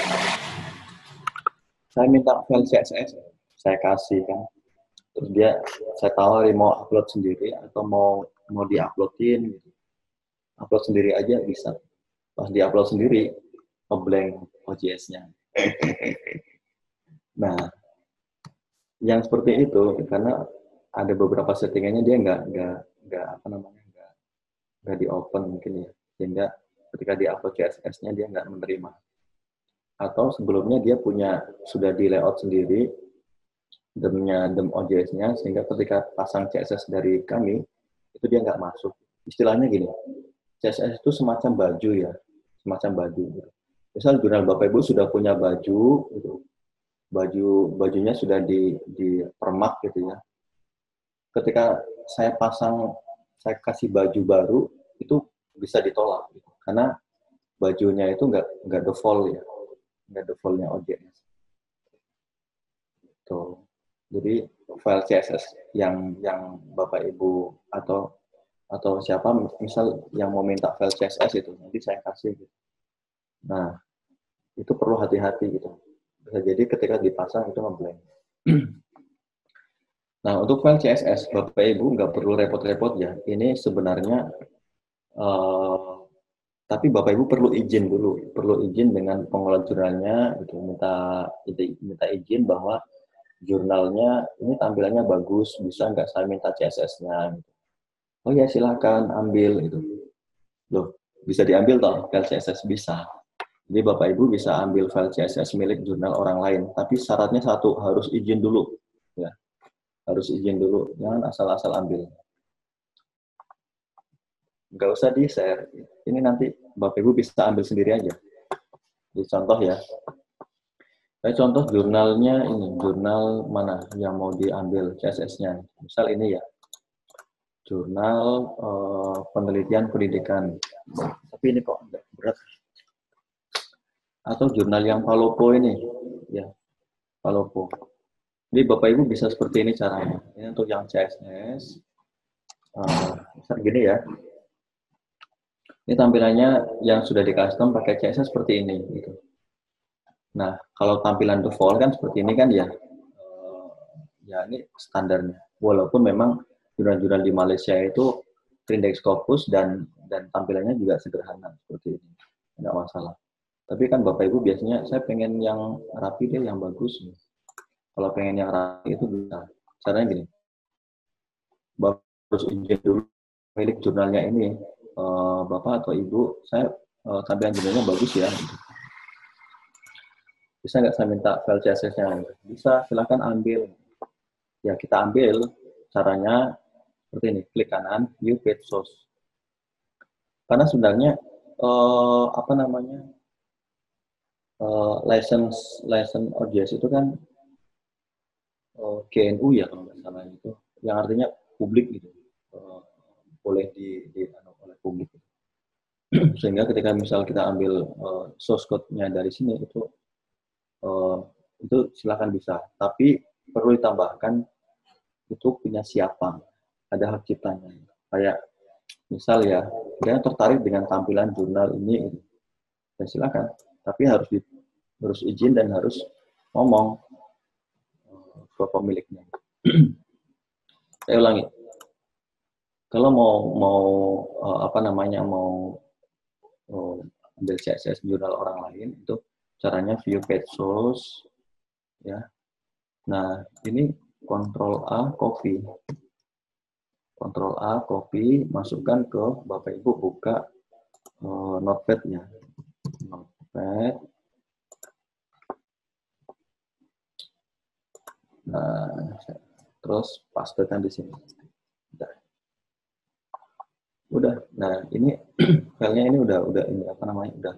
saya minta file CSS, saya kasih kan, terus saya tawari mau upload sendiri atau mau diuploadin, upload sendiri aja bisa. Pas diupload sendiri, ngeblank OJS-nya. Nah, yang seperti itu karena ada beberapa settingannya dia nggak di open mungkin ya, sehingga ketika di-upload CSS-nya dia nggak menerima. Atau sebelumnya dia sudah di layout sendiri DOM OJS-nya, sehingga ketika pasang CSS dari kami itu dia nggak masuk. Istilahnya gini, CSS itu semacam baju ya, semacam baju. Misal jurnal Bapak Ibu sudah punya baju, gitu. Bajunya sudah di permak gitu ya. Ketika saya kasih baju baru, itu bisa ditolak, gitu. Karena bajunya itu nggak default ya, nggak defaultnya OJS. Tuh. Jadi file CSS yang Bapak Ibu atau siapa misal yang mau minta file CSS itu nanti saya kasih gitu. Nah, itu perlu hati-hati gitu. Bisa jadi ketika dipasang itu ngeblank. Nah, untuk file CSS Bapak Ibu nggak perlu repot-repot ya. Ini sebenarnya tapi Bapak Ibu perlu izin dulu, perlu izin dengan pengelola jurnalnya gitu, minta izin bahwa jurnalnya ini tampilannya bagus, bisa nggak saya minta CSS-nya? Gitu. Oh ya silakan ambil itu. Loh, bisa diambil toh file CSS bisa. Jadi Bapak Ibu bisa ambil file CSS milik jurnal orang lain, tapi syaratnya satu, harus izin dulu. Ya, harus izin dulu, jangan asal-asal ambil. Nggak usah di-share. Ini nanti Bapak Ibu bisa ambil sendiri aja. Jadi contoh ya, Contoh jurnalnya ini, jurnal mana yang mau diambil CSS-nya. Misal ini ya, jurnal penelitian pendidikan. Tapi ini kok agak berat. Atau jurnal yang Palopo ini, ya, Palopo. Jadi Bapak Ibu bisa seperti ini caranya. Ini untuk yang CSS. Misal gini ya. Ini tampilannya yang sudah di custom pakai CSS seperti ini, gitu. Nah, kalau tampilan default kan seperti ini kan ya, ya ini standarnya. Walaupun memang jurnal-jurnal di Malaysia itu Trindex Scopus dan tampilannya juga sederhana seperti ini, nggak masalah. Tapi kan Bapak Ibu biasanya saya pengen yang rapi deh, yang bagus. Kalau pengen yang rapi itu bisa. Caranya gini, Bapak harus izin dulu milik jurnalnya ini, Bapak atau Ibu, saya tampilan jurnalnya bagus ya. Bisa nggak saya minta file CSS-nya? Bisa, silahkan ambil. Ya, kita ambil. Caranya seperti ini, klik kanan, view page source. Karena sebenarnya, apa namanya, license OJS itu kan GNU ya, kalau nggak salah itu. Yang artinya publik gitu. Boleh oleh publik. Sehingga ketika misal kita ambil source code-nya dari sini, itu silakan bisa, tapi perlu ditambahkan itu punya siapa, ada hak ciptanya. Kayak misal ya, dia tertarik dengan tampilan jurnal ini, ya silakan, tapi harus izin dan harus ngomong ke pemiliknya. Saya ulangi, kalau mau apa namanya, mau ambil CSS jurnal orang lain, itu caranya view page source, ya. Nah, ini Ctrl A copy. Ctrl A copy, masukkan ke Bapak Ibu, buka notepad-nya. Notepad. Nah, terus pastekan di sini. Udah. Nah, ini filenya ini udah ini apa namanya?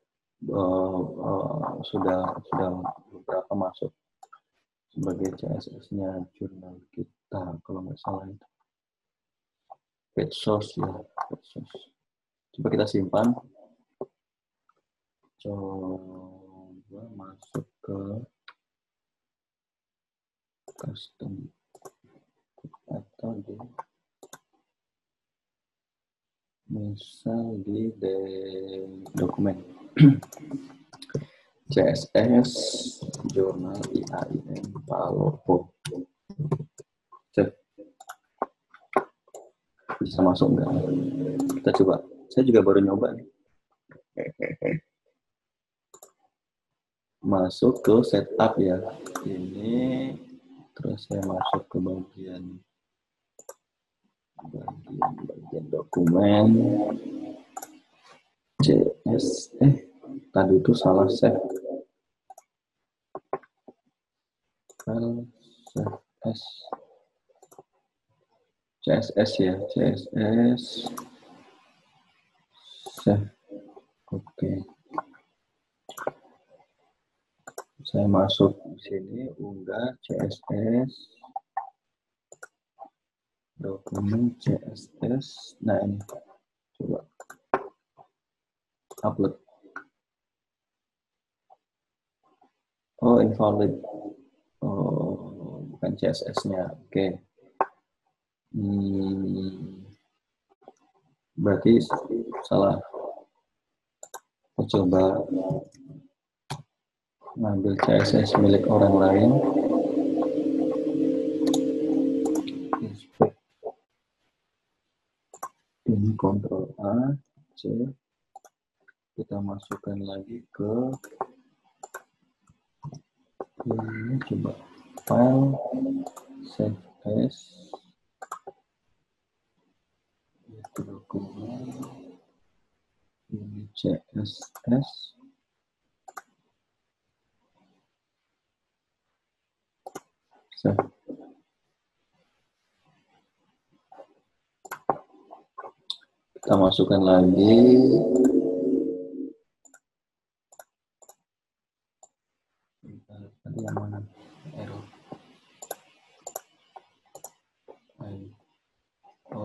Sudah beberapa masuk sebagai CSS-nya jurnal kita, kalau nggak salah itu. Page source ya, page source. Coba kita simpan. Coba masuk ke custom atau di misal di dokumen CSS jurnal IAIN Palopo. Cek. Bisa masuk nggak? Kita coba. Saya juga baru nyoba nih. Masuk ke setup ya. Ini terus saya masuk ke bagian dokumen CS. Tadi itu salah save. File CSS ya, CSS. Save. Oke. Saya masuk di sini, unggah CSS. Dokumen CSS. Nah, ini. Coba. Upload. Oh, invalid. Oh, bukan CSS-nya. Oke. Berarti salah. Saya coba ngambil CSS milik orang lain. Ini Ctrl A, C. Kita masukkan lagi ke ini, coba file save as itu dokumen ini CSS. Save. Kita masukkan lagi.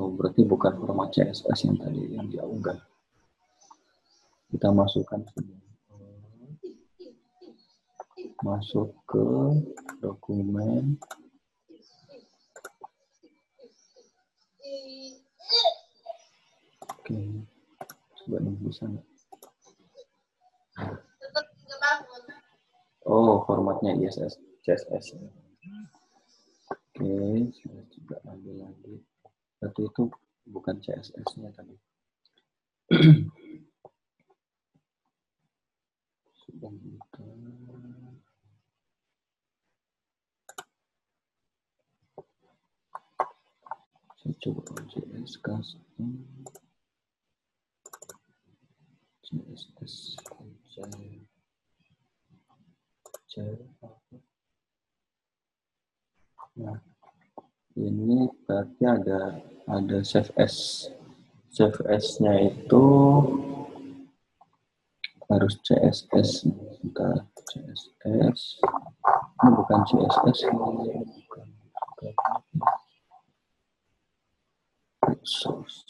berarti bukan format CSS yang tadi yang dia unggah. Kita masukkan sini. Masuk ke dokumen. Oke, coba nih bisa nggak? Oh, formatnya ISS, CSS. Oke, saya juga ambil lagi. Berarti itu bukan CSS-nya tadi. Sudah kita. Saya coba CSS custom. CSS nah, ini berarti ada save as. Save as-nya itu harus CSS. Bentar, CSS. Ini bukan CSS. Source.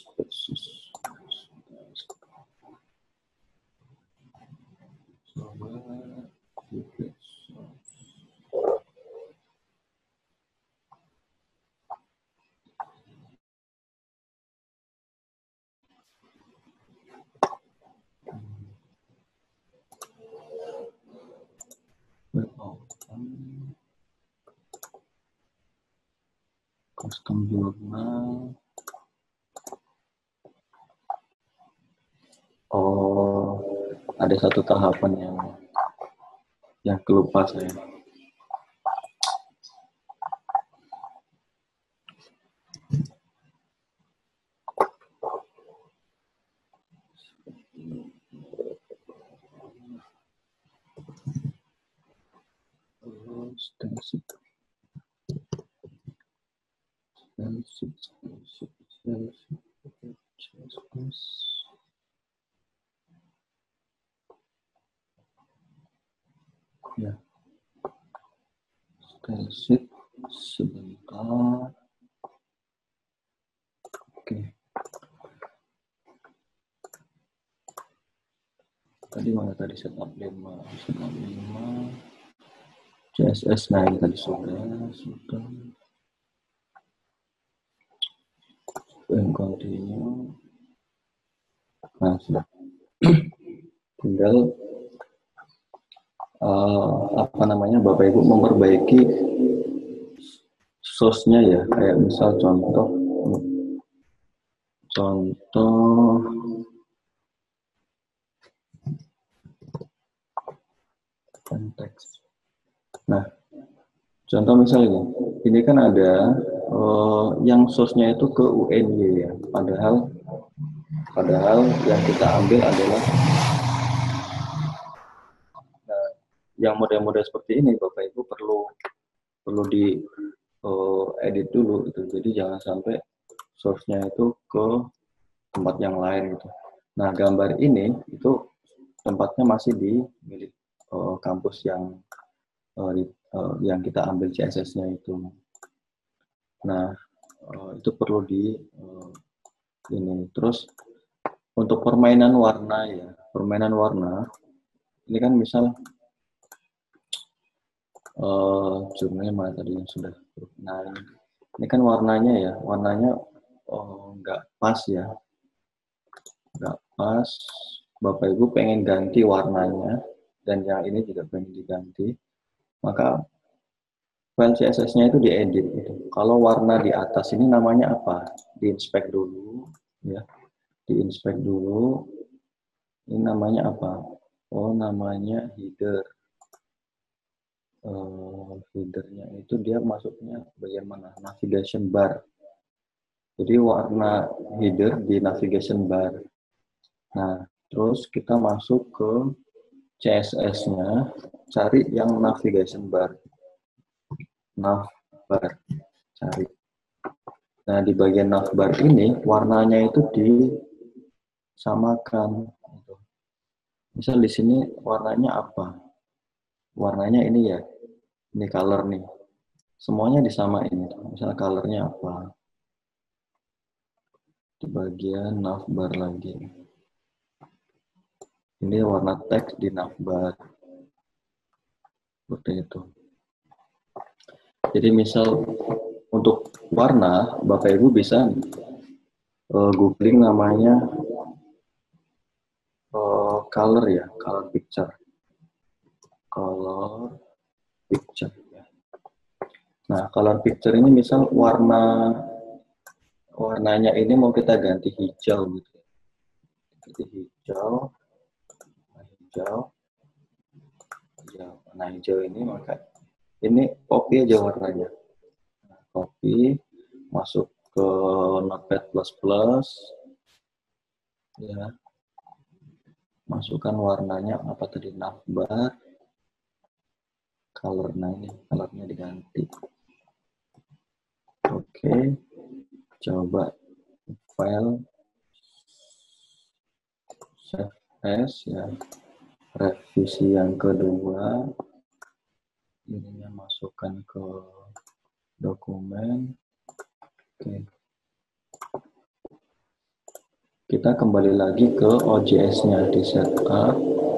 Custom journal. Oh, ada satu tahapan yang kelupa saya. Ya, style sheet sebentar. Oke. Tadi mana tadi setup 5, CSS. Nah, ini tadi sudah. Continue. Nah, sudah. Tinggal apa namanya, Bapak Ibu memperbaiki source-nya ya, kayak misal contoh konteks. Nah, contoh misalnya ini kan ada yang source-nya itu ke UNY ya, padahal yang kita ambil adalah yang model-model seperti ini. Bapak Ibu perlu di edit dulu gitu. Jadi jangan sampai source-nya itu ke tempat yang lain gitu. Nah, gambar ini itu tempatnya masih di milik kampus yang kita ambil CSS-nya itu. Nah, itu perlu di ini. Terus untuk permainan warna ya, permainan warna ini kan misal jurnalnya mana tadi yang sudah. Nah, ini kan warnanya nggak pas ya, nggak pas. Bapak Ibu pengen ganti warnanya dan yang ini juga pengen diganti, maka file CSS-nya itu diedit gitu. Kalau warna di atas ini namanya apa? Diinspek dulu ya, diinspek dulu. Ini namanya apa? Oh, namanya header. Headernya itu dia masuknya bagian mana? Navigation bar. Jadi warna header di navigation bar. Nah, terus kita masuk ke CSS-nya, cari yang navigation bar. Navbar, cari. Nah, di bagian navbar ini warnanya itu disamakan. Misal di sini warnanya apa? Warnanya ini ya, ini color nih. Semuanya disamain. Misal colornya apa? di bagian navbar lagi. Ini warna teks di navbar. Seperti itu. Jadi misal untuk warna, Bapak Ibu bisa googling namanya color ya, color picture. Color picture. Nah, color picture ini misal warnanya ini mau kita ganti hijau gitu. Ganti hijau. Ya, warna hijau ini maka ini copy aja warnanya. Nah, copy, masuk ke Notepad++, ya. Masukkan warnanya apa tadi, navbar. Colornya diganti. Oke, coba file save as ya. Revisi yang kedua, ininya masukkan ke dokumen. Oke. Kita kembali lagi ke OJS-nya di setup.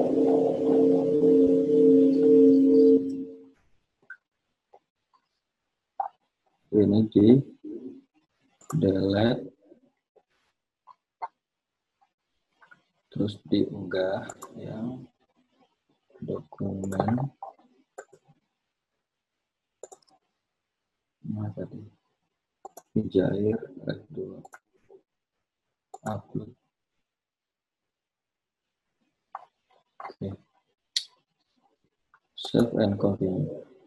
Ini di delete, terus diunggah yang dokumen. Nah, tadi Hijair F2 upload. Oke. Save and continue.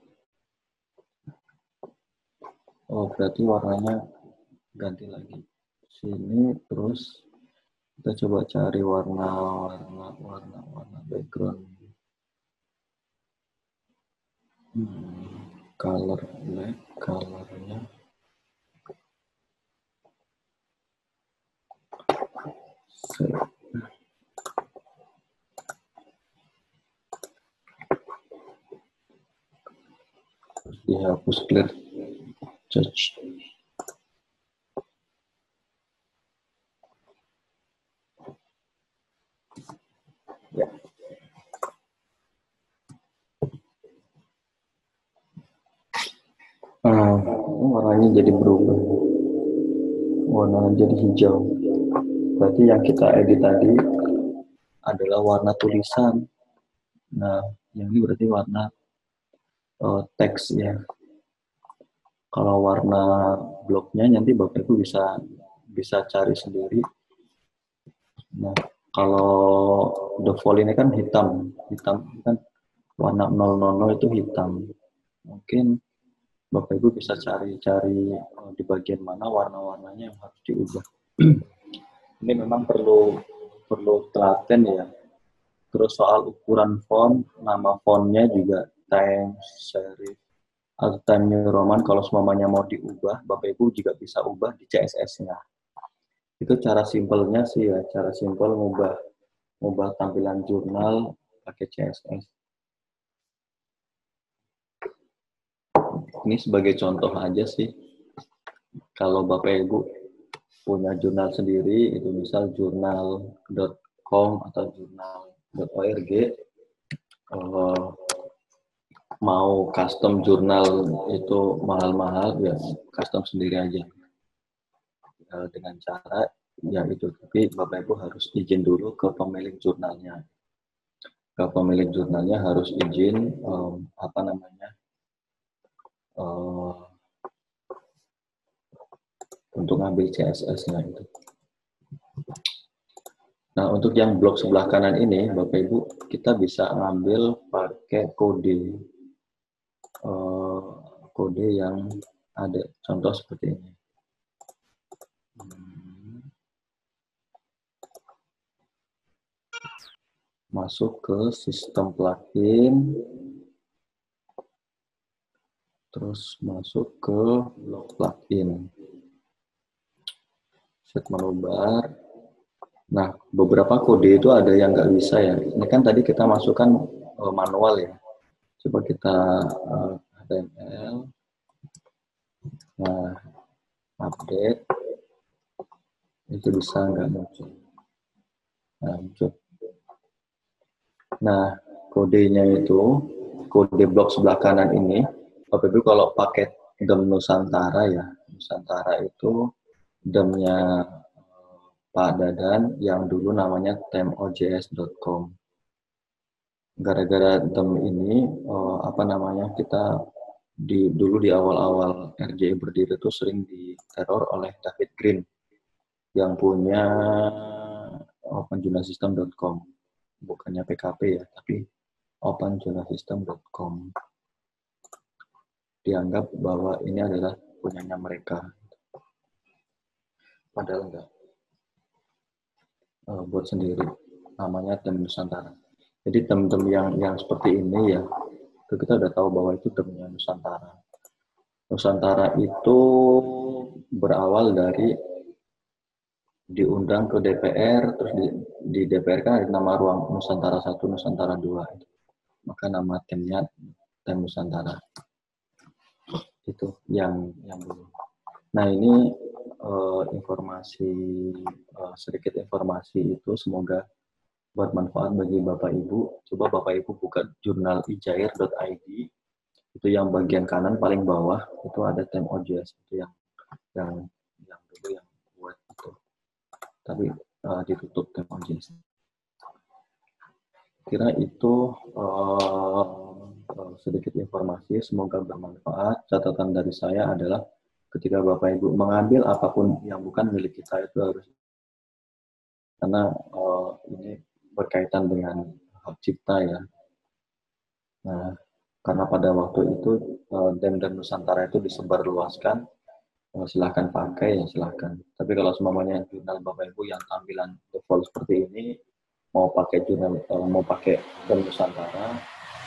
Oh, berarti warnanya ganti lagi. Sini terus kita coba cari warna background. Color black, colornya save. Terus dihapus clear touch. Ya. Warnanya jadi berubah. Warnanya jadi hijau. Berarti yang kita edit tadi adalah warna tulisan. Nah, yang ini berarti warna teks ya. Kalau warna bloknya nanti Bapak Ibu bisa cari sendiri. Nah, kalau default ini kan hitam kan warna 000 itu hitam. Mungkin Bapak Ibu bisa cari di bagian mana warna-warnanya yang harus diubah. Ini memang perlu telaten ya. Terus soal ukuran font, nama fontnya juga Times Serif atau Times New Roman. Kalau semuanya mau diubah, Bapak Ibu juga bisa ubah di CSS-nya. Itu cara simpelnya sih ya, cara simpel ngubah tampilan jurnal pakai CSS. Ini sebagai contoh aja sih. Kalau Bapak Ibu punya jurnal sendiri, itu misal jurnal.com atau jurnal.org, mau custom jurnal itu mahal-mahal, ya custom sendiri aja. Dengan cara ya itu, tapi Bapak Ibu harus izin dulu ke pemilik jurnalnya. Ke pemilik jurnalnya harus izin untuk ngambil CSS-nya itu. Nah, untuk yang blok sebelah kanan ini, Bapak Ibu, kita bisa ngambil pakai kode yang ada. Contoh seperti ini. Masuk ke sistem plugin, terus masuk ke blok plugin. Set menu bar. Nah, beberapa kode itu ada yang nggak bisa ya. Ini kan tadi kita masukkan manual ya. Coba kita HTML. Nah, update. itu bisa nggak muncul. Nah, muncul. Nah, kodenya itu, kode blok sebelah kanan ini, Bapak Ibu kalau pakai DEM Nusantara ya, Nusantara itu DEM-nya Pak Dadan yang dulu namanya temojs.com. Gara-gara DEM ini, kita dulu di awal-awal RJI berdiri itu sering diteror oleh David Green yang punya openjournalsystem.com. Bukannya PKP ya, tapi openjournalsystem.com. Dianggap bahwa ini adalah punyanya mereka. Padahal enggak. Buat sendiri. Namanya DEM Nusantara. Jadi DEM-DEM yang seperti ini ya, itu kita udah tahu bahwa itu DEM-nya Nusantara. Nusantara itu berawal dari diundang ke DPR, terus di DPR kan ada nama ruang Nusantara 1, Nusantara 2. Maka nama temnya DEM Nusantara. Itu yang dulu. Nah ini sedikit informasi itu semoga bermanfaat bagi Bapak Ibu. Coba Bapak Ibu buka jurnal ijair.id, itu yang bagian kanan paling bawah itu ada temojs, itu yang dulu yang buat itu. Tapi ditutup temojs. Kira itu sedikit informasi, semoga bermanfaat. Catatan dari saya adalah ketika Bapak Ibu mengambil apapun yang bukan milik kita itu harus, karena ini berkaitan dengan hak cipta ya. Nah, karena pada waktu itu DEM Nusantara itu disebarluaskan, silahkan pakai ya silahkan. Tapi kalau semuanya jurnal Bapak Ibu yang tampilan default seperti ini, mau pakai jurnal, mau pakai DEM Nusantara,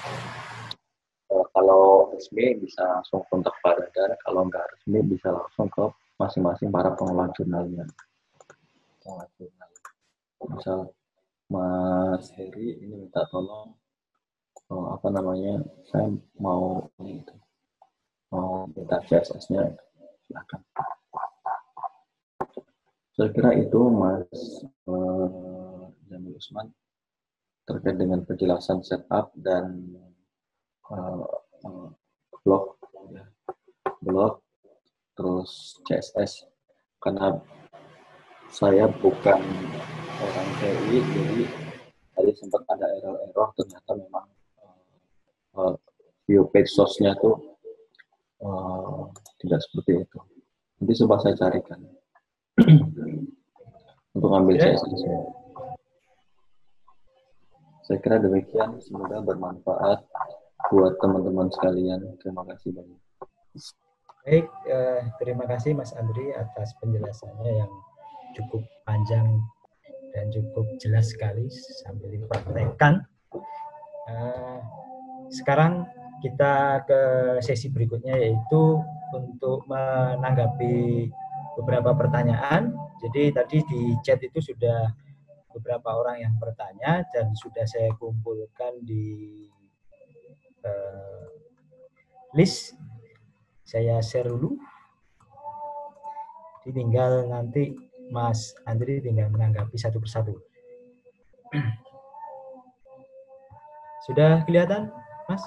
kalau resmi bisa langsung kontak Pak Dadan, kalau nggak resmi bisa langsung ke masing-masing para pengelola jurnalnya. Misal Mas Heri ini minta tolong, saya mau minta CSS-nya, silakan. Saya kira itu Mas Jamil Usman terkait dengan penjelasan setup dan blog terus CSS. Karena saya bukan orang TI, jadi tadi sempat ada error, ternyata memang view page source-nya tuh tidak seperti itu. Nanti coba saya carikan untuk ambil CSS. Saya kira demikian, semoga bermanfaat buat teman-teman sekalian. Terima kasih banyak. Baik, terima kasih Mas Andri atas penjelasannya yang cukup panjang dan cukup jelas sekali sambil dipraktekkan. Sekarang kita ke sesi berikutnya, yaitu untuk menanggapi beberapa pertanyaan. Jadi tadi di chat itu sudah beberapa orang yang bertanya dan sudah saya kumpulkan di list. Saya share dulu. Jadi tinggal nanti Mas Andri tinggal menanggapi satu persatu. Sudah kelihatan, Mas?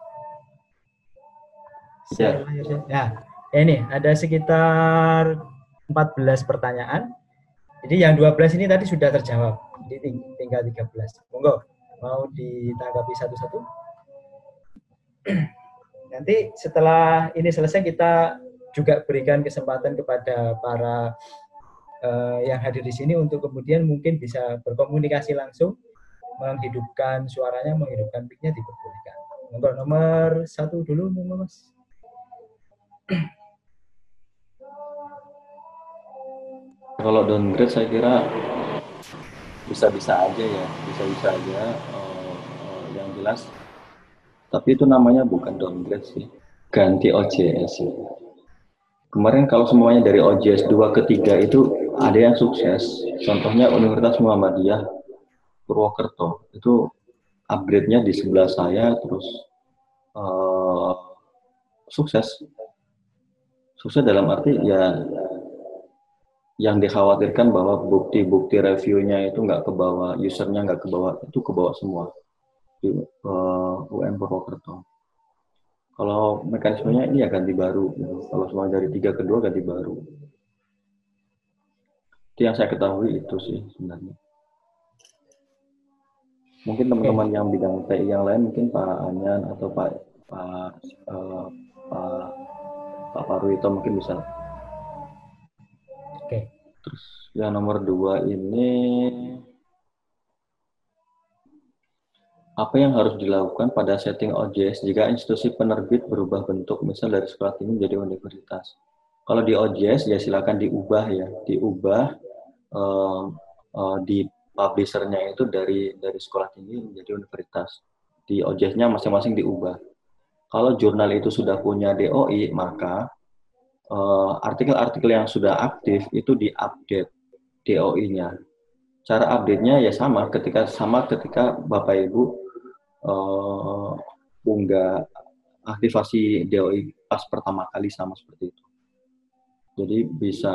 Ya. Nah, ini ada sekitar 14 pertanyaan. Jadi yang 12 ini tadi sudah terjawab. Jadi tinggal 13. Monggo, mau ditanggapi satu-satu? Nanti setelah ini selesai kita juga berikan kesempatan kepada para yang hadir di sini untuk kemudian mungkin bisa berkomunikasi langsung, menghidupkan suaranya, menghidupkan mic-nya diperbolehkan. Monggo nomor 1 dulu, monggo Mas. Kalau downgrade saya kira bisa-bisa aja ya, bisa-bisa aja. Yang jelas, tapi itu namanya bukan downgrade sih, ganti OJS ya. Kemarin kalau semuanya dari OJS 2 ke 3 itu ada yang sukses. Contohnya Universitas Muhammadiyah Purwokerto, itu upgrade-nya di sebelah saya, terus sukses dalam arti ya yang dikhawatirkan bahwa bukti-bukti reviewnya itu nggak ke bawah, usernya nggak ke bawah, itu ke bawah semua di UM Purwokerto. Kalau mekanismenya ini ya ganti baru, gitu. Kalau semua dari 3 ke 2 ganti baru. Itu yang saya ketahui itu sih sebenarnya. Mungkin teman-teman yang bidang TI yang lain, mungkin Pak Anyan atau Pak Parwito mungkin bisa. Oke. Terus yang nomor 2 ini, apa yang harus dilakukan pada setting OJS jika institusi penerbit berubah bentuk, misal dari sekolah tinggi menjadi universitas? Kalau di OJS ya silakan diubah ya, diubah di publishernya itu dari sekolah tinggi menjadi universitas. Di OJS-nya masing-masing diubah. Kalau jurnal itu sudah punya DOI, maka artikel-artikel yang sudah aktif itu diupdate DOI-nya. Cara update-nya ya sama ketika Bapak Ibu unggah aktivasi DOI pas pertama kali, sama seperti itu. Jadi bisa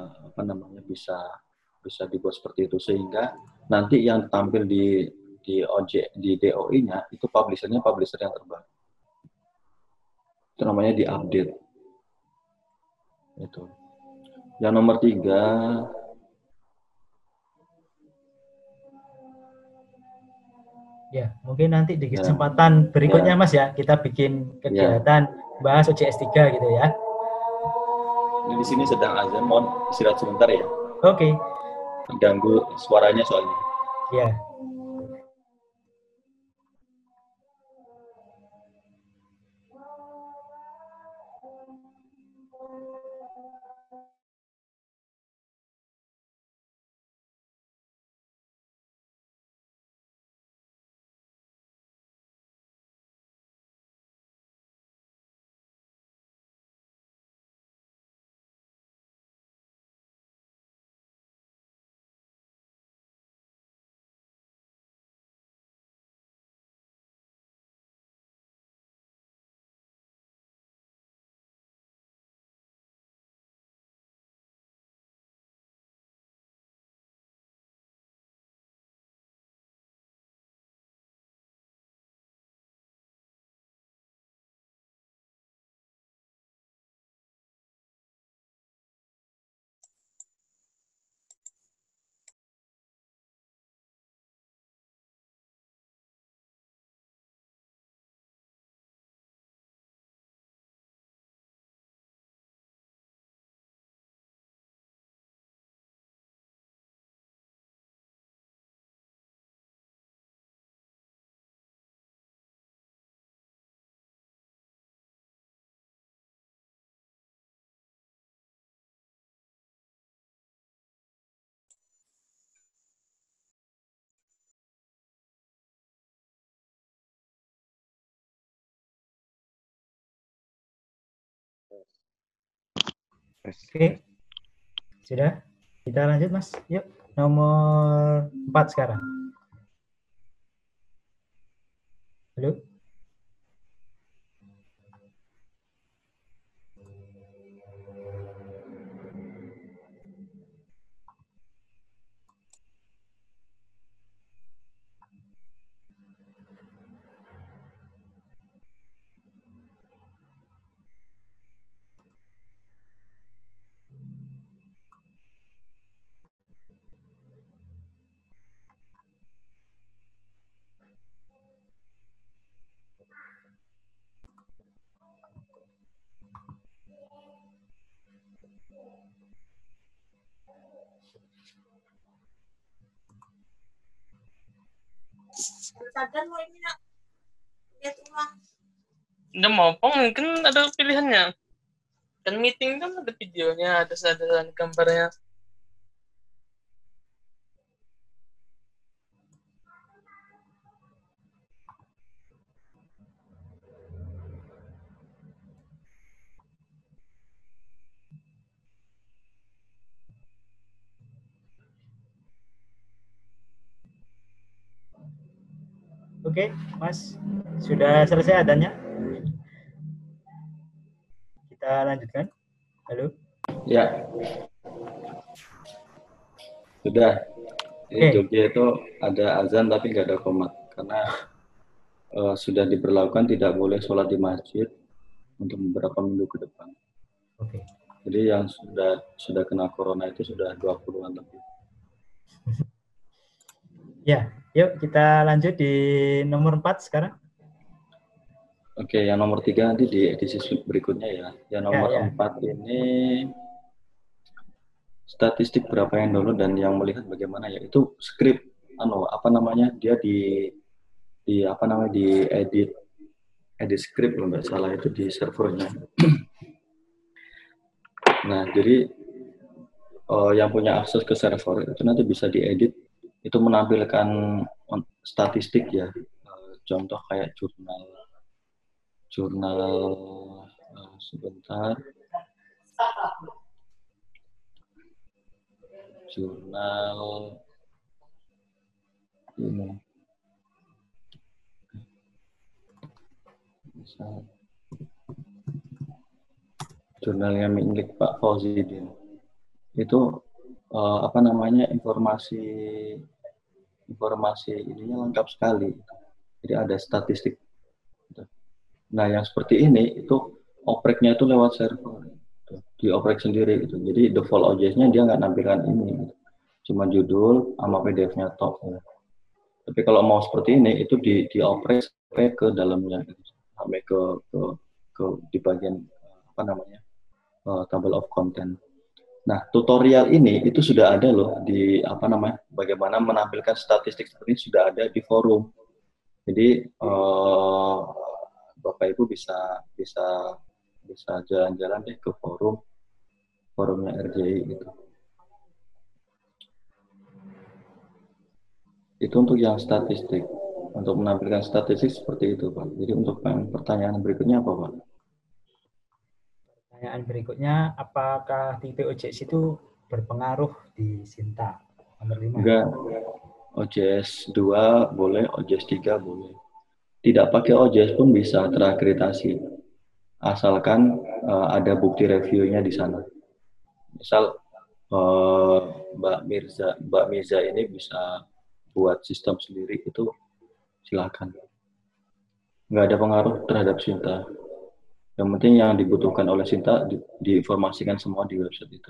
bisa dibuat seperti itu sehingga nanti yang tampil di DOI-nya itu publisher yang terbaru. Itu namanya diupdate. Itu. Yang nomor 3, ya mungkin nanti di kesempatan berikutnya Mas ya, kita bikin kegiatan bahas OJS 3 gitu ya. Ini di sini sedang azan, mohon istirahat sebentar ya. Oke. Terganggu suaranya soalnya. Ya. Oke. Sudah? Kita lanjut Mas. Yuk, nomor 4 sekarang. Halo? Udah mau mungkin ada pilihannya. Dan meeting kan ada videonya, ada gambarnya. Oke, Mas. Sudah selesai adanya? Kita lanjutkan. Halo? Ya. Sudah. Di Oke. Jogja itu ada azan tapi nggak ada qomat karena sudah diberlakukan tidak boleh sholat di masjid untuk beberapa minggu ke depan. Oke. Jadi yang sudah kena corona itu sudah 20-an lebih. Ya, yuk kita lanjut di nomor 4 sekarang. Oke, yang nomor 3 nanti di edisi berikutnya ya. Yang nomor Ya. 4 ini statistik berapa yang download dan yang melihat bagaimana ya. Itu script dia di edit script kalau nggak salah itu di servernya. Nah, jadi yang punya akses ke server itu nanti bisa diedit, itu menampilkan statistik ya. Contoh kayak jurnal sebentar. Jurnal ini. Misal jurnalnya milik Pak Fauzidin. Itu informasi ininya lengkap sekali. Jadi ada statistik. Nah, yang seperti ini itu opreknya itu lewat server. Dioprek sendiri gitu. Jadi default OJS-nya dia nggak nampilkan ini. Gitu. Cuma judul sama PDF-nya top. Ya. Tapi kalau mau seperti ini itu dioprek sampai ke dalamnya gitu. Sampai ke di bagian table of content. Nah, tutorial ini itu sudah ada loh di bagaimana menampilkan statistik seperti ini sudah ada di forum. Jadi Bapak Ibu bisa jalan-jalan deh ke forumnya RJI gitu. Itu untuk yang statistik. Untuk menampilkan statistik seperti itu, Pak. Jadi untuk pertanyaan berikutnya apa, Pak? Pertanyaan berikutnya, apakah tipe OJS itu berpengaruh di Sinta? Nomor 5. Enggak. OJS 2 boleh, OJS 3 boleh. Tidak pakai OJS pun bisa terakreditasi. Asalkan ada bukti reviewnya di sana. Misal Mbak Mirza ini bisa buat sistem sendiri, itu silakan. Nggak ada pengaruh terhadap Sinta. Yang penting yang dibutuhkan oleh Sinta diinformasikan semua di website itu.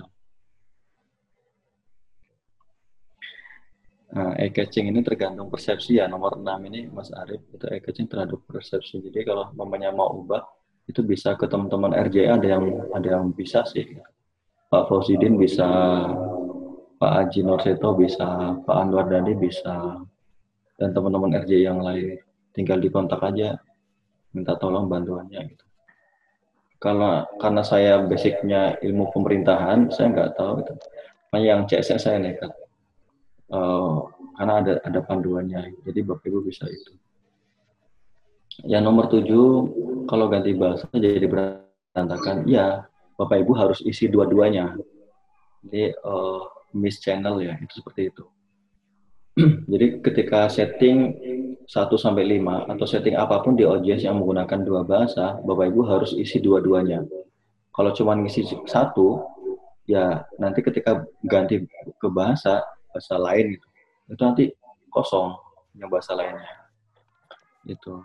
Nah, e-catching ini tergantung persepsi ya. Nomor 6 ini Mas Arief, itu e-catching terhadap persepsi. Jadi kalau mamanya mau ubah, itu bisa ke teman-teman RJA, ada yang bisa sih. Pak Fauzidin bisa, Pak Haji Norseto bisa, Pak Anwar Dani bisa, dan teman-teman RJA yang lain. Tinggal dikontak aja, minta tolong bantuannya gitu. Karena saya basicnya ilmu pemerintahan, saya nggak tahu itu. Makanya yang CSS saya nekat. Karena ada panduannya, jadi Bapak Ibu bisa itu. Yang nomor 7, kalau ganti bahasa jadi berantakan, ya Bapak Ibu harus isi dua-duanya. Jadi miss channel ya, itu seperti itu. Jadi ketika setting 1-5 atau setting apapun di OJS yang menggunakan dua bahasa, Bapak Ibu harus isi dua-duanya. Kalau cuma ngisi satu, ya nanti ketika ganti ke bahasa lain gitu, itu nanti kosong yang bahasa lainnya. Itu.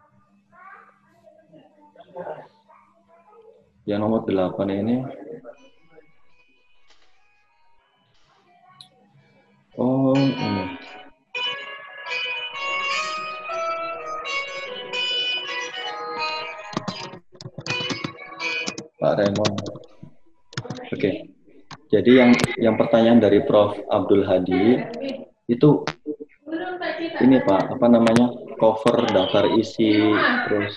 Yang nomor 8 ini. Oh, ini. Pak Raymond. Oke. Jadi yang pertanyaan dari Prof. Abdul Hadi itu ini Pak, cover daftar isi, terus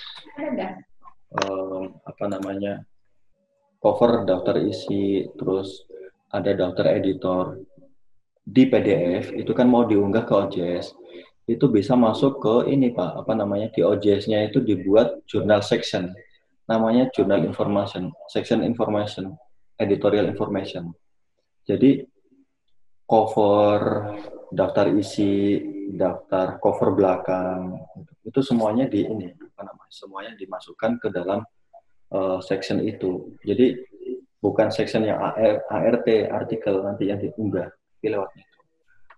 cover daftar isi, terus ada daftar editor di PDF itu kan mau diunggah ke OJS, itu bisa masuk ke ini Pak, di OJS-nya itu dibuat jurnal section, namanya Journal Information, Section Information, Editorial Information. Jadi cover, daftar isi, daftar cover belakang, itu semuanya semuanya dimasukkan ke dalam section itu. Jadi bukan section yang ART, artikel nanti yang diunggah, tapi lewat itu.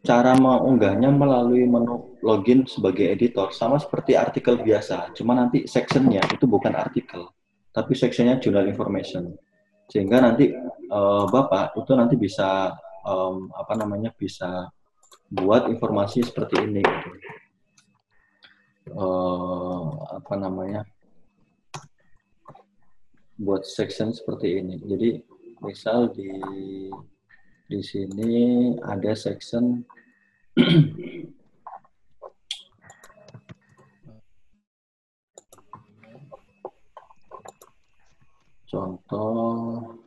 cara mengunggahnya melalui menu login sebagai editor, sama seperti artikel biasa, cuma nanti sectionnya itu bukan artikel, tapi sectionnya journal information. Sehingga nanti Bapak itu nanti bisa bisa buat informasi seperti ini gitu. Buat section seperti ini. Jadi misal di sini ada section contoh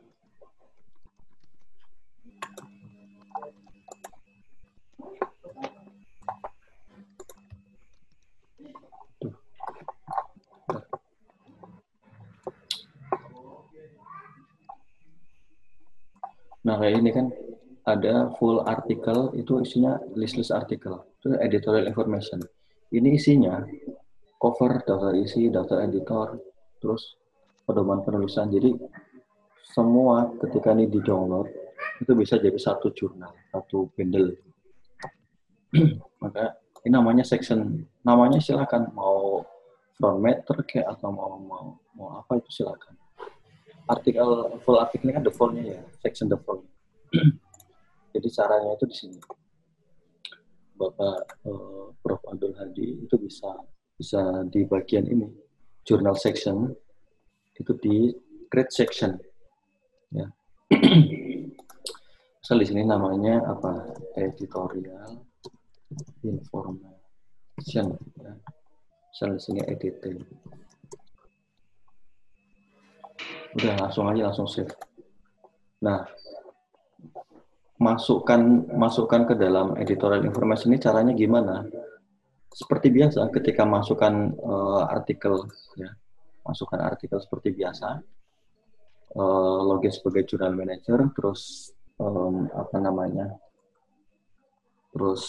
nah kayak ini kan ada full artikel, itu isinya list artikel, itu editorial information. Ini isinya cover, daftar isi, daftar editor, terus pedoman penulisan. Jadi semua ketika ini di-download itu bisa jadi satu jurnal, satu bundle. Maka ini namanya section, namanya silakan mau front matter kayak atau mau apa itu silakan. Artikel full artikel ini kan defaultnya ya, section default. Jadi caranya itu di sini. Bapak Prof. Abdul Hadi itu bisa di bagian ini journal section itu di create section ya. Misal di sini namanya apa? Editorial information ya. Misal di sini editing. Udah langsung save. Nah, masukkan ke dalam editorial information ini caranya gimana? Seperti biasa ketika masukkan artikel ya. Masukkan artikel seperti biasa. Login sebagai jurnal manager, terus terus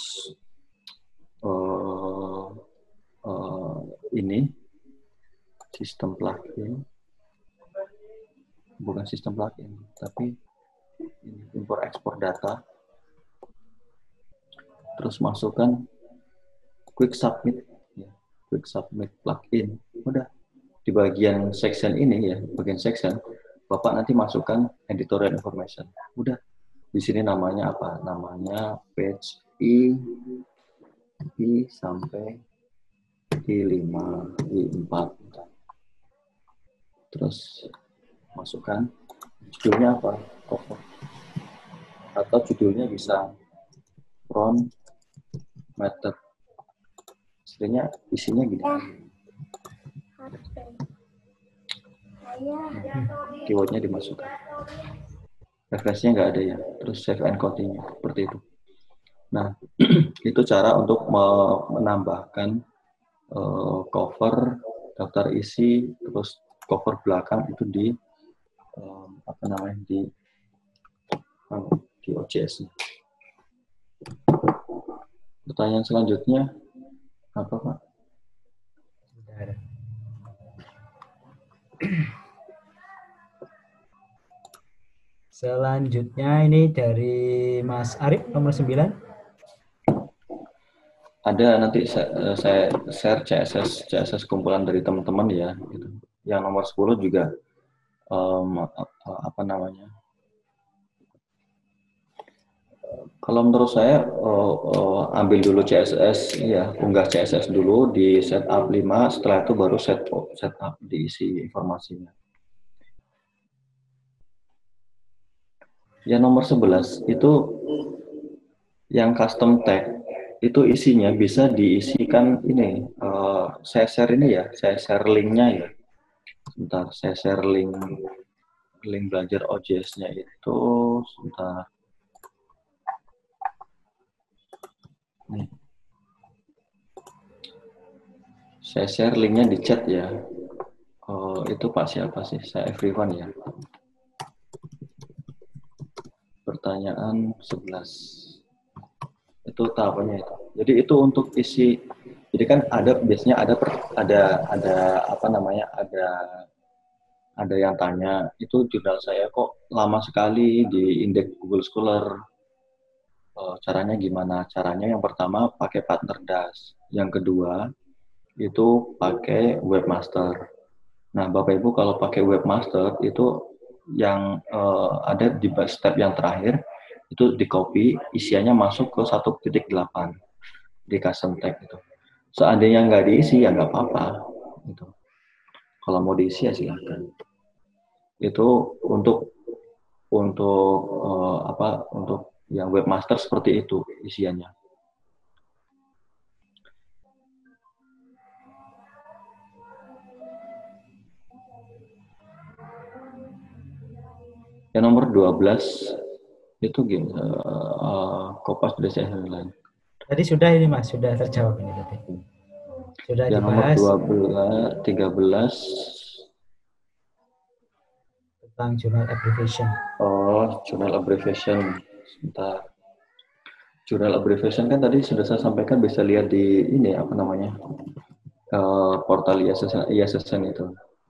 ini sistem plugin, bukan sistem plugin, tapi import ekspor data, terus masukkan quick submit ya, quick submit plugin. Udah di bagian section ini ya, bagian section Bapak nanti masukkan editorial information. Udah di sini namanya apa? Namanya page I sampai I5, I4. Terus masukkan judulnya apa? Cover. Atau judulnya bisa front matter. Isinya gini. Keywordnya dimasukkan. Referensinya nggak ada ya. Terus save and continue. Seperti itu. Nah, itu cara untuk menambahkan cover, daftar isi, terus cover belakang itu di di OJS-nya. Pertanyaan selanjutnya apa, Pak? Selanjutnya ini dari Mas Arif nomor 9. Ada nanti saya share CSS kumpulan dari teman-teman ya. Gitu. Yang nomor 10 juga kalau menurut saya ambil dulu CSS ya, unggah CSS dulu di setup 5, setelah itu baru setup diisi informasinya. Yang nomor 11 itu yang custom tag itu isinya bisa diisikan ini. Saya share ini ya, saya share linknya ya. Sebentar, saya share link belajar OJS-nya itu sebentar. Nih. Saya share linknya di chat ya. Itu Pak siapa sih? Saya everyone ya. Pertanyaan 11. Itu tahapannya itu. Jadi itu untuk isi. Jadi kan biasanya ada yang tanya, itu jurnal saya kok lama sekali di indeks Google Scholar. caranya gimana? Caranya yang pertama pakai partner DAS. Yang kedua itu pakai webmaster. Nah, Bapak Ibu kalau pakai webmaster itu yang ada di step yang terakhir itu di copy, isiannya masuk ke 1.8 di custom tag itu. Seandainya nggak diisi ya nggak apa-apa. Gitu. Kalau mau diisi ya silahkan. Itu untuk untuk yang webmaster seperti itu isiannya. Yang nomor 12 itu Kopas dari lain. Tadi sudah ini Mas, sudah terjawab ini tadi. Sudah Yang nomor dibahas 13 tentang journal abbreviation. Oh, journal abbreviation. Sebentar. Journal abbreviation kan tadi sudah saya sampaikan, bisa lihat di ini apa namanya portal ISSN itu.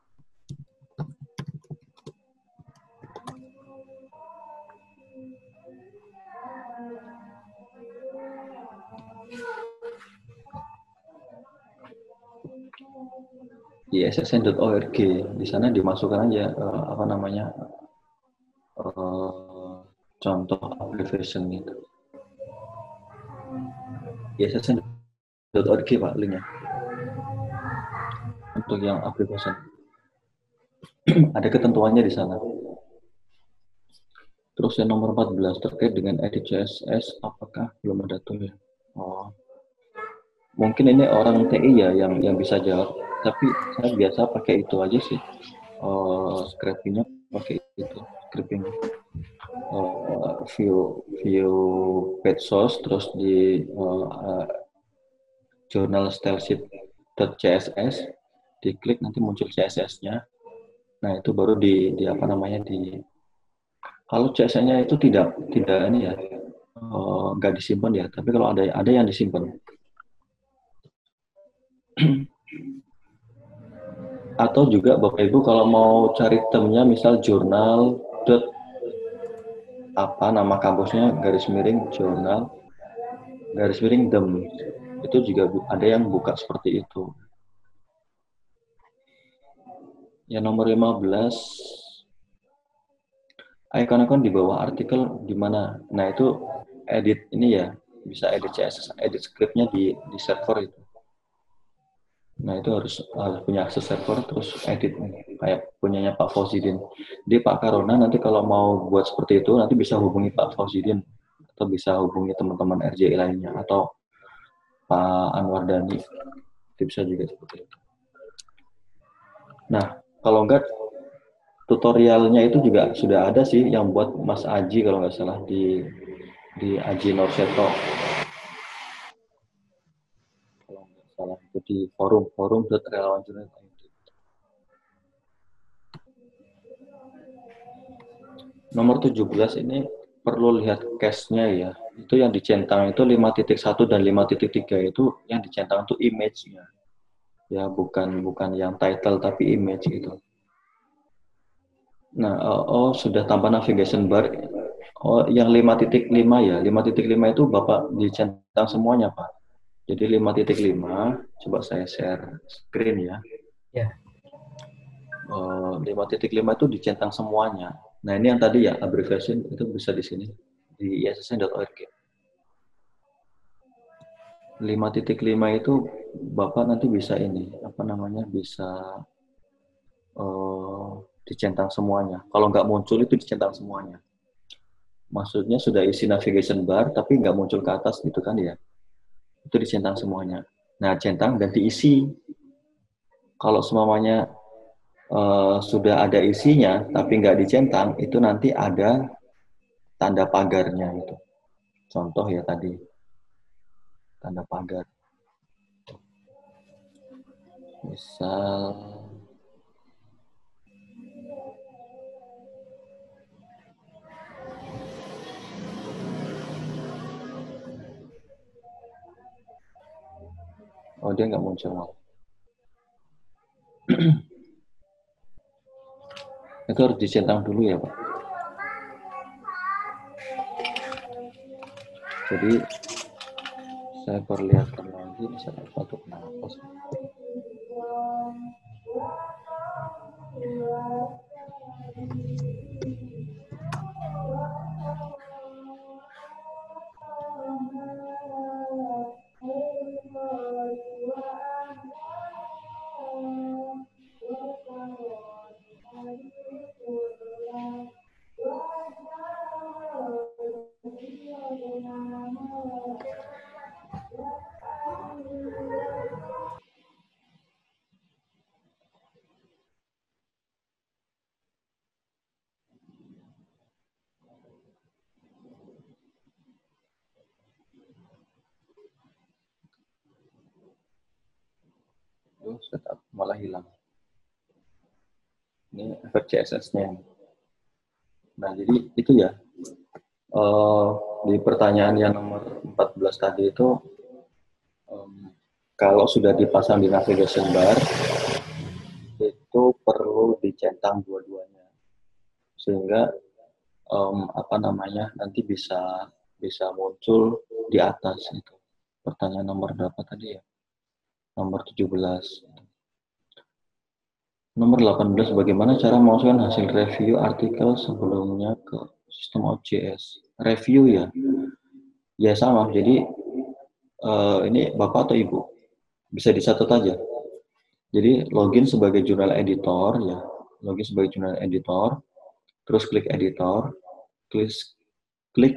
ISSN.org. Di sana dimasukkan aja apa namanya contoh abbreviation itu. ISSN.org Pak linknya untuk yang abbreviation. Ada ketentuannya di sana. Terus yang nomor 14 terkait dengan edit CSS, apakah belum ada tuh ya? Oh, mungkin ini orang TI ya yang bisa jawab. Tapi saya biasa pakai itu aja sih. Scrapingnya pakai itu, scraping. View page source, terus di journal stylesheet.css, diklik nanti muncul CSS-nya. Nah itu baru di apa namanya kalau CSS-nya itu tidak ini ya, nggak disimpan ya. Tapi kalau ada yang disimpan. Atau juga Bapak Ibu kalau mau cari termnya, misal jurnal apa nama kampusnya _journal _dem, itu juga ada yang buka seperti itu. Yang nomor 15, ikon-ikon di bawah artikel di mana? Nah itu edit ini ya, bisa edit CSS, edit scriptnya di server itu. Nah itu harus punya akses server, terus edit kayak punyanya Pak Fauzidin. Di Pak Karona nanti kalau mau buat seperti itu nanti bisa hubungi Pak Fauzidin atau bisa hubungi teman-teman RJI lainnya atau Pak Anwar Dhani, itu bisa juga seperti itu. Nah kalau enggak tutorialnya itu juga sudah ada sih yang buat Mas Aji kalau nggak salah di Aji Norseto. Kalau nggak salah itu di forum.relawanjurnal.id. Nomor 17 ini perlu lihat cache-nya ya. Itu yang dicentang itu 5.1 dan 5.3 itu yang dicentang itu image-nya. Ya, bukan yang title tapi image itu. Nah, sudah tambah navigation bar. Oh, yang 5.5 ya. 5.5 itu Bapak dicentang semuanya, Pak. Jadi 5.5, coba saya share screen ya. Ya. 5.5 itu dicentang semuanya. Nah, ini yang tadi ya, abbreviation itu bisa di sini, di issn.org. 5.5 itu Bapak nanti bisa ini, apa namanya, bisa dicentang semuanya. Kalau nggak muncul itu dicentang semuanya. Maksudnya sudah isi navigation bar, tapi nggak muncul ke atas gitu kan ya. Itu dicentang semuanya. Nah, centang dan diisi. Kalau semuanya sudah ada isinya, tapi nggak dicentang, itu nanti ada tanda pagarnya itu. Contoh ya tadi, tanda pagar. Misal, oh dia nggak muncul. Itu harus dicentang dulu ya Pak. Jadi saya perlihatkan lagi misalnya untuk nafas. Setup malah hilang. Ini efek CSS-nya. Nah, jadi itu ya. Di pertanyaan yang nomor 14 tadi itu, kalau sudah dipasang di navigation bar, itu perlu dicentang dua-duanya. Sehingga nanti bisa muncul di atas itu. Pertanyaan nomor berapa tadi ya? Nomor 17. Nomor 18, bagaimana cara memasukkan hasil review artikel sebelumnya ke sistem OJS? Review ya? Ya sama, jadi ini Bapak atau Ibu? Bisa dicatat aja. Jadi login sebagai jurnal editor ya, login sebagai jurnal editor, terus klik editor, klik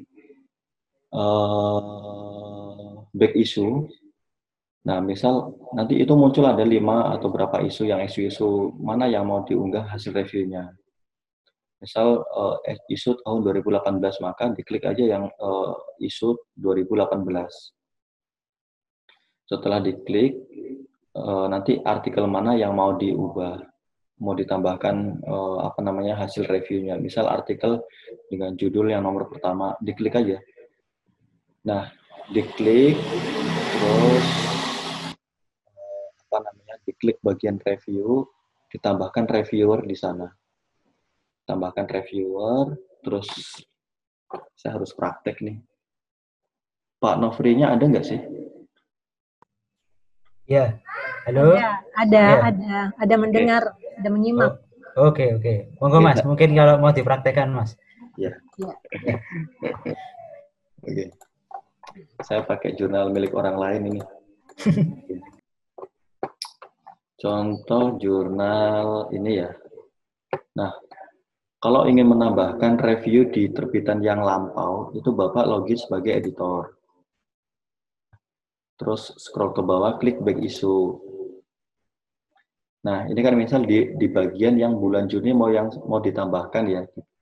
back issue. Nah, misal nanti itu muncul ada 5 atau berapa isu mana yang mau diunggah hasil reviewnya. Misal isu tahun 2018, maka diklik aja yang isu 2018. Setelah diklik, nanti artikel mana yang mau diubah, mau ditambahkan hasil reviewnya. Misal artikel dengan judul yang nomor pertama, diklik aja. Nah, diklik, terus diklik bagian review, ditambahkan reviewer di sana. Tambahkan reviewer, terus saya harus praktek nih. Pak Novri-nya ada nggak sih? Ya, halo. Ada mendengar, ada menyimak. Oke. Monggo Mas, mungkin kalau mau dipraktekkan Mas. Ya. Oke. Saya pakai jurnal milik orang lain ini. Contoh jurnal ini ya. Nah, kalau ingin menambahkan review di terbitan yang lampau, itu Bapak login sebagai editor. Terus scroll ke bawah, klik back issue. Nah, ini kan misal di bagian yang bulan Juni mau ditambahkan ya,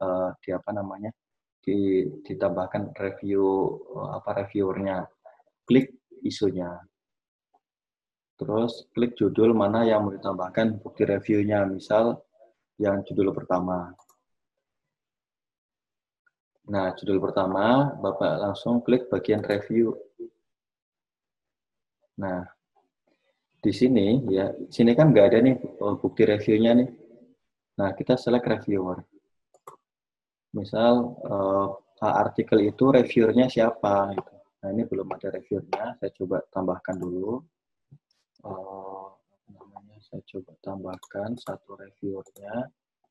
ditambahkan reviewernya. Klik isunya. Terus klik judul mana yang mau ditambahkan bukti reviewnya, misal yang judul pertama. Nah, judul pertama, Bapak langsung klik bagian review. Nah, di sini ya, sini kan nggak ada nih bukti reviewnya nih. Nah, kita select reviewer. Misal artikel itu reviewernya siapa? Gitu. Nah, ini belum ada reviewernya. Saya coba tambahkan dulu. Saya coba tambahkan satu reviewernya.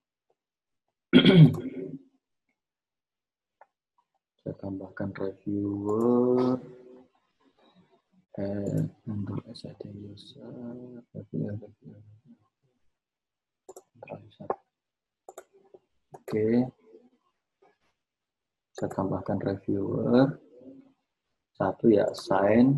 Saya tambahkan reviewer. Untuk SID user, Oke. Saya tambahkan reviewer. Satu ya, assign.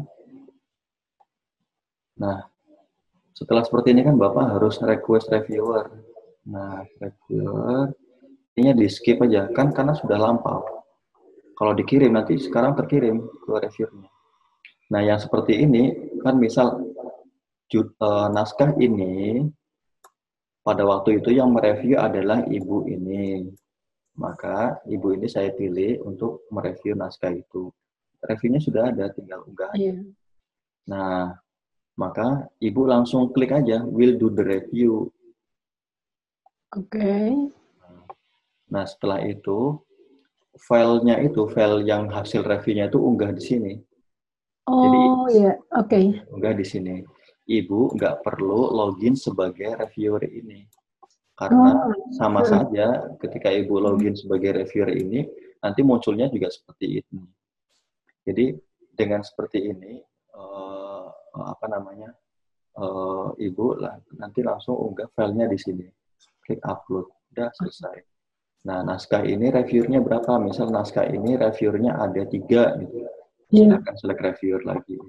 Nah, setelah seperti ini kan Bapak harus request reviewer. Nah, reviewer, ini di skip aja, kan karena sudah lampau. Kalau dikirim, nanti sekarang terkirim ke reviewernya. Nah, yang seperti ini, kan misal naskah ini, pada waktu itu yang mereview adalah ibu ini. Maka ibu ini saya pilih untuk mereview naskah itu. Reviewnya sudah ada, tinggal unggah aja. Yeah. Nah, maka ibu langsung klik aja, will do the review. Oke. Nah, setelah itu, filenya itu, file yang hasil reviewnya itu unggah di sini. Jadi Oh ya, oke. unggah di sini. Ibu nggak perlu login sebagai reviewer ini. Karena sama saja ketika Ibu login sebagai reviewer ini, nanti munculnya juga seperti ini. Jadi dengan seperti ini, Ibu nanti langsung unggah filenya di sini. Klik upload, udah selesai. Nah, naskah ini reviewernya berapa? Misal naskah ini reviewernya ada 3 gitu. Silakan select reviewer lagi.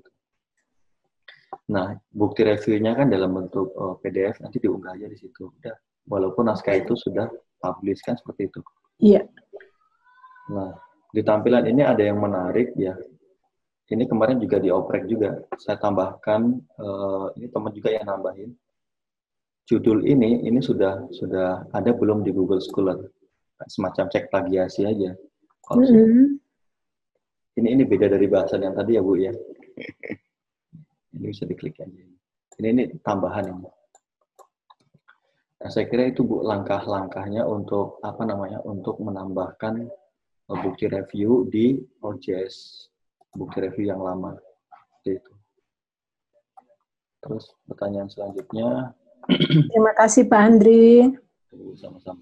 Nah, bukti reviewnya kan dalam bentuk PDF, nanti diunggah aja di situ. Udah, walaupun naskah itu sudah publish kan seperti itu. Iya. Nah, di tampilan ini ada yang menarik ya. Ini kemarin juga dioprek juga. Saya tambahkan, ini teman juga yang nambahin. Judul ini sudah ada belum di Google Scholar? Semacam cek plagiasi aja. Kalau ini beda dari bahasan yang tadi ya Bu ya. Ini bisa diklik aja. Ini tambahan ini. Nah, saya kira itu Bu langkah-langkahnya untuk untuk menambahkan bukti review di OJS, bukti review yang lama. Seperti itu. Terus pertanyaan selanjutnya. Terima kasih Pak Andri. Sama-sama.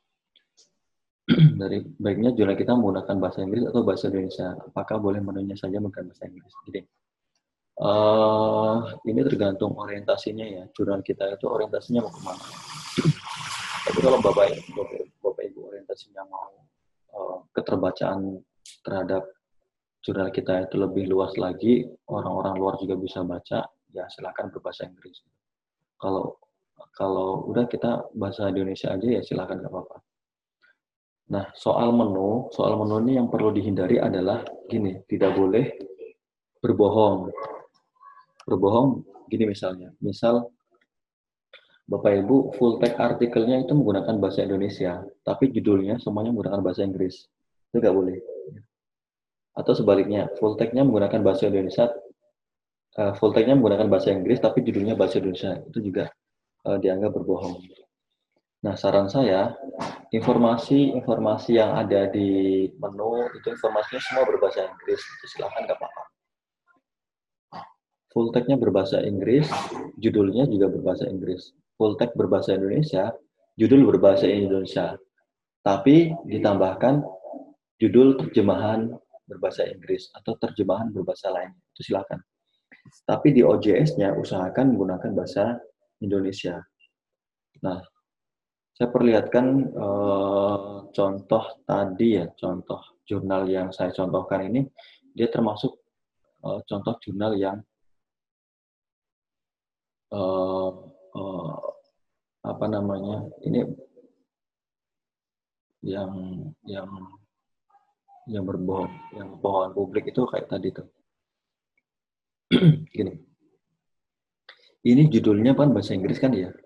Dari baiknya jurnal kita menggunakan bahasa Inggris atau bahasa Indonesia. Apakah boleh menunya saja menggunakan bahasa Inggris? Jadi, ini tergantung orientasinya ya. Jurnal kita itu orientasinya mau kemana. Tapi kalau Bapak Ibu orientasinya mau keterbacaan terhadap jurnal kita itu lebih luas lagi, orang-orang luar juga bisa baca, ya silakan berbahasa Inggris. Kalau udah kita bahasa Indonesia aja ya silakan, nggak apa-apa. Nah, soal menu ini yang perlu dihindari adalah gini, tidak boleh berbohong. Berbohong gini misal Bapak Ibu full text artikelnya itu menggunakan bahasa Indonesia, tapi judulnya semuanya menggunakan bahasa Inggris. Itu nggak boleh. Atau sebaliknya, full text-nya menggunakan bahasa Indonesia, full text-nya menggunakan bahasa Inggris, tapi judulnya bahasa Indonesia. Itu juga dianggap berbohong. Nah, saran saya, informasi yang ada di menu, itu informasinya semua berbahasa Inggris. Silahkan, nggak apa-apa. Full text-nya berbahasa Inggris, judulnya juga berbahasa Inggris. Full text berbahasa Indonesia, judul berbahasa Indonesia. Tapi ditambahkan judul terjemahan berbahasa Inggris atau terjemahan berbahasa lain. Itu silakan. Tapi di OJS-nya usahakan menggunakan bahasa Indonesia. Nah, saya perlihatkan contoh tadi ya, contoh jurnal yang saya contohkan ini, dia termasuk contoh jurnal yang ini yang berbohong, yang bohongan publik itu kayak tadi tuh. Gini. Ini judulnya kan bahasa Inggris kan ya.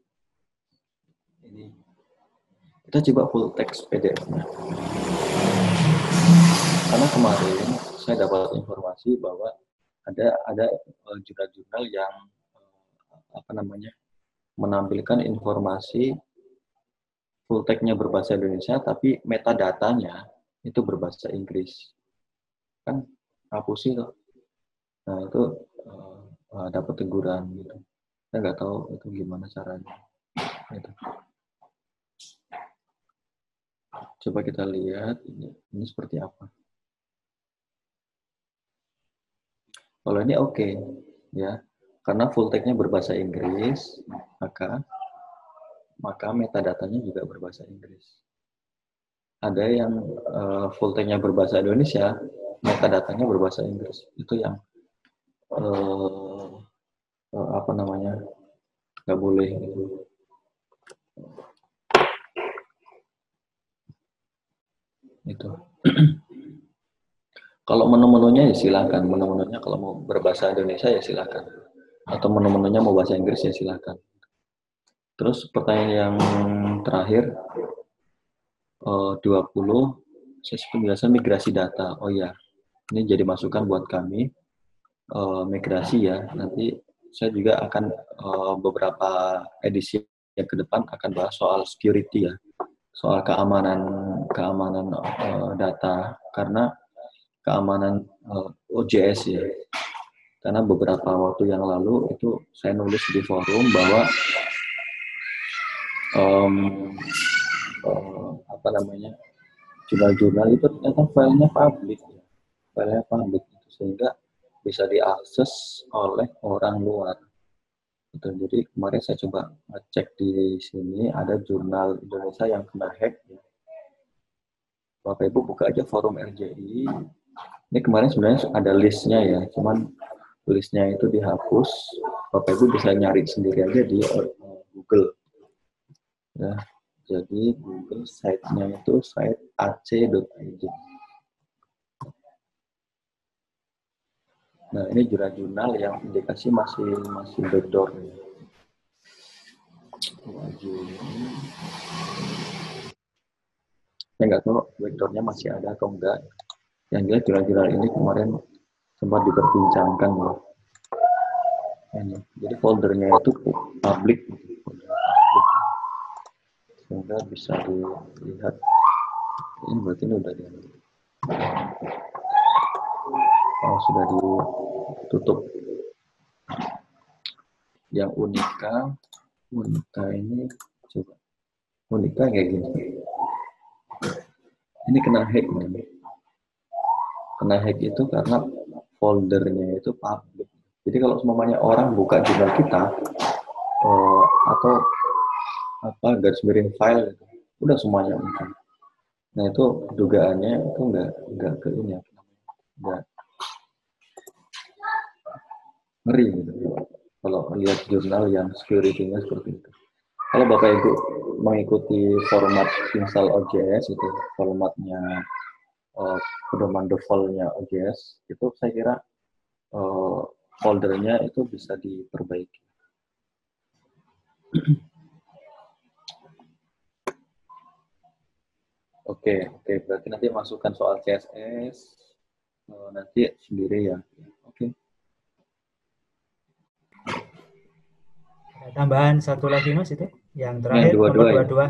Ini kita coba full text PDF-nya. Karena kemarin saya dapat informasi bahwa ada jurnal-jurnal yang menampilkan informasi full text-nya berbahasa Indonesia tapi metadatanya itu berbahasa Inggris. Kan ngapusi tuh. Nah, itu dapat teguran gitu. Saya nggak tahu itu gimana caranya. Gitu. Coba kita lihat ini seperti apa. Kalau ini oke, ya, karena full text-nya berbahasa Inggris, maka metadatanya juga berbahasa Inggris. Ada yang full text-nya berbahasa Indonesia, metadatanya berbahasa Inggris. Itu yang nggak boleh gitu. Itu. Kalau menu-menunya ya silakan, menu-menunya kalau mau berbahasa Indonesia ya silakan, atau menu-menunya mau bahasa Inggris ya silakan. Terus pertanyaan yang terakhir 20 sesi penjelasan migrasi data. Oh ya, ini jadi masukan buat kami migrasi ya. Nanti saya juga akan beberapa edisi yang ke depan akan bahas soal security ya, soal keamanan keamanan data, karena keamanan OJS ya. Karena beberapa waktu yang lalu itu saya nulis di forum bahwa jurnal-jurnal itu ternyata filenya publik, sehingga bisa diakses oleh orang luar. Gitu. Jadi kemarin saya coba ngecek di sini ada jurnal Indonesia yang kena hack. Bapak Ibu buka aja forum RJI. Ini kemarin sebenarnya ada listnya ya, cuman listnya itu dihapus. Bapak Ibu bisa nyari sendiri aja di Google. Ya, jadi Google site-nya itu site ac.id. Nah, ini jurnal-jurnal yang indikasi masih backdoor. Saya nggak tahu backdoornya masih ada atau enggak. Yang jelas jurnal-jurnal ini kemarin sempat diperbincangkan loh. Ini. Jadi foldernya itu publik, sehingga bisa dilihat. Ini berarti ini udah sudah ditutup. Yang Unika ini coba. Unika kayak gini. Ini kena hack nih. Kena hack itu karena foldernya itu publik. Jadi kalau semuanya orang buka jurnal kita atau garis miring file, udah semuanya muncul. Nah itu dugaannya itu nggak ke ini, nggak ngeri gitu. Kalau lihat jurnal yang security-nya seperti itu. Kalau Bapak Ibu mengikuti format install OJS itu formatnya pedoman default-nya OJS itu saya kira foldernya itu bisa diperbaiki. Oke, berarti nanti masukkan soal CSS nanti sendiri ya. Oke. Tambahan satu lagi Mas itu yang terakhir nomor 22.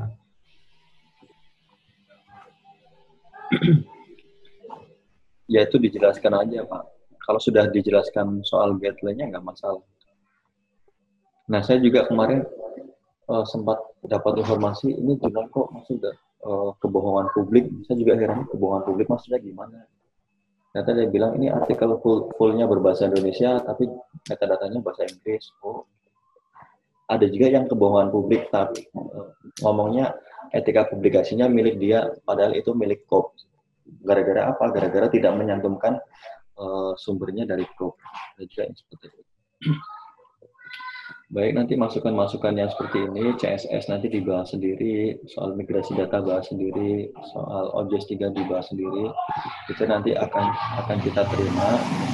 Ya itu dijelaskan aja Pak. Kalau sudah dijelaskan soal guideline-nya nggak masalah. Nah saya juga kemarin sempat dapat informasi ini jurnal kok maksudnya kebohongan publik. Saya juga heran kebohongan publik maksudnya gimana. Ternyata dia bilang ini artikel fullnya berbahasa Indonesia tapi metadata-nya bahasa Inggris. Oh. Ada juga yang kebohongan publik tapi ngomongnya etika publikasinya milik dia padahal itu milik KOP. Gara-gara apa? Gara-gara tidak menyantumkan sumbernya dari KOP. Ada juga yang seperti itu. Baik, nanti masukan-masukan yang seperti ini, CSS nanti dibahas sendiri, soal migrasi data bahas sendiri, soal OJS 3 dibahas sendiri, itu nanti akan kita terima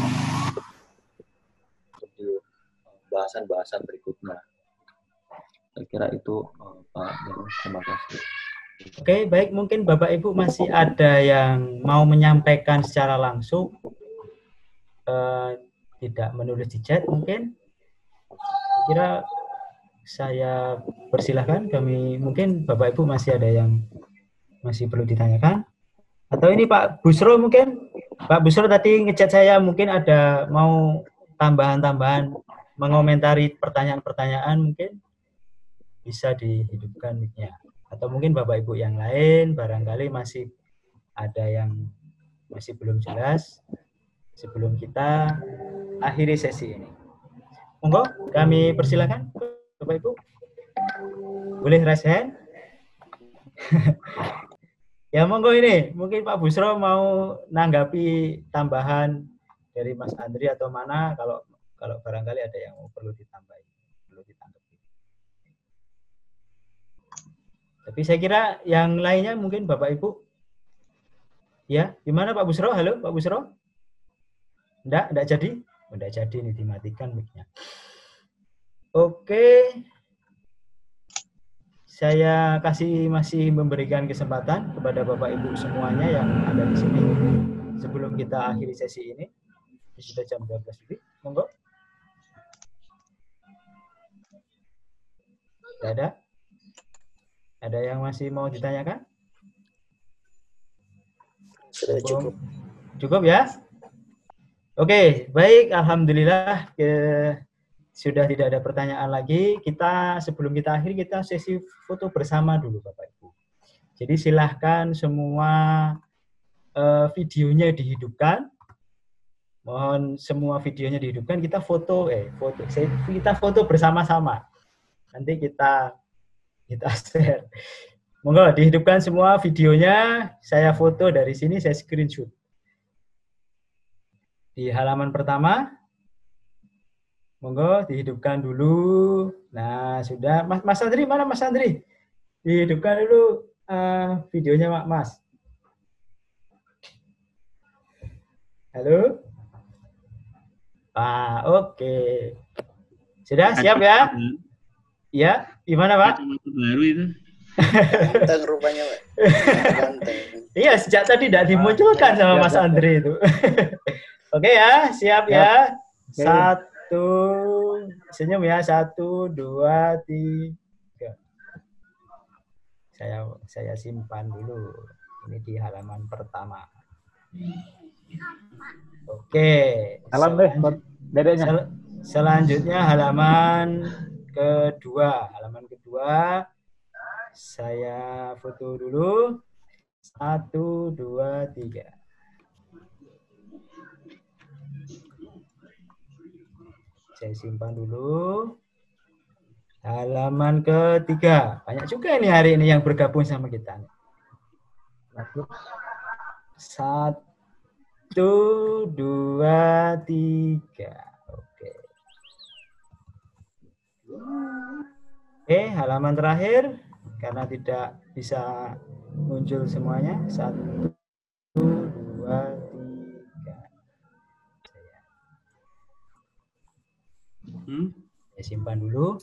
di bahasan-bahasan berikutnya. Saya kira itu Pak Darul, terima kasih. Oke, baik, mungkin Bapak Ibu masih ada yang mau menyampaikan secara langsung, tidak menulis di chat mungkin. Kira saya persilahkan, mungkin Bapak Ibu masih ada yang masih perlu ditanyakan. Atau ini Pak Busro mungkin, Pak Busro tadi ngechat saya mungkin ada mau tambahan-tambahan mengomentari pertanyaan-pertanyaan mungkin bisa dihidupkan mic-nya. Atau mungkin Bapak Ibu yang lain barangkali masih ada yang masih belum jelas sebelum kita akhiri sesi ini. Monggo, kami persilakan Bapak Ibu. Boleh raise hand? Ya monggo ini, mungkin Pak Busro mau nanggapi tambahan dari Mas Andri atau mana kalau barangkali ada yang perlu ditambahin, perlu ditanggapi. Tapi saya kira yang lainnya mungkin Bapak Ibu. Ya, gimana Pak Busro? Halo Pak Busro? Enggak jadi? Enggak jadi nih, dimatikan mic-nya. Oke. Saya masih memberikan kesempatan kepada Bapak Ibu semuanya yang ada di sini sebelum kita akhiri sesi ini. Sudah jam 12 lebih. Monggo. Tidak ada? Ada yang masih mau ditanyakan? Sudah cukup. Cukup ya? Oke, baik. Alhamdulillah sudah tidak ada pertanyaan lagi. Sebelum kita akhiri, kita sesi foto bersama dulu, Bapak Ibu. Jadi silahkan semua videonya dihidupkan. Mohon semua videonya dihidupkan. Kita foto bersama-sama. Nanti kita share. Monggo dihidupkan semua videonya. Saya foto dari sini, saya screenshot. Di halaman pertama, monggo dihidupkan dulu. Nah, sudah. Mas Andri, mana Mas Andri? Dihidupkan dulu videonya, Mas. Halo? Oke. Sudah siap ya? Ya, gimana Pak? Baru itu. Ganteng rupanya, Pak. Ganteng. Iya, sejak tadi tidak dimunculkan sama Mas Andri itu. Oke ya, siap ya. Satu, senyum ya. 1, 2, 3. Saya simpan dulu. Ini di halaman pertama. Oke. Salam deh buat dedeknya. Selanjutnya halaman kedua. Halaman kedua. Saya foto dulu. 1, 2, 3. Saya simpan dulu. Halaman ketiga. Banyak juga ini hari ini yang bergabung sama kita. 1, 2, 3. Oke, halaman terakhir. Karena tidak bisa muncul semuanya. 1, 2, 3. Saya simpan dulu.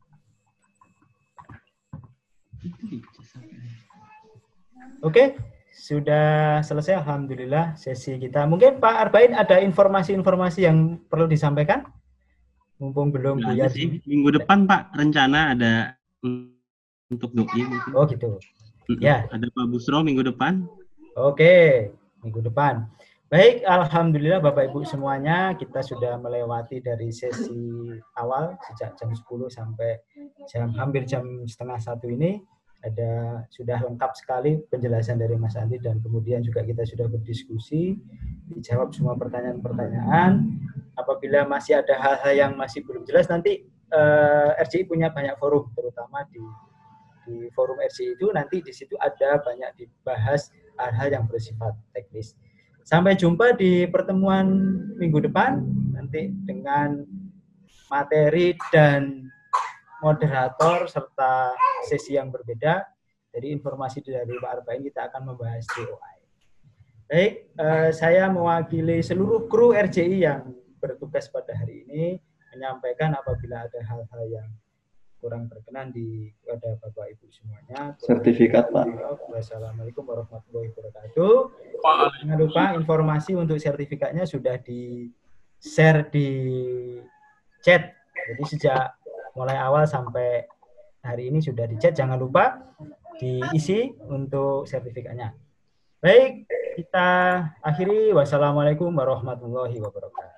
Oke, sudah selesai. Alhamdulillah sesi kita. Mungkin Pak Arba'in ada informasi-informasi yang perlu disampaikan? Mumpung belum Ada sih. Minggu depan Pak rencana ada untuk doi mungkin. Oh gitu. Ya. Ada Pak Busro minggu depan. Oke, minggu depan. Baik, alhamdulillah Bapak Ibu semuanya, kita sudah melewati dari sesi awal sejak jam 10 sampai hampir jam setengah 1 ini. Sudah lengkap sekali penjelasan dari Mas Andi, dan kemudian juga kita sudah berdiskusi, dijawab semua pertanyaan-pertanyaan. Apabila masih ada hal-hal yang masih belum jelas, nanti RJI punya banyak forum, terutama di forum RJI itu nanti di situ ada banyak dibahas hal-hal yang bersifat teknis. Sampai jumpa di pertemuan minggu depan, nanti dengan materi dan moderator serta sesi yang berbeda. Jadi informasi dari Pak Arba'in, kita akan membahas DOI. Baik, saya mewakili seluruh kru RJI yang bertugas pada hari ini menyampaikan apabila ada hal-hal yang kurang berkenan kepada Bapak Ibu semuanya. Sertifikat Pak. Wassalamualaikum warahmatullahi wabarakatuh. Jangan lupa informasi untuk sertifikatnya sudah di-share di chat. Jadi sejak mulai awal sampai hari ini sudah di chat. Jangan lupa diisi untuk sertifikatnya. Baik, kita akhiri. Wassalamualaikum warahmatullahi wabarakatuh.